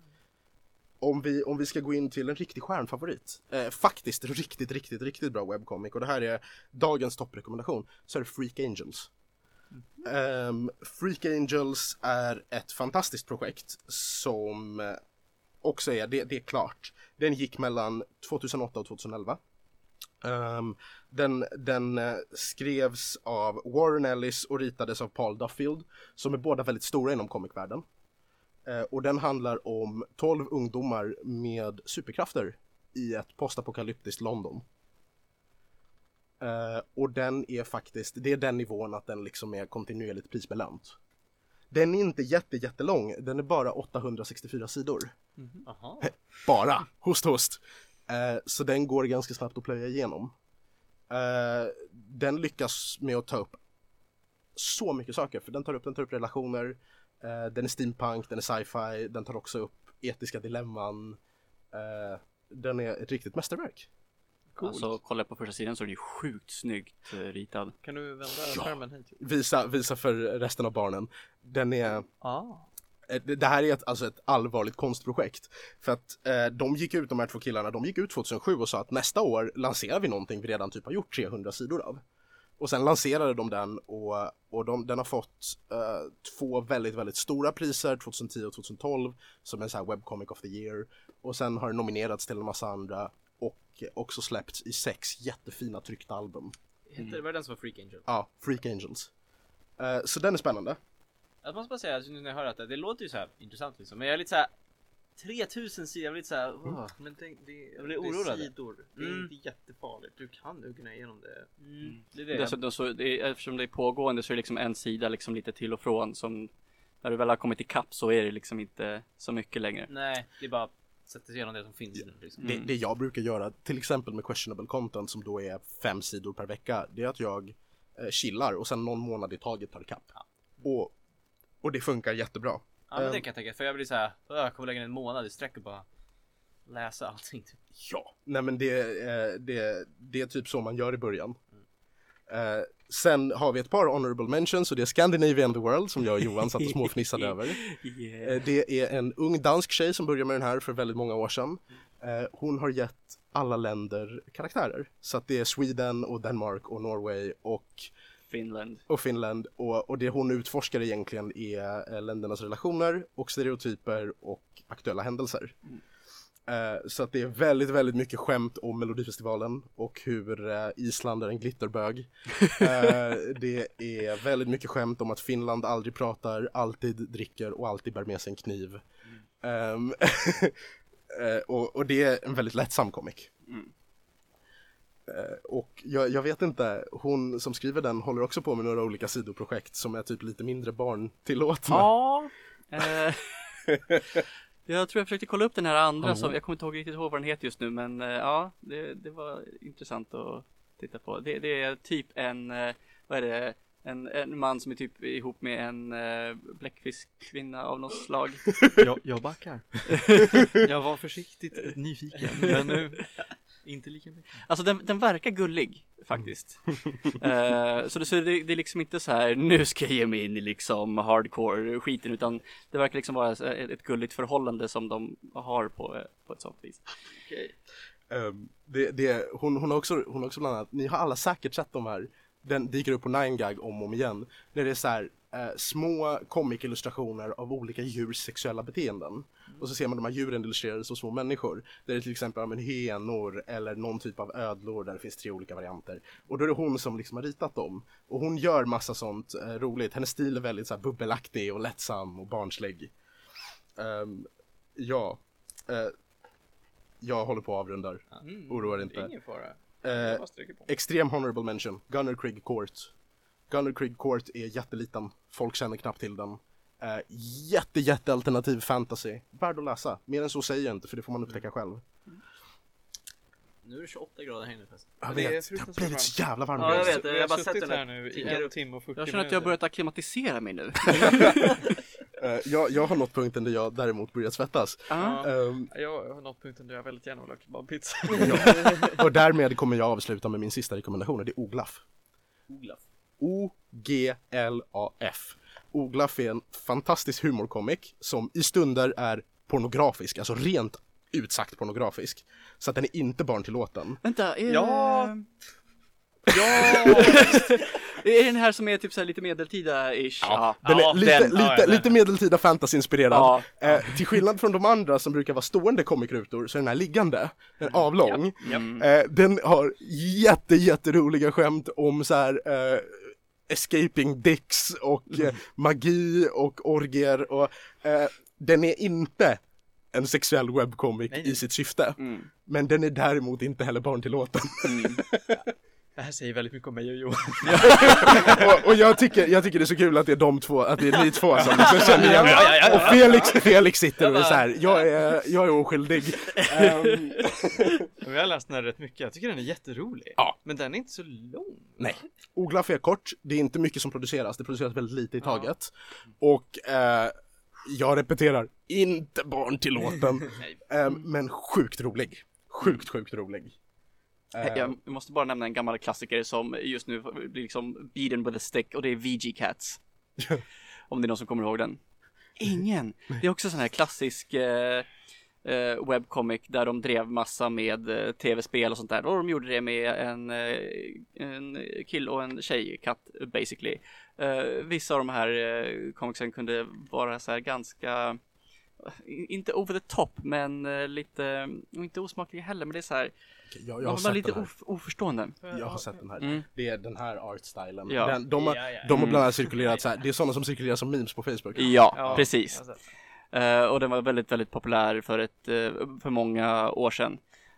Om vi ska gå in till en riktig stjärnfavorit, faktiskt riktigt bra webcomic, och det här är dagens topprekommendation, så är det Freak Angels. Freak Angels är ett fantastiskt projekt som också det är klart. Den gick mellan 2008 och 2011. Den skrevs av Warren Ellis och ritades av Paul Duffield, som är båda väldigt stora inom comicvärlden. Och den handlar om 12 ungdomar med superkrafter i ett postapokalyptiskt London. Och den är faktiskt, det är den nivån att den liksom är kontinuerligt prisbelönt. Den är inte jättelång, den är bara 864 sidor. Aha. Bara, host. Så den går ganska snabbt att plöja igenom. Den lyckas med att ta upp så mycket saker, för den tar upp relationer, den är steampunk, den är sci-fi, den tar också upp etiska dilemman. Den är ett riktigt mästerverk. Cool. Alltså kolla på första sidan så är det ju sjukt snyggt ritad. Kan du vända skärmen hit? Visa för resten av barnen. Den är... Det här är ett allvarligt konstprojekt. För att de gick ut, de här två killarna, de gick ut 2007 och sa att nästa år lanserar vi någonting vi redan typ har gjort 300 sidor av. Och sen lanserade de den och den har fått 2 väldigt stora priser, 2010 och 2012, som en så här webcomic of the year. Och sen har den nominerats till en massa andra och också släppts i 6 jättefina tryckta album. Det var den som var Freak Angel? Ja, Freak Angels. Så den är spännande. Jag måste bara säga, alltså, nu när jag hör att det låter ju så här intressant liksom, men jag är lite så här 3000 sidor, jag blir lite så här, men tänk, jag blir orolig. Sidor. Det är inte jättefarligt. Du kan ugna igenom det. Det är det. Eftersom det är pågående så är det liksom en sida liksom lite till och från, som när du väl har kommit ikapp så är det liksom inte så mycket längre. Nej, det är bara sätta sig igenom det som finns nu liksom. Det jag brukar göra, till exempel med questionable content som då är 5 sidor per vecka, det är att jag chillar och sen någon månad i taget tar ikapp. Och det funkar jättebra. Ja, men det kan jag tänka, för jag blir så här, jag kommer lägga en månad i sträck och bara läsa allting typ. Ja, nej men det är typ så man gör i början. Sen har vi ett par honorable mentions, och det är Scandinavian the World som jag och Johan satt och småfnissade över. Det är en ung dansk tjej som började med den här för väldigt många år sedan. Hon har gett alla länder karaktärer. Så att det är Sweden och Denmark och Norway och Finland. Och det hon utforskar egentligen är ländernas relationer och stereotyper och aktuella händelser. Så att det är väldigt mycket skämt om Melodifestivalen och hur Island är en glitterbög. Det är väldigt mycket skämt om att Finland aldrig pratar, alltid dricker och alltid bär med sig en kniv. Och det är en väldigt lättsam komik. Och jag vet inte, hon som skriver den håller också på med några olika sidoprojekt som är typ lite mindre barntillåtna. Ja. Jag tror jag försökte kolla upp den här andra som jag kommer inte riktigt ihåg vad den heter just nu, men ja, det var intressant att titta på. Det är typ en man som är typ ihop med en bläckfiskkvinna av något slag. Jag backar. Jag var försiktigt nyfiken, men nu inte lika mycket. Alltså den verkar gullig faktiskt. Så det är liksom inte så här, nu ska jag ge mig in i liksom hardcore skiten, utan det verkar liksom vara ett gulligt förhållande som de har på ett sånt vis. Okej. Hon har också bland annat, ni har alla säkert sett de här, den dyker upp på 9gag om och om igen, när det är så här små comic-illustrationer av olika djurs sexuella beteenden. Och så ser man de här djuren illustrerade som små människor. Där det till exempel är hyenor eller någon typ av ödlor där det finns 3 olika varianter. Och då är det hon som liksom har ritat dem. Och hon gör massa sånt roligt. Hennes stil är väldigt så här bubbelaktig och lättsam och barnslig. Jag håller på att avrundar. Oroar inte. Ingen fara. Extrem honorable mention. Gunner Krigg Court. Gunner Krigg Court är jätteliten. Folk känner knappt till den. Jätte alternativ fantasy. Värd att läsa. Mer än så säger jag inte, för det får man upptäcka själv. Nu är det 28 grader här inne förresten. Jag Det är vet, det har fruktansvärt blivit så jävla varmt. Ja, jag vet. Vi Jag har bara sett suttit den här nu i tidigare. 1 timme och 40 Jag känner att jag har börjat acklimatisera mig nu. Jag har nått punkten där jag däremot börjat svettas. Jag har nått punkten där jag väldigt gärna vill ha kebabpizza. Och därmed kommer jag avsluta med min sista rekommendation. Det är Oglaf. O-G-L-A-F. Oglaf är en fantastisk humorkomik som i stunder är pornografisk, alltså rent utsagt pornografisk. Så att den är inte barntillåten. Vänta, Ja. är den här som är typ så här lite medeltida-ish? Ja, den är lite medeltida fantasy-inspirerad. Till skillnad från de andra som brukar vara stående komikrutor så är den här liggande. Den är avlång. Den har jätteroliga skämt om så här escaping dicks och magi och orgier och den är inte en sexuell webcomic i sitt syfte. Men den är däremot inte heller barntillåten. Det här säger väldigt mycket om mig och Johan. och jag tycker det är så kul att det är de två, att det är ni två som liksom känner igen. Och Felix sitter och är så här, jag är oskyldig. Vi har läst den här rätt mycket. Jag tycker den är jätterolig. Ja. Men den är inte så lång. Nej. Oglaf är kort, det är inte mycket som produceras. Det produceras väldigt lite i taget. Och jag repeterar, inte barntillåten. Men sjukt rolig. Sjukt rolig. Jag måste bara nämna en gammal klassiker som just nu blir liksom beaten with a stick, och det är VG Cats. Om det är någon som kommer ihåg den. Ingen. Det är också sån här klassisk webcomic där de drev massa med tv-spel och sånt där. Och de gjorde det med en kill och en tjejkatt basically. Vissa av de här comicsen kunde vara så här ganska, inte over the top, men lite, inte osmakliga heller, men det är så här. Jag har var lite oförstående. Jag har sett den här. Det är den här artstylen. Ja. De har bland annat cirkulerat så här. Det är sådana som cirkulerar som memes på Facebook. Ja, precis. Och den var väldigt populär för många år sedan.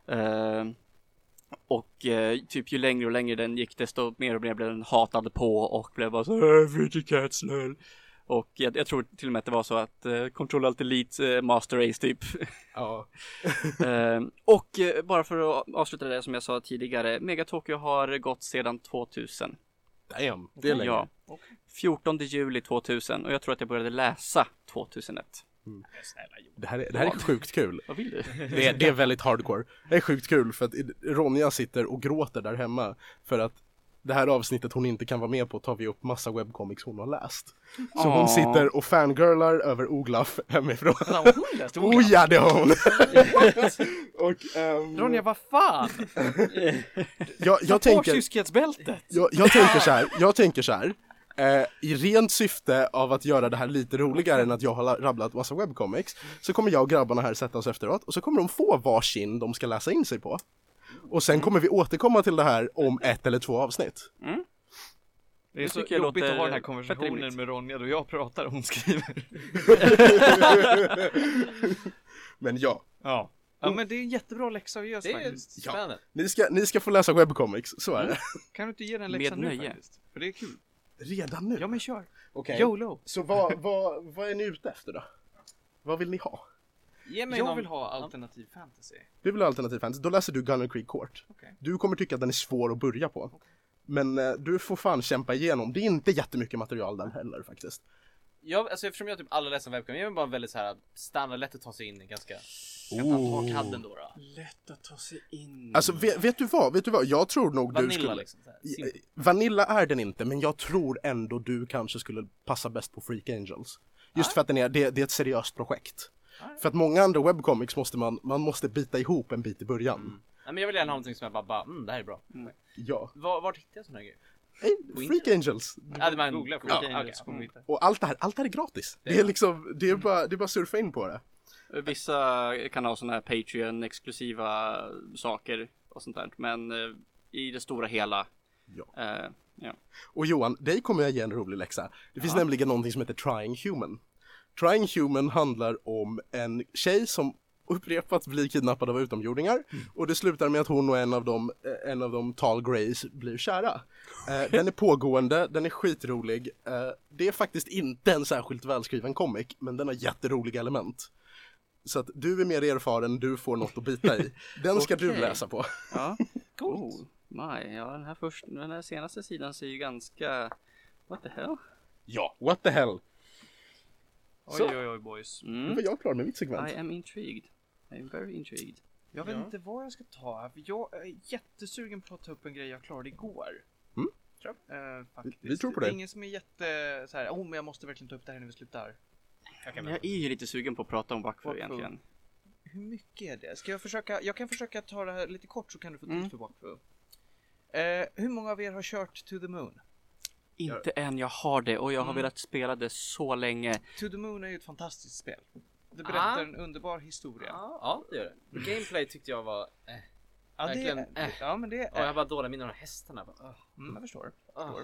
Och typ ju längre och längre den gick, desto mer och mer blev den hatad på och blev bara så VG Cats lol. Och jag tror till och med att det var så att Control Alt Delete Master Race typ. Ja. Och bara för att avsluta det som jag sa tidigare, Mega Tokyo har gått sedan 2000. Damn, det är länge. Ja. 14 juli 2000, och jag tror att jag började läsa 2001. Det här är sjukt kul. Vad vill du? Det är väldigt hardcore. Det är sjukt kul för att Ronja sitter och gråter där hemma för att det här avsnittet hon inte kan vara med på tar vi upp massa webcomics hon har läst. Så hon sitter och fangirlar över Oglaf hemifrån. Hon läste Oglaf. Ja, det har hon. Och, Ronja, vad fan? jag tänker kyskhetsbältet. jag tänker så här. I rent syfte av att göra det här lite roligare än att jag har rabblat massa webcomics, så kommer jag och grabbarna här sätta oss efteråt och så kommer de få varsin de ska läsa in sig på. Och sen kommer vi återkomma till det här om 1 eller 2 avsnitt. Det är så jobbigt att ha den här konversationen med Ronja då jag pratar och hon skriver. Men ja. Ja, men det är en jättebra läxa att göra faktiskt. Spännande. Ni ska få läsa webcomics, så är det. Kan du inte ge den läxan nu faktiskt? För det är kul. Redan nu? Ja, men kör. Okej. YOLO. Så vad är ni ute efter då? Vad vill ni ha? Jag vill ha alternativ fantasy. Du vill ha alternativ fantasy, då läser du Gunner Creek Court. Okay. Du kommer tycka att den är svår att börja på. Okay. Men du får fan kämpa igenom. Det är inte jättemycket material där heller faktiskt. Alltså eftersom jag typ alla läser webcam, jag är bara väldigt så här standard, lätt att ta sig in i ganska kadden då. Lätt att ta sig in. Alltså vet du vad? Jag tror nog Vanilla, du skulle liksom, Vanilla är den inte, men jag tror ändå du kanske skulle passa bäst på Freak Angels. Just för att det är ett seriöst projekt. För att många andra webcomics måste man måste bita ihop en bit i början. Nej, men jag vill gärna ha någonting som jag bara det här är bra. Ja. Vart hittar jag såna här grejer? Freak Angels. Ja, man googlar Freak Angels. Och allt det här är gratis. Det är liksom det är bara surfa in på det. Vissa kan ha såna här Patreon-exklusiva saker och sånt där, men i det stora hela. Ja. Och Johan, dig kommer jag ge en rolig läxa. Det finns nämligen någonting som heter Trying Human. Trying Human handlar om en tjej som upprepat blir kidnappad av utomjordingar och det slutar med att hon och en av de Tall Greys blir kära. Den är pågående, den är skitrolig. Det är faktiskt inte en särskilt välskriven comic, men den har jätteroliga element. Så att du är mer erfaren, du får något att bita i. Den ska du läsa på. Ja, cool. Ja, den här senaste sidan ser ju ganska... What the hell? Ja, what the hell? Oj, boys. Nu var jag klar med mitt segment. I am intrigued. I am very intrigued. Jag vet inte vad jag ska ta. Jag är jättesugen på att ta upp en grej jag klarade igår. Faktiskt. Vi tror på det. det. Det är ingen som är jätte så här, men jag måste verkligen ta upp det här när vi slutar. Jag är ju lite sugen på att prata om Wakfu egentligen. Hur mycket är det? Ska jag försöka? Jag kan försöka ta det här lite kort så kan du få tid för Wakfu. Hur många av er har kört To the Moon? Inte än, jag har det och jag har velat spela det så länge. To the Moon är ju ett fantastiskt spel. Det berättar en underbar historia. Ja, det gör det. Gameplay tyckte jag var Ja, verkligen ja, men det och jag bara dåliga minnen av hästarna. jag förstår.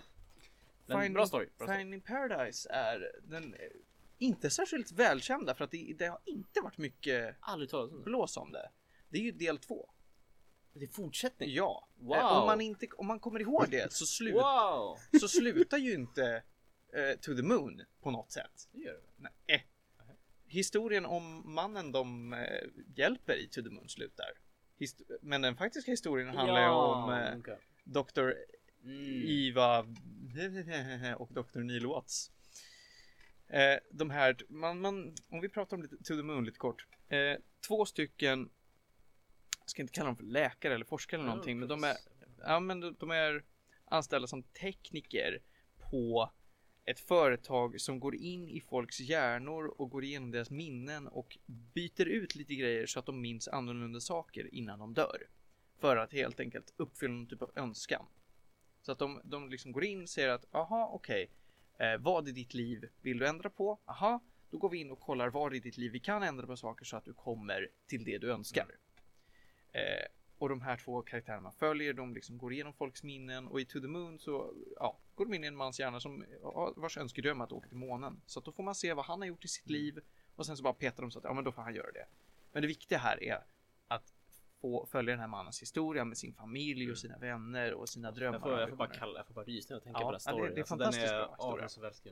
Men bra story. Finding Paradise är den inte särskilt välkända för att det har inte varit mycket Aldrig talat om det. blås om det. Det är ju del 2. Det är fortsättning. Ja. Wow. Om man kommer ihåg det så, Wow. så slutar ju inte To the Moon på något sätt. Det gör det. Nej. Historien om mannen de hjälper i To the Moon slutar. Men den faktiska historien handlar ju om Dr. Eva och Dr. Neil Watts. De här, om vi pratar om lite To the Moon lite kort. 2 stycken, jag ska inte kalla dem för läkare eller forskare eller någonting, men de är anställda som tekniker på ett företag som går in i folks hjärnor och går igenom deras minnen och byter ut lite grejer så att de minns annorlunda saker innan de dör. För att helt enkelt uppfylla någon typ av önskan. Så att de liksom går in och säger att vad i ditt liv vill du ändra på? Då går vi in och kollar vad i ditt liv vi kan ändra på saker så att du kommer till det du önskar. Och de här 2 karaktärerna följer, de liksom går igenom folks minnen och i To the Moon så går de in i en mans hjärna som vars önskedröm att åka till månen. Så att då får man se vad han har gjort i sitt liv och sen så bara petar de så att men då får han göra det. Men det viktiga här är att få följa den här mannens historia med sin familj och sina vänner och sina drömmar. Jag får bara rysningar och tänka på den storyn. Det är fantastiskt bra historia. Så välskriven.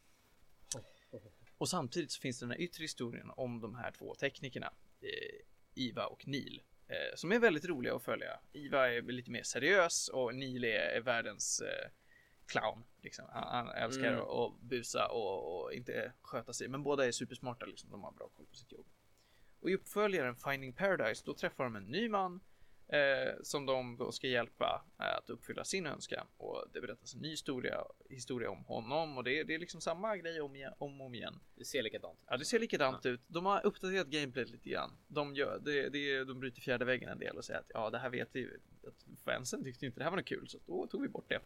Och samtidigt så finns det den här yttre historien om de här 2 teknikerna, Eva och Neil. Som är väldigt roliga att följa. Eva är lite mer seriös och Neil är världens clown. Liksom. Han älskar att busa och inte sköta sig. Men båda är supersmarta. Liksom. De har bra koll på sitt jobb. Och i uppföljaren Finding Paradise då träffar de en ny man som de då ska hjälpa att uppfylla sin önskan. Och det berättas en ny historia om honom. Och det är liksom samma grej om och om igen. Det ser likadant ut. Ja, det ser likadant ut. De har uppdaterat gameplay lite grann. De bryter fjärde väggen en del och säger att det här vet vi. Att fansen tyckte inte det här var något kul så då tog vi bort det.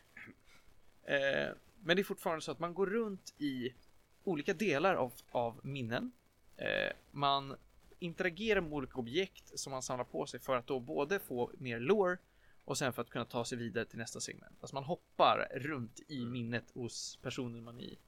Men det är fortfarande så att man går runt i olika delar av minnen. Man interagerar med olika objekt som man samlar på sig för att då både få mer lore och sen för att kunna ta sig vidare till nästa segment. Alltså man hoppar runt i minnet hos personen man är i.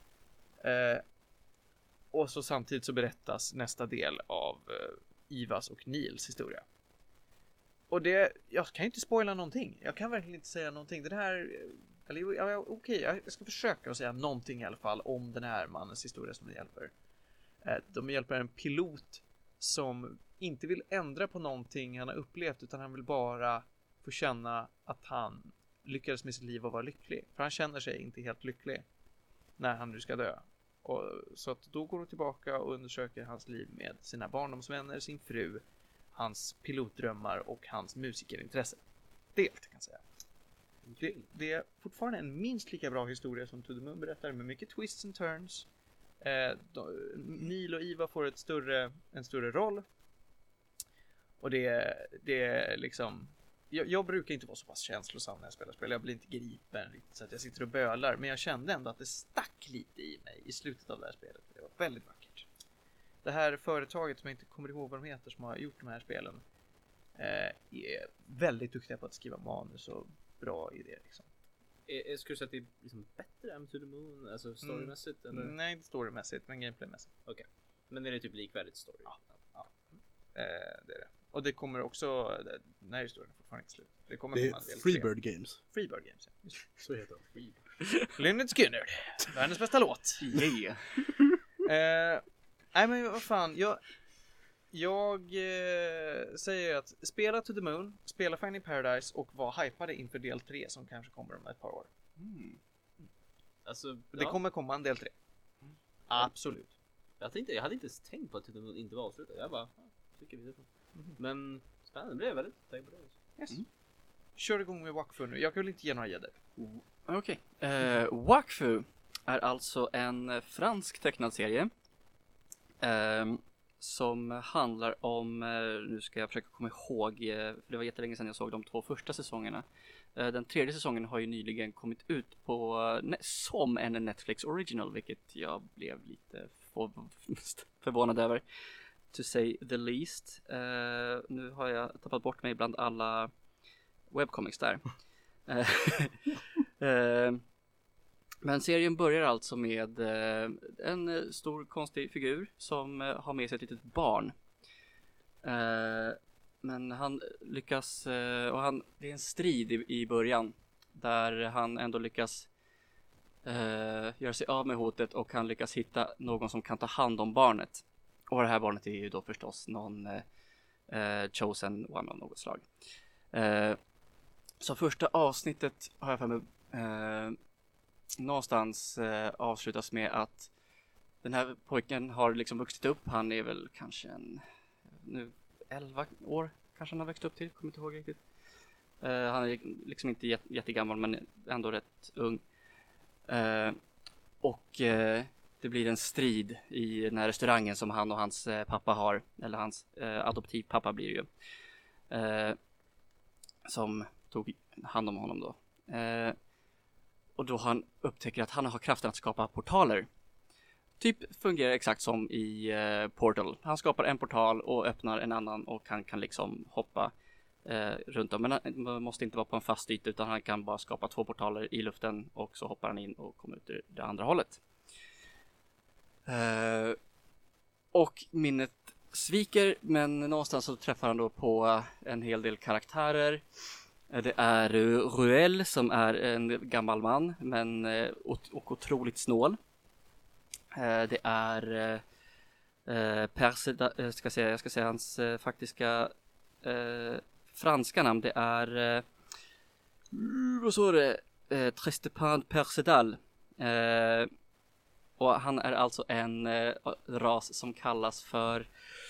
Och så samtidigt så berättas nästa del av Ivas och Nils historia. Och jag kan ju inte spoila någonting. Jag kan verkligen inte säga någonting. Det här, jag ska försöka att säga någonting i alla fall om den här mannens historia som de hjälper. De hjälper en pilot som inte vill ändra på någonting han har upplevt utan han vill bara få känna att han lyckades med sitt liv och vara lycklig. För han känner sig inte helt lycklig när han nu ska dö. Och så att då går de tillbaka och undersöker hans liv med sina barndomsvänner, sin fru, hans pilotdrömmar och hans musikerintresse. Det är allt jag kan säga. Det är fortfarande en minst lika bra historia som To the Moon berättar med mycket twists and turns. Neil och Eva får en större roll. Och det är liksom jag brukar inte vara så pass känslosam när jag spelar spel. Jag blir inte gripen riktigt så att jag sitter och bölar. Men jag kände ändå att det stack lite i mig i slutet av det här spelet. Det var väldigt vackert. Det här företaget som jag inte kommer ihåg vad de heter som har gjort de här spelen är väldigt duktiga på att skriva manus och bra idéer liksom. Skulle du säga att det är liksom bättre än To the Moon, alltså storymässigt? Eller? Nej, inte storymässigt, men gameplaymässigt. Okej. Men är det typ likvärdigt story? Ja. Det är det. Och det kommer också, den här historien är fortfarande inte slut. Det är Freebird Games. Freebird Games, ja. Så heter det. Freebird. Lynyrd Skynyrd, världens bästa låt. Yeah. Nej men vad fan, jag säger att spela To the Moon, spela Finding Paradise och var hypade inför del 3 som kanske kommer om ett par år. Alltså, Det kommer komma en del 3. Absolut. Jag hade inte ens tänkt på att To the Moon inte var avslutad. Jag bara, tycker vi det. Men spännande, det blev väldigt tänkt på det. Yes. Kör igång med Wakfu nu. Jag kan väl inte ge några gäddor. Okej. Wakfu är alltså en fransk tecknad serie. Som handlar om, nu ska jag försöka komma ihåg, för det var jättelänge sedan jag såg de 2 första säsongerna. Den 3:e säsongen har ju nyligen kommit ut som en Netflix original, vilket jag blev lite förvånad över, to say the least. Nu har jag tappat bort mig bland alla webcomics där. Men serien börjar alltså med en stor konstig figur som har med sig ett litet barn. Men han lyckas, och det är en strid i början där han ändå lyckas göra sig av med hotet, och han lyckas hitta någon som kan ta hand om barnet. Och det här barnet är ju då förstås någon chosen one av något slag. Så första avsnittet har jag för mig någonstans avslutas med att den här pojken har liksom vuxit upp. Han är väl kanske nu 11 år kanske han har växt upp till, kommer inte ihåg riktigt. Han är liksom inte jättegammal men ändå rätt ung. Och det blir en strid i den här restaurangen som han och hans pappa har, eller hans adoptivpappa blir det ju, som tog hand om honom då. Och då han upptäcker att han har kraften att skapa portaler. Typ fungerar exakt som i Portal. Han skapar en portal och öppnar en annan, och han kan liksom hoppa runt om. Men han måste inte vara på en fast yta, utan han kan bara skapa 2 portaler i luften, och så hoppar han in och kommer ut det andra hållet. Och minnet sviker, men någonstans så träffar han då på en hel del karaktärer. Det är Ruel som är en gammal man, men och otroligt snål. Det är jag ska säga hans faktiska franska namn. Det är vad så det? Tristepin Persedal. Och han är alltså en ras som kallas för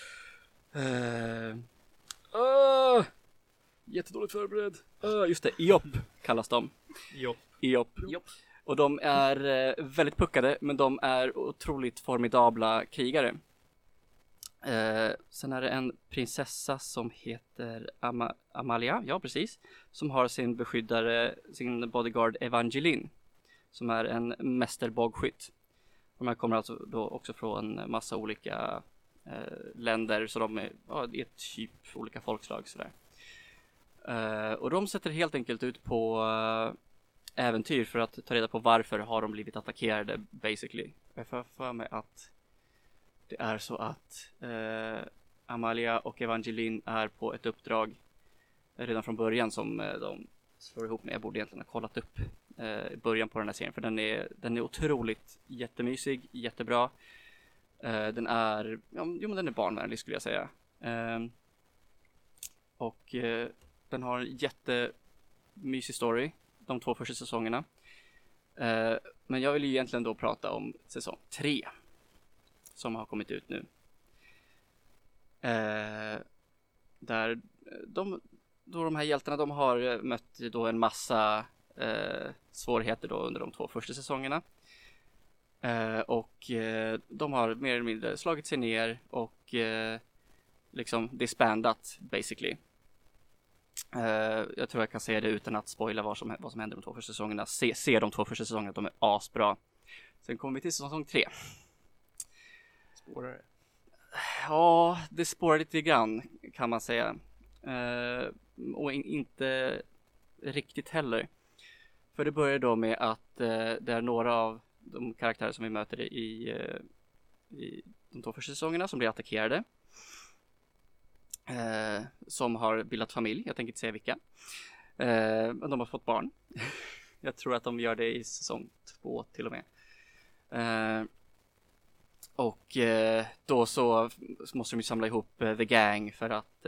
jättedåligt förberedd. Just det, Iop kallas de. Iop. Och de är väldigt puckade, men de är otroligt formidabla krigare. Sen är det en prinsessa som heter Amalia, ja precis, som har sin beskyddare, sin bodyguard Evangeline, som är en mästerbågskytt. De här kommer alltså då också från en massa olika länder, så de är typ olika folkslag sådär. Och de sätter helt enkelt ut på äventyr för att ta reda på varför har de blivit attackerade, basically. Jag får för mig att det är så att Amalia och Evangeline är på ett uppdrag redan från början som de slår ihop med. Jag borde egentligen ha kollat upp början på den här serien, för den är otroligt jättemysig, jättebra. Den är den är barnvänlig skulle jag säga. Och den har en jättemysig story de 2 första säsongerna. Men jag vill ju egentligen då prata om säsong 3 som har kommit ut nu. Där de här hjältarna, de har mött då en massa svårigheter då under de 2 första säsongerna. Och de har mer eller mindre slagit sig ner och liksom disbandat basically. Jag tror jag kan säga det utan att spoila vad som händer de 2 första säsongerna. Se de 2 första säsongerna, de är asbra. Sen kommer vi till säsong 3. Spårar det? Ja, det spårar lite grann kan man säga. Och inte riktigt heller. För det börjar då med att det är några av de karaktärer som vi möter i de 2 första säsongerna som blir attackerade. Som har bildat familj, jag tänker inte säga vilka. Men de har fått barn. Jag tror att de gör det i säsong 2 till och med. Och då så måste de ju samla ihop The Gang för att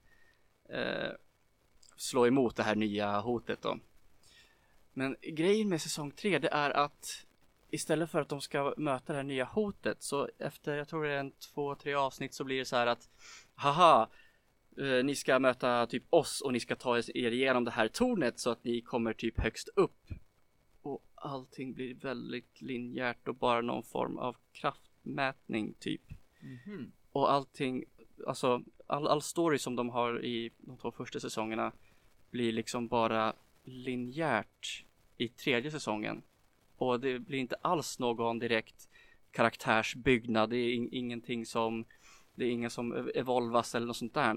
slå emot det här nya hotet då. Men grejen med säsong 3 det är att istället för att de ska möta det här nya hotet så efter, jag tror det är 2-3 avsnitt så blir det så här att haha, ni ska möta typ oss och ni ska ta er igenom det här tornet så att ni kommer typ högst upp. Och allting blir väldigt linjärt och bara någon form av kraftmätning typ. Mhm. Och allting, alltså all story som de har i de 2 första säsongerna blir liksom bara linjärt i 3:e säsongen. Och det blir inte alls någon direkt karaktärsbyggnad. Det är ingenting som, det är ingen som evolvas eller något sånt där.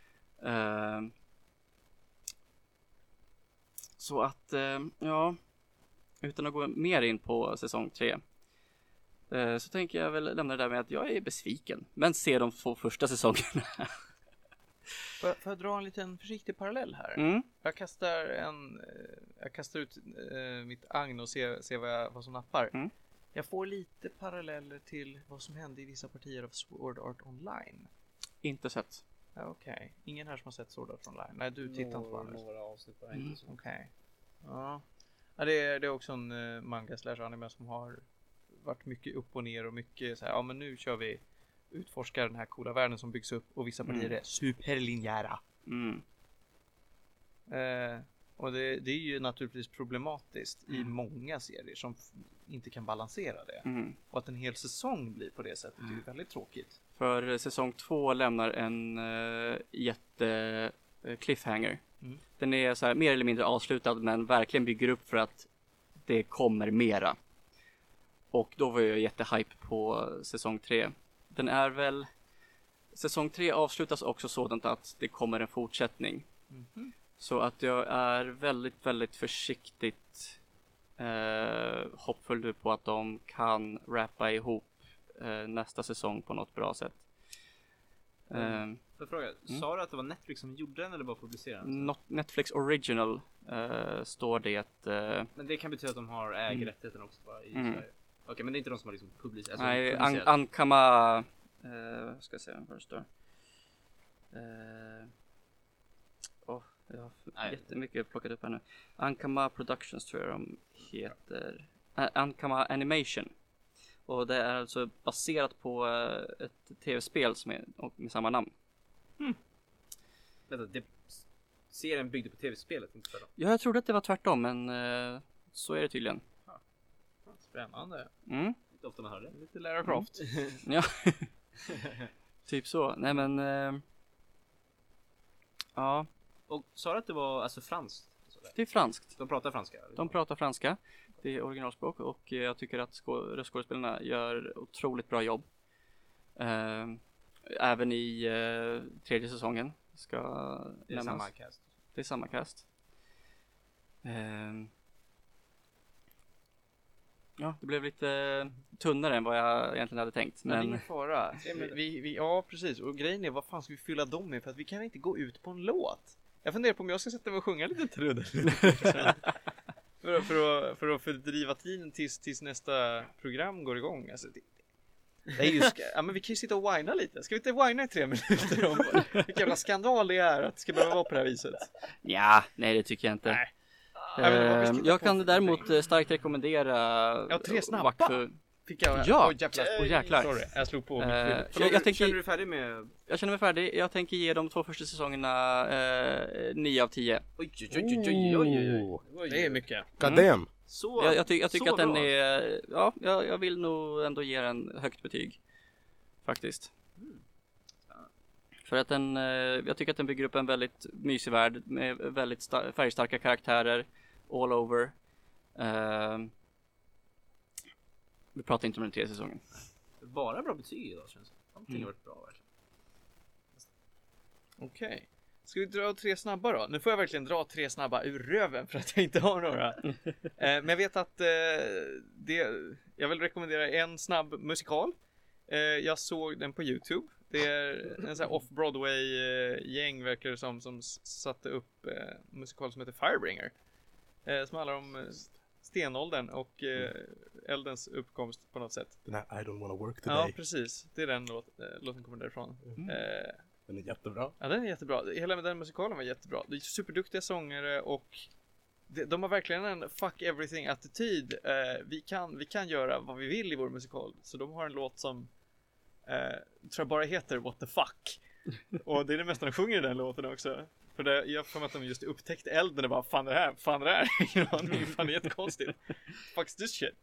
Så att, ja, utan att gå mer in på säsong 3 så tänker jag väl lämna det där med att jag är besviken. Men se de 2 första säsongerna. Får jag dra en liten försiktig parallell här? Mm. Jag kastar ut mitt agn och ser vad som nappar. Mm. Jag får lite paralleller till vad som hände i vissa partier av Sword Art Online. Inte sett. Ja, okej. Ingen här som har sett Sword Art Online? Nej, du tittar inte på det. Några avsnitt bara, inte så. Okej. Ja. Ja, det är också en manga slash anime som har varit mycket upp och ner och mycket så här, ja men nu kör vi utforskar den här coola världen som byggs upp och vissa partier är superlinjära. Mm. Och det är ju naturligtvis problematiskt i många serier som inte kan balansera det. Mm. Och att en hel säsong blir på det sättet är ju väldigt tråkigt. För säsong 2 lämnar en jätte cliffhanger. Mm. Den är så här mer eller mindre avslutad men verkligen bygger upp för att det kommer mera. Och då var jag jättehype på säsong 3. Den är väl, säsong 3 avslutas också sådant att det kommer en fortsättning. Mhm. Så att jag är väldigt, väldigt försiktigt hoppfull på att de kan rappa ihop nästa säsong på något bra sätt. Får jag fråga, sa du att det var Netflix som gjorde den eller bara publicerade den? Netflix Original står det. Men det kan betyda att de har ägarrättigheten också bara i Sverige. Okej, men det är inte de som har liksom publicerat. Nej, Ankama ska jag säga vad det står. Jag har jättemycket plockat upp här nu. Ankama Productions tror jag de heter. Ankama Animation. Och det är alltså baserat på ett tv-spel som är med samma namn. Vänta, serien byggde på tv-spelet, inte tvärtom. Ja, jag trodde att det var tvärtom, men så är det tydligen. Spännande. Mm. Inte ofta man hör det. Lite Lara Croft. Ja, typ så. Nej men, ja. Och sa du att det var alltså franskt? Det är franskt. De pratar franska? De pratar franska. Det är originalspråk och jag tycker att röstskådespelarna gör otroligt bra jobb. Även i 3:e säsongen ska det är nämnas. samma cast. Det är samma cast. Ja, det blev lite tunnare än vad jag egentligen hade tänkt. Men Men ingen fara. Ja, precis. Och grejen är, vad fan ska vi fylla dem med? För att vi kan inte gå ut på en låt. Jag funderar på om jag ska sätta mig och sjunga lite trudelutt. för att fördriva tiden tills nästa program går igång. Alltså, det är ju ja, men vi kan ju sitta och whina lite. Ska vi inte whina i 3 minuter om vilken jävla skandal det är att det ska behöva vara på det här viset? ja, nej det tycker jag inte. Nej. Jag kan däremot starkt rekommendera. Ja, 3 snabba. Fick jag? Ja, jävlar. Sorry, jag slog på mitt Känner du färdig med? Jag känner mig färdig. Jag tänker ge de 2 första säsongerna 9 av 10. Oj. Det är mycket. God damn. Så, Jag tycker så att den bra. är, ja, jag vill nog ändå ge den högt betyg. Faktiskt. För att den, jag tycker att den bygger upp en väldigt mysig värld med väldigt färgstarka karaktärer all over. Vi pratar inte om den 3:e säsongen. Bara bra betyg idag känns det. Allting har varit bra verkligen. Okej. Ska vi dra 3 snabba då? Nu får jag verkligen dra 3 snabba ur röven för att jag inte har några. Men jag vet att jag vill rekommendera en snabb musikal. Jag såg den på YouTube. Det är en sån här off-Broadway-gäng verkar det som satte upp musikal som heter Firebringer. Som handlar om stenåldern och eldens uppkomst på något sätt. Den här I don't wanna work today. Ja, precis. Det är den låten kommer därifrån. Den är jättebra. Ja, den är jättebra. Hela den musikalen var jättebra. Det är superduktiga sångare och de har verkligen en fuck everything-attityd. Vi kan göra vad vi vill i vår musikal. Så de har en låt som tror jag bara heter What the fuck. Och det är det mesta de sjunger i den låten också. För det, jag får att de just upptäckte elden och bara fan det här. Fan det är fan jättekonstigt. Fuck this shit.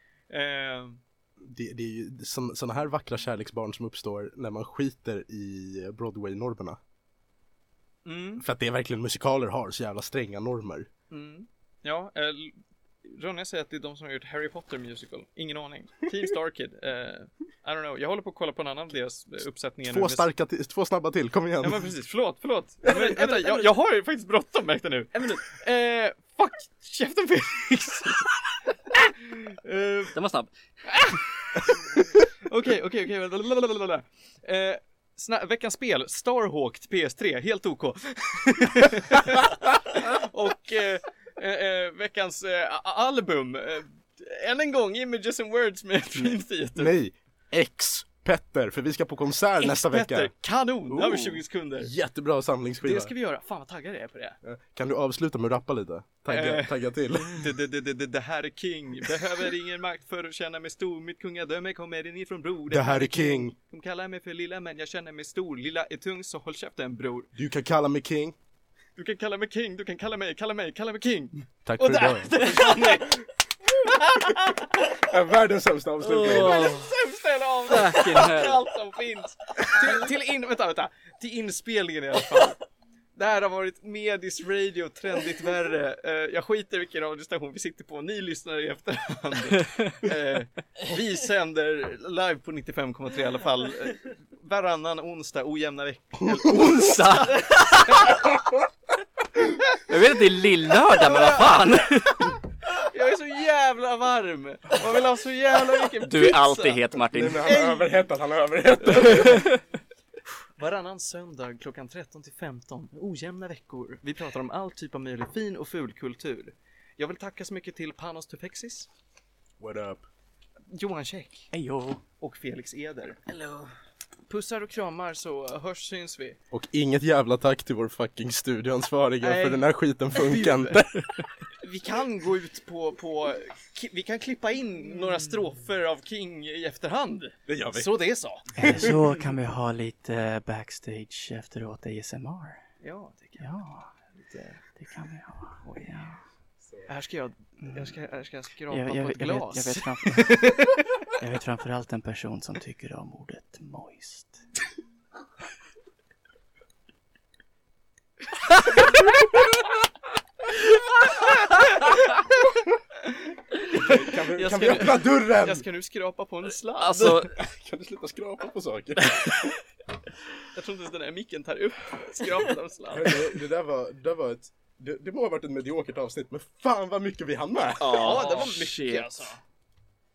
Det är ju såna här vackra kärleksbarn som uppstår när man skiter i Broadway-normerna. För att det är verkligen musikaler har så jävla stränga normer. Ja, Ronja säger att det är de som har gjort Harry Potter musical. Ingen aning. Team Star Kid. I don't know. Jag håller på att kolla på en annan deras uppsättning. Två snabba till, kom igen. Ja men precis, förlåt. Vänta, jag har ju faktiskt bråttom märkte nu. En minut. Fuck, käften Felix. Den var snabb. Okej. Veckans spel, Starhawk PS3, helt OK. Och veckans album, än en gång Images and Words med Dream Theater. Nej, Petter, för vi ska på konsert nästa vecka. Kanon, över 20 sekunder. Jättebra samlingsskiva. Det ska vi göra, fan vad taggad jag är på det. Kan du avsluta med att rappa lite? Tagga till. Det här är King, behöver ingen makt för att känna mig stor. Mitt kungadöme kommer inifrån bror. Det här är King. De kallar mig för lilla men jag känner mig stor. Lilla är tung så håll käften bror. Du kan kalla mig King. Du kan kalla mig King, du kan kalla mig King. Tack för idag. Världens sämsta avslutning. Allt som finns. Till inspelningen i alla fall. Det här har varit Medis Radio, trendigt värre. Jag skiter vilken radiostation vi sitter på. Ni lyssnar i efterhand. Vi sänder live på 95,3 i alla fall. Varannan onsdag, ojämna veckor. Onsdag! Jag vet att det är lillördag, men vad fan? Jag är så jävla varm. Man vill ha så jävla mycket pizza. Du är alltid het, Martin. Nej, han är överhettad. Varannan söndag klockan 13 till 15. Ojämna veckor. Vi pratar om all typ av möjlig fin och ful kultur. Jag vill tacka så mycket till Panos Tufexis. What up? Johan Käck. Hejo. Och Felix Eder. Hello. Pussar och kramar så syns vi. Och inget jävla tack till vår fucking studioansvariga för den här skiten funkar inte. Vi kan gå ut på vi kan klippa in några strofer av King i efterhand. Det gör vi. Så det är så. Eller så kan vi ha lite backstage efteråt ASMR. Ja, det kan. Ja, det kan vi ha. Oj, ja. Här ska jag skrapa på ett glas. Jag vet framförallt en person som tycker om ordet moist. Kan vi öppna dörren? Jag ska nu skrapa på en sladd. Alltså, kan du sluta skrapa på saker? Jag tror inte att den här micken tar upp skrapat av sladd. Det var ett... Det må ha varit ett mediokert avsnitt, men fan vad mycket vi hann med. Ja, det var mycket alltså.